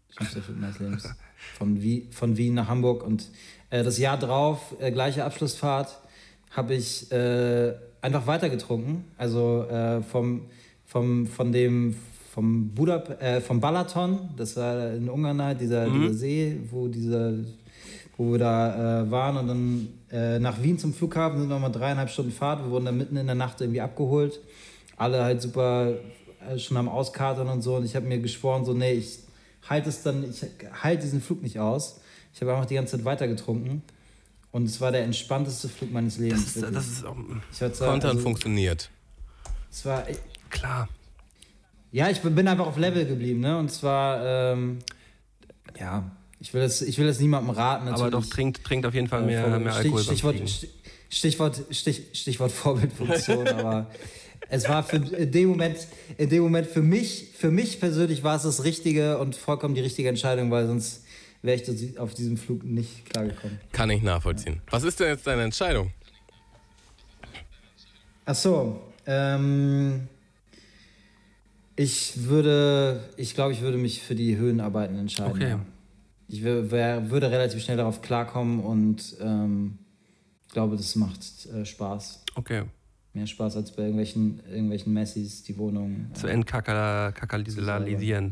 Von Wien nach Hamburg und das Jahr drauf, gleiche Abschlussfahrt, habe ich einfach weiter getrunken. Also vom Balaton, das war in Ungarn halt, dieser See, wo wir da waren und dann nach Wien zum Flughafen sind nochmal 3,5 Stunden Fahrt. Wir wurden dann mitten in der Nacht irgendwie abgeholt. Alle halt super schon am Auskatern und so und ich habe mir geschworen, so nee, ich halte diesen Flug nicht aus. Ich habe einfach die ganze Zeit weiter getrunken und es war der entspannteste Flug meines Lebens. Das ist auch... Content funktioniert. Es war... Klar. Ja, ich bin einfach auf Level geblieben, ne? Und zwar, ich will das niemandem raten. Natürlich. Aber doch, trinkt auf jeden Fall mehr Alkohol. Stichwort Vorbildfunktion, aber es war in dem Moment für mich persönlich war es das richtige und vollkommen die richtige Entscheidung, weil sonst wäre ich auf diesem Flug nicht klargekommen. Kann ich nachvollziehen. Was ist denn jetzt deine Entscheidung? Ach so, ich glaube, ich würde mich für die Höhenarbeiten entscheiden. Okay. Ich würde relativ schnell darauf klarkommen und ich glaube, das macht Spaß. Okay. Mehr Spaß als bei irgendwelchen Messis, die Wohnung. Zu entkakalisieren.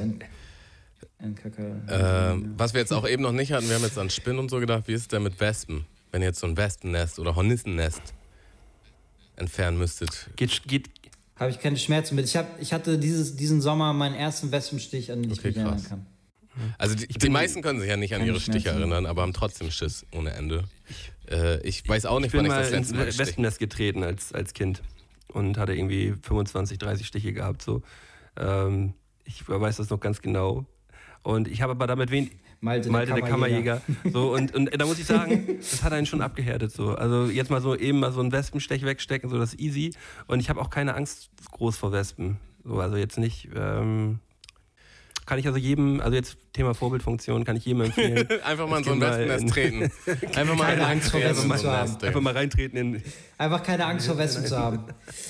Was wir jetzt auch eben noch nicht hatten, wir haben jetzt an Spinnen und so gedacht, wie ist es denn mit Wespen? Wenn ihr jetzt so ein Wespennest oder Hornissennest entfernen müsstet. Habe ich keine Schmerzen mit. Ich hatte diesen Sommer meinen ersten Wespenstich, an den ich mich erinnern kann. Also die meisten können sich ja nicht an ihre Stiche erinnern, aber haben trotzdem Schiss ohne Ende. Ich weiß auch nicht, wann ich das letzte Mal ins Wespennest getreten als Kind und hatte irgendwie 25, 30 Stiche gehabt. So. Ich weiß das noch ganz genau. Und ich habe aber damit Malte der Kammerjäger. So, und da muss ich sagen, das hat einen schon abgehärtet. So. Also jetzt mal so eben mal so einen Wespenstech wegstecken, so das ist easy. Und ich habe auch keine Angst groß vor Wespen. So, also jetzt nicht... kann ich also jedem, also jetzt Thema Vorbildfunktion, kann ich jedem empfehlen. Einfach mal in so ein Wespennest treten. Einfach mal keine Angst vor Wespen zu haben. Einfach mal reintreten. Einfach keine Angst vor Wespen zu haben.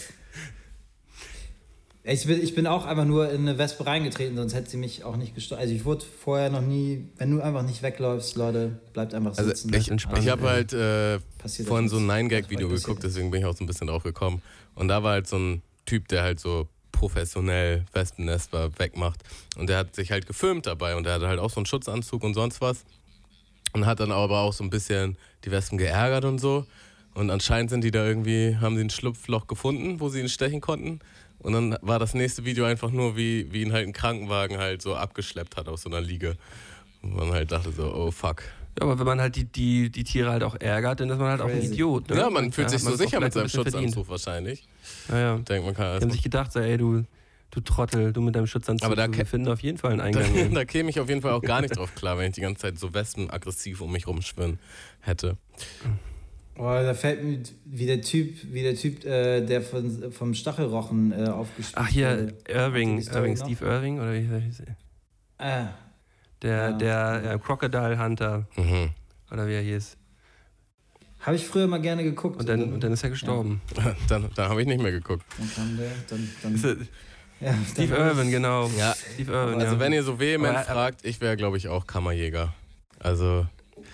Ich bin auch einfach nur in eine Wespe reingetreten, sonst hätte sie mich auch nicht gestochen. Also ich wurde vorher noch nie, wenn du einfach nicht wegläufst, Leute, bleibt einfach sitzen. Ich habe halt vorhin so ein 9-Gag-Video geguckt, deswegen bin ich auch so ein bisschen drauf gekommen. Und da war halt so ein Typ, der halt so professionell Wespennester wegmacht. Und der hat sich halt gefilmt dabei und der hatte halt auch so einen Schutzanzug und sonst was. Und hat dann aber auch so ein bisschen die Wespen geärgert und so. Und anscheinend haben sie ein Schlupfloch gefunden, wo sie ihn stechen konnten. Und dann war das nächste Video einfach nur, wie ihn halt ein Krankenwagen halt so abgeschleppt hat aus so einer Liege. Und man halt dachte so, oh fuck. Ja, aber wenn man halt die Tiere halt auch ärgert, dann ist man halt auch ein Idiot. Ne? Ja, man fühlt sich so sicher mit seinem Schutzanzug wahrscheinlich. Ja. Denkt man kann. Die haben sich gedacht, so, ey, du Trottel, du mit deinem Schutzanzug, aber wir finden auf jeden Fall einen Eingang. Da käme ich auf jeden Fall auch gar nicht drauf klar, wenn ich die ganze Zeit so Wespen aggressiv um mich rumschwirren hätte. Oh, da fällt mir wie der Typ, der vom Stachelrochen aufgespielt wurde. Ach hier, Steve Irving, oder wie hieß er? Der Crocodile Hunter, oder wie er hieß. Habe ich früher mal gerne geguckt. Und dann ist er gestorben. Ja. Dann habe ich nicht mehr geguckt. Steve Irwin, genau. Ja. Steve Irwin, also wenn ihr so vehement fragt, ich wäre, glaube ich, auch Kammerjäger. Also...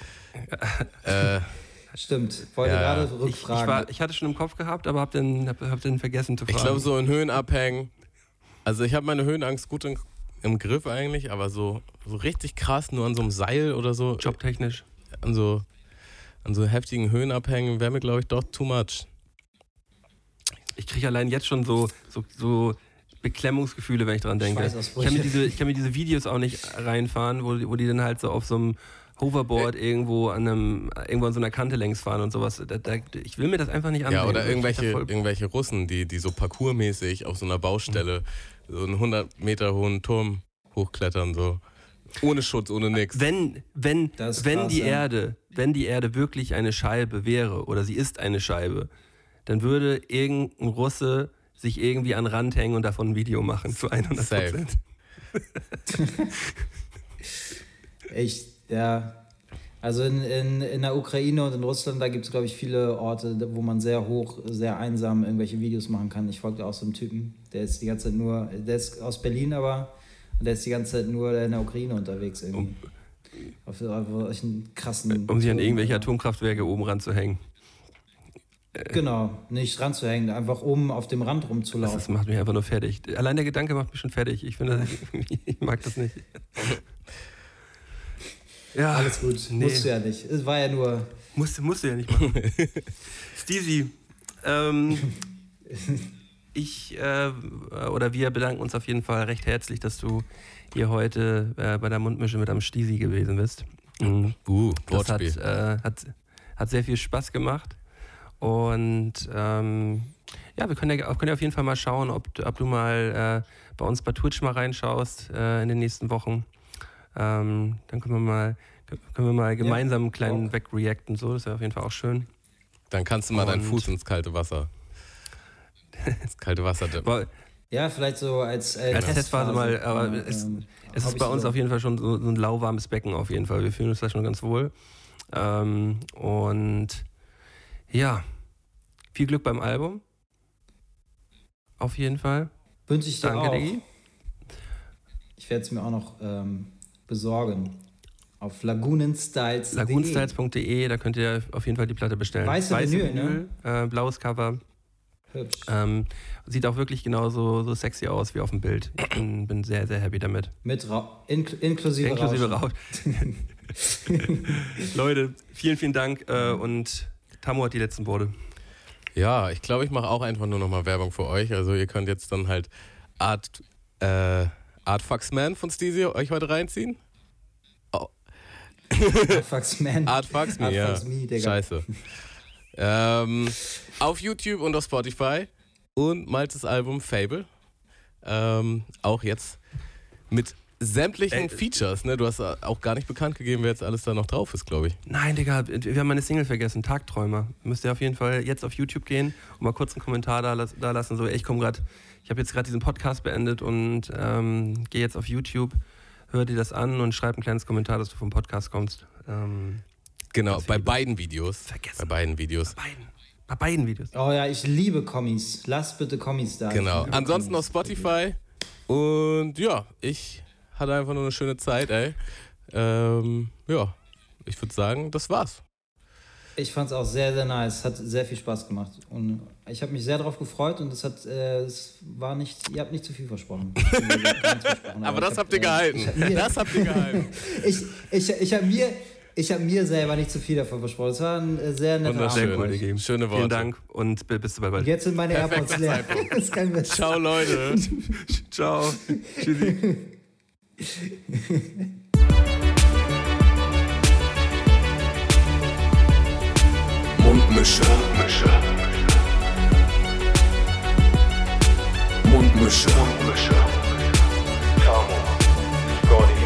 Stimmt, wollte gerade rückfragen. Ich hatte schon im Kopf gehabt, aber hab den vergessen zu fragen. Ich glaube, so in Höhen abhängen. Also ich habe meine Höhenangst gut im Griff eigentlich, aber so richtig krass, nur an so einem Seil oder so. Jobtechnisch. An so heftigen Höhenabhängen wäre mir, glaube ich, doch too much. Ich kriege allein jetzt schon so Beklemmungsgefühle, wenn ich dran denke. Ich kann mir diese Videos auch nicht reinfahren, wo die dann halt so auf so einem Hoverboard irgendwo an so einer Kante längs fahren und sowas. Ich will mir das einfach nicht ansehen. Ja, oder irgendwelche Russen, die so parkourmäßig auf so einer Baustelle so einen 100 Meter hohen Turm hochklettern. So. Ohne Schutz, ohne nix. Wenn die Erde wirklich eine Scheibe wäre oder sie ist eine Scheibe, dann würde irgendein Russe sich irgendwie an den Rand hängen und davon ein Video machen, zu 100%. Echt, ja. Also in der Ukraine und in Russland, da gibt es, glaube ich, viele Orte, wo man sehr hoch, sehr einsam irgendwelche Videos machen kann. Ich folge auch so einem Typen, der ist die ganze Zeit der ist aus Berlin, aber der ist die ganze Zeit nur in der Ukraine unterwegs irgendwie. Auf einen krassen... Um sich an irgendwelche Atomkraftwerke oben ranzuhängen. Genau, nicht ranzuhängen, einfach oben auf dem Rand rumzulaufen. Das macht mich einfach nur fertig. Allein der Gedanke macht mich schon fertig. Ich mag das nicht. Ja, alles gut, musst du ja nicht. Es war ja nur... Musst du ja nicht machen. Steezy, wir bedanken uns auf jeden Fall recht herzlich, dass du hier heute bei der Mundmische mit am Steezy gewesen bist. Das hat sehr viel Spaß gemacht. Und wir können ja auf jeden Fall mal schauen, ob du mal bei uns bei Twitch mal reinschaust in den nächsten Wochen. Dann können wir mal gemeinsam einen kleinen wegreacten. So, das ist ja auf jeden Fall auch schön. Dann kannst du mal deinen Fuß ins kalte Wasser. Ins kalte Wasser dippen. Ja, vielleicht so als Testphase mal, aber es ist bei uns auf jeden Fall schon so ein lauwarmes Becken auf jeden Fall. Wir fühlen uns da schon ganz wohl. Und ja, viel Glück beim Album. Auf jeden Fall. Wünsche ich dir Danke, auch. Diggi. Ich werde es mir auch noch besorgen. Auf lagunenstyles.de. Lagunenstyles.de, da könnt ihr auf jeden Fall die Platte bestellen. Weiße Vinyl, ne? Blaues Cover. Hübsch. Sieht auch wirklich genauso so sexy aus wie auf dem Bild. Ich bin sehr, sehr happy damit. Mit inklusive Rauschen. Leute, vielen, vielen Dank und Tamo hat die letzten Worte. Ja, ich glaube, ich mache auch einfach nur nochmal Werbung für euch. Also ihr könnt jetzt dann halt Art Fucks Man von Steezy euch heute reinziehen. Oh. Art Fucks Man. Art Fucks Me, ja. Digga. Scheiße. Auf YouTube und auf Spotify. Und Maltes Album Fable. Auch jetzt mit sämtlichen Features, ne? Du hast auch gar nicht bekannt gegeben, wer jetzt alles da noch drauf ist, glaube ich. Nein, Digga, wir haben meine Single vergessen, Tagträumer. Müsst ihr auf jeden Fall jetzt auf YouTube gehen und mal kurz einen Kommentar da lassen. So, ich habe jetzt gerade diesen Podcast beendet und gehe jetzt auf YouTube, hör dir das an und schreib ein kleines Kommentar, dass du vom Podcast kommst. Genau, bei beiden Videos. Vergessen. Bei beiden Videos. Bei beiden Videos. Oh ja, ich liebe Kommis. Lasst bitte Kommis da. Genau. Ansonsten auf Spotify. Und ja, ich hatte einfach nur eine schöne Zeit, ey. Ja, ich würde sagen, das war's. Ich fand's auch sehr, sehr nice. Hat sehr viel Spaß gemacht. Und ich habe mich sehr darauf gefreut und ihr habt nicht zu viel versprochen. Aber das habt ihr gehalten. Ich habe mir selber nicht zu viel davon versprochen. Es war ein sehr netter Abend. Schöne Worte. Vielen Dank und bis bald. Jetzt sind meine AirPods leer. Das kann ich Ciao, Leute. Ciao. Tschüssi. Mundmische. Tamo, Scotty.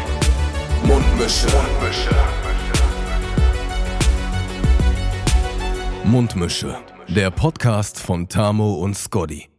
Mundmische. Der Podcast von Tamo und Scotty.